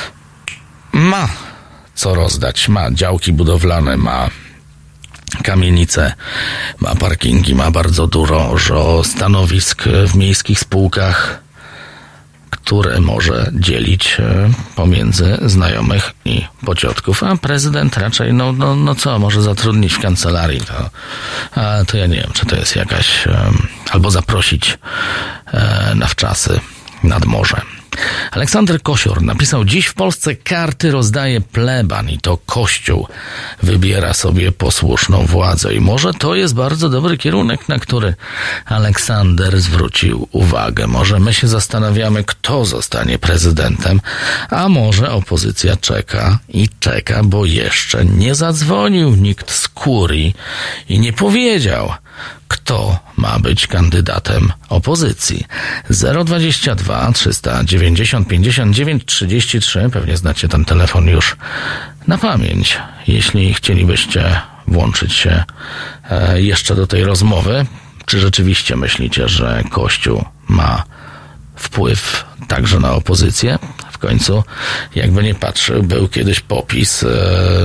ma co rozdać, ma działki budowlane, ma kamienice, ma parkingi, ma bardzo dużo stanowisk w miejskich spółkach, które może dzielić pomiędzy znajomych i pociotków, a prezydent raczej, no, no, no co, może zatrudnić w kancelarii, to, a to ja nie wiem, czy to jest jakaś, albo zaprosić na wczasy nad morze. Aleksander Kosior napisał, dziś w Polsce karty rozdaje pleban i to Kościół wybiera sobie posłuszną władzę i może to jest bardzo dobry kierunek, na który Aleksander zwrócił uwagę. Może my się zastanawiamy, kto zostanie prezydentem, a może opozycja czeka i czeka, bo jeszcze nie zadzwonił nikt z kurii i nie powiedział, kto ma być kandydatem opozycji. zero dwadzieścia dwa trzysta dziewięćdziesiąt pięćdziesiąt dziewięć trzydzieści trzy. Pewnie znacie ten telefon już na pamięć. Jeśli chcielibyście włączyć się e, jeszcze do tej rozmowy, czy rzeczywiście myślicie, że Kościół ma wpływ także na opozycję? W końcu, jakby nie patrzył, był kiedyś popis, e,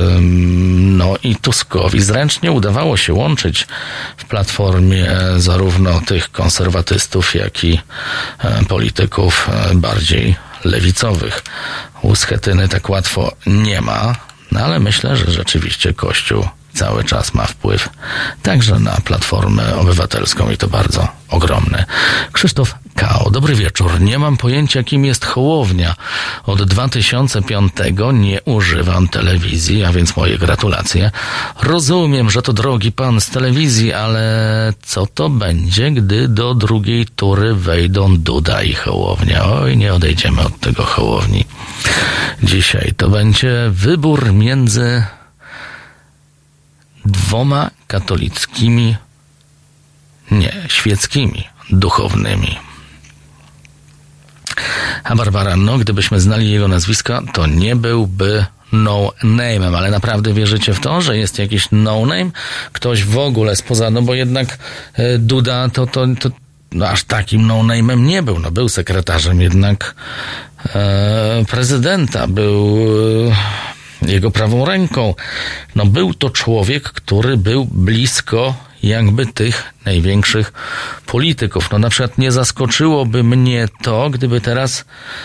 no i Tuskowi zręcznie udawało się łączyć w Platformie zarówno tych konserwatystów, jak i e, polityków e, bardziej lewicowych. U Schetyny tak łatwo nie ma, no ale myślę, że rzeczywiście Kościół cały czas ma wpływ także na Platformę Obywatelską i to bardzo ogromny. Krzysztof K. Dobry wieczór. Nie mam pojęcia, kim jest Hołownia. Od dwa tysiące piątego nie używam telewizji, a więc moje gratulacje. Rozumiem, że to drogi pan z telewizji, ale co to będzie, gdy do drugiej tury wejdą Duda i Hołownia? Oj, nie odejdziemy od tego Hołowni. Dzisiaj to będzie wybór między dwoma katolickimi, nie, świeckimi, duchownymi. A Barbara, no gdybyśmy znali jego nazwisko, to nie byłby no name'em, ale naprawdę wierzycie w to, że jest jakiś no name? Ktoś w ogóle spoza, no bo jednak e, Duda to, to, to no aż takim no name'em nie był, no był sekretarzem jednak e, prezydenta, był e, jego prawą ręką. No był to człowiek, który był blisko jakby tych największych polityków. No na przykład nie zaskoczyłoby mnie to, gdyby teraz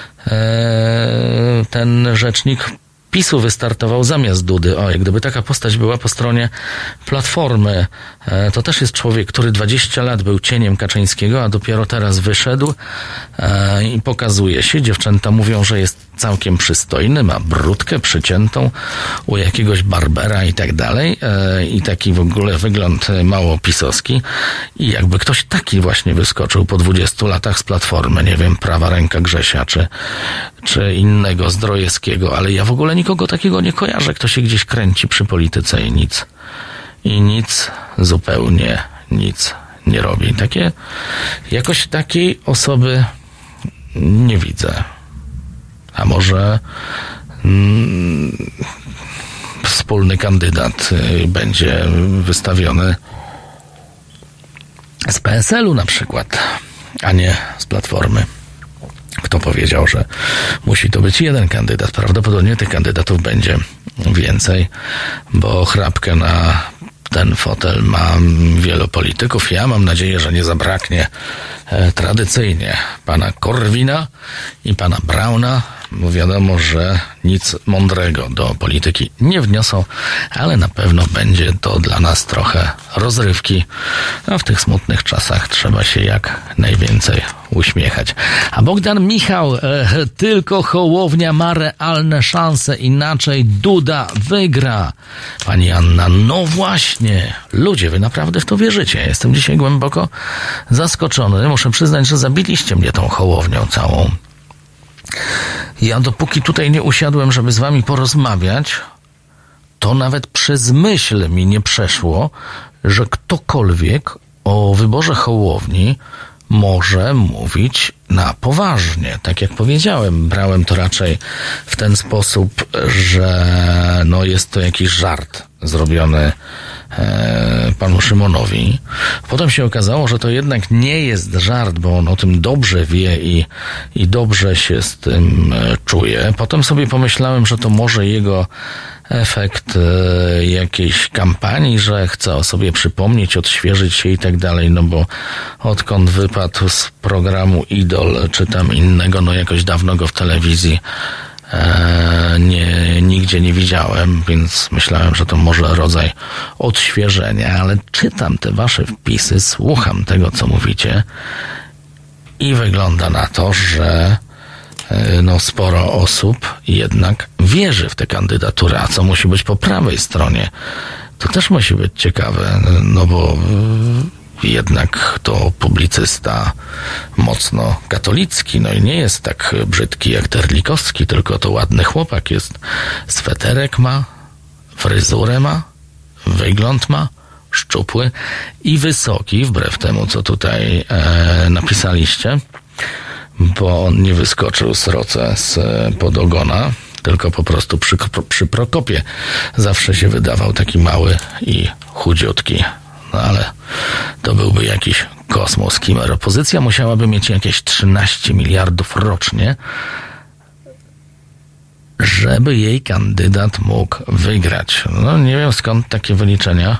e, ten rzecznik PiSu wystartował zamiast Dudy. O, jak gdyby taka postać była po stronie Platformy, e, to też jest człowiek, który dwadzieścia lat był cieniem Kaczyńskiego, a dopiero teraz wyszedł e, i pokazuje się. Dziewczęta mówią, że jest całkiem przystojny, ma brudkę przyciętą u jakiegoś barbera i tak dalej e, i taki w ogóle wygląd mało pisowski i jakby ktoś taki właśnie wyskoczył po dwudziestu latach z Platformy, nie wiem, prawa ręka Grzesia czy, czy innego Zdrojewskiego, ale ja w ogóle nikogo takiego nie kojarzę, kto się gdzieś kręci przy polityce i nic i nic, zupełnie nic nie robi. Takie, jakoś takiej osoby nie widzę. A może mm, wspólny kandydat y, będzie wystawiony z P S L u na przykład, a nie z Platformy. Kto powiedział, że musi to być jeden kandydat? Prawdopodobnie tych kandydatów będzie więcej, bo chrapkę na ten fotel ma wielu polityków. Ja mam nadzieję, że nie zabraknie e, tradycyjnie pana Korwina i pana Brauna, bo wiadomo, że nic mądrego do polityki nie wniosą, ale na pewno będzie to dla nas trochę rozrywki, a w tych smutnych czasach trzeba się jak najwięcej uśmiechać. A Bogdan Michał, e, tylko Hołownia ma realne szanse, inaczej Duda wygra. Pani Anna, no właśnie, ludzie, wy naprawdę w to wierzycie. Jestem dzisiaj głęboko zaskoczony. Muszę przyznać, że zabiliście mnie tą Hołownią całą. Ja dopóki tutaj nie usiadłem, żeby z wami porozmawiać, to nawet przez myśl mi nie przeszło, że ktokolwiek o wyborze Hołowni może mówić na poważnie. Tak jak powiedziałem, brałem to raczej w ten sposób, że no jest to jakiś żart zrobiony e, panu Szymonowi. Potem się okazało, że to jednak nie jest żart, bo on o tym dobrze wie i, i dobrze się z tym e, czuje. Potem sobie pomyślałem, że to może jego efekt e, jakiejś kampanii, że chce o sobie przypomnieć, odświeżyć się i tak dalej, no bo odkąd wypadł z programu Idol czy tam innego, no jakoś dawno go w telewizji e, nie, nigdzie nie widziałem, więc myślałem, że to może rodzaj odświeżenia, ale czytam te wasze wpisy, słucham tego, co mówicie i wygląda na to, że no sporo osób jednak wierzy w tę kandydaturę, a co musi być po prawej stronie, to też musi być ciekawe, no bo jednak to publicysta mocno katolicki, no i nie jest tak brzydki jak Terlikowski, tylko to ładny chłopak jest, sweterek ma, fryzurę ma, wygląd ma, szczupły i wysoki, wbrew temu, co tutaj e, napisaliście, bo on nie wyskoczył z roce z pod ogona, tylko po prostu przy, przy Prokopie zawsze się wydawał taki mały i chudziutki. No ale to byłby jakiś kosmos Kimmer. Opozycja musiałaby mieć jakieś trzynaście miliardów rocznie, żeby jej kandydat mógł wygrać. No nie wiem skąd takie wyliczenia.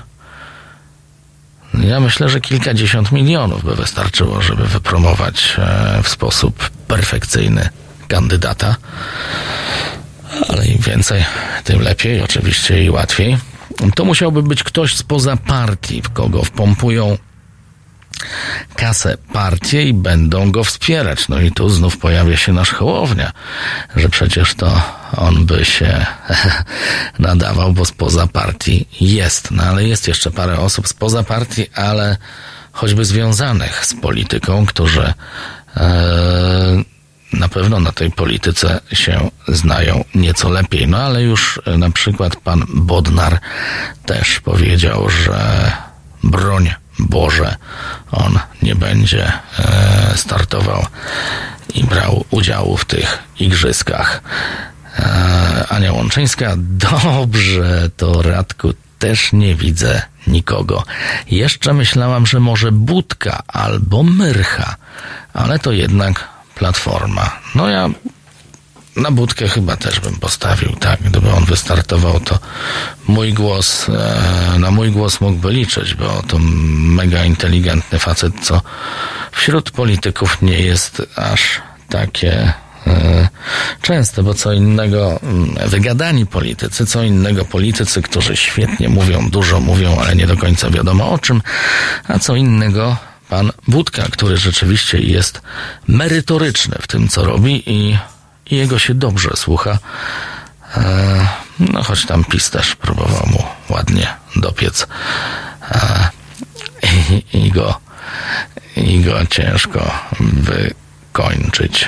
Ja myślę, że kilkadziesiąt milionów by wystarczyło, żeby wypromować e, w sposób perfekcyjny kandydata. Ale im więcej, tym lepiej, oczywiście i łatwiej. To musiałby być ktoś spoza partii, w kogo wpompują kasę partie i będą go wspierać. No i tu znów pojawia się nasz Hołownia, że przecież to on by się nadawał, bo spoza partii jest. No ale jest jeszcze parę osób spoza partii, ale choćby związanych z polityką, którzy e, na pewno na tej polityce się znają nieco lepiej. No ale już na przykład pan Bodnar też powiedział, że broń Boże, on nie będzie e, startował i brał udział w tych igrzyskach. E, Ania Łączyńska, dobrze, to Radku, też nie widzę nikogo. Jeszcze myślałam, że może Budka albo Myrcha, ale to jednak Platforma. No ja na Budkę chyba też bym postawił, tak, gdyby on wystartował, to mój głos, e, na mój głos mógłby liczyć, bo to mega inteligentny facet, co wśród polityków nie jest aż takie e, częste, bo co innego wygadani politycy, co innego politycy, którzy świetnie mówią, dużo mówią, ale nie do końca wiadomo o czym, a co innego pan Budka, który rzeczywiście jest merytoryczny w tym, co robi i I jego się dobrze słucha. E, no choć tam PiS też próbował mu ładnie dopiec. E, i, i, go, I go ciężko wykończyć.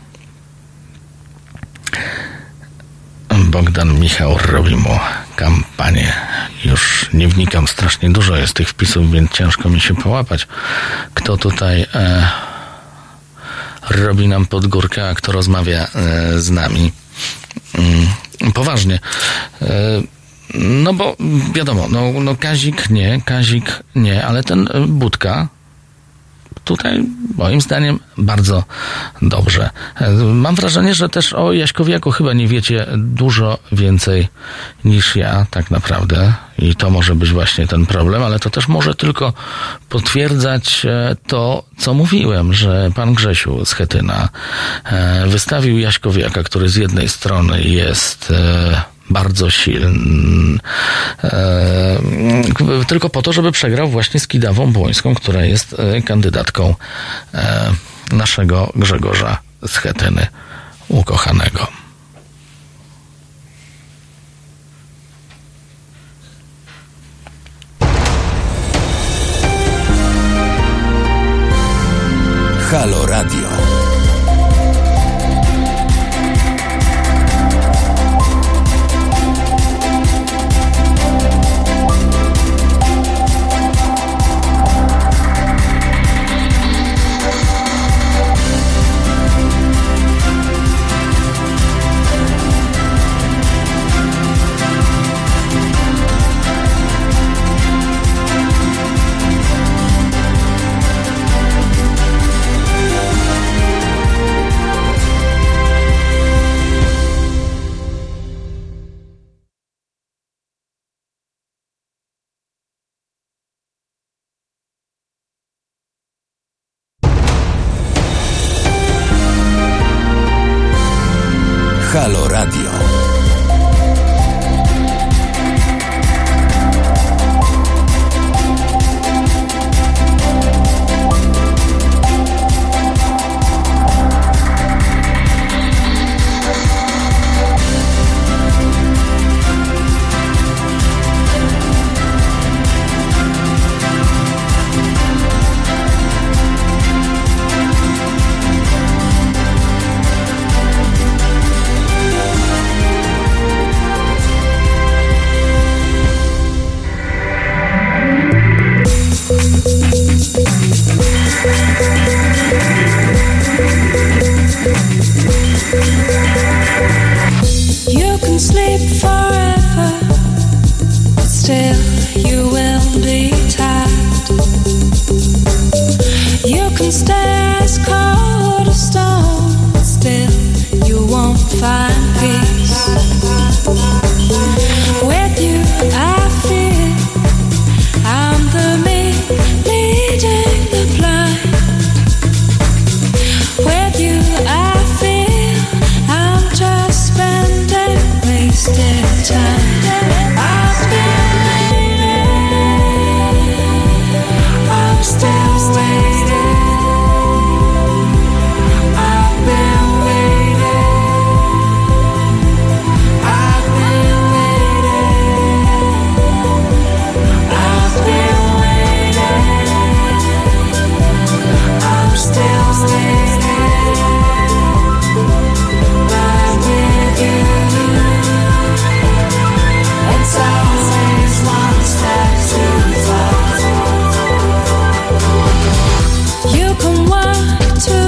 Bogdan Michał robi mu kampanię. Już nie wnikam, strasznie dużo jest tych wpisów, więc ciężko mi się połapać. Kto tutaj... E, robi nam pod górkę, a kto rozmawia e, z nami. Mm, poważnie. E, no bo wiadomo, no, no Kazik nie, Kazik nie, ale ten Budka tutaj moim zdaniem bardzo dobrze. E, mam wrażenie, że też o Jaśkowiaku chyba nie wiecie dużo więcej niż ja tak naprawdę i to może być właśnie ten problem, ale to też może tylko potwierdzać to, co mówiłem, że pan Grzesiu z Chetyna wystawił Jaśkowiaka, który z jednej strony jest bardzo silny, tylko po to, żeby przegrał właśnie z Kidawą Błońską, która jest kandydatką naszego Grzegorza z Chetyny, ukochanego. Halo Radio. Halo Radio. We'll be right back.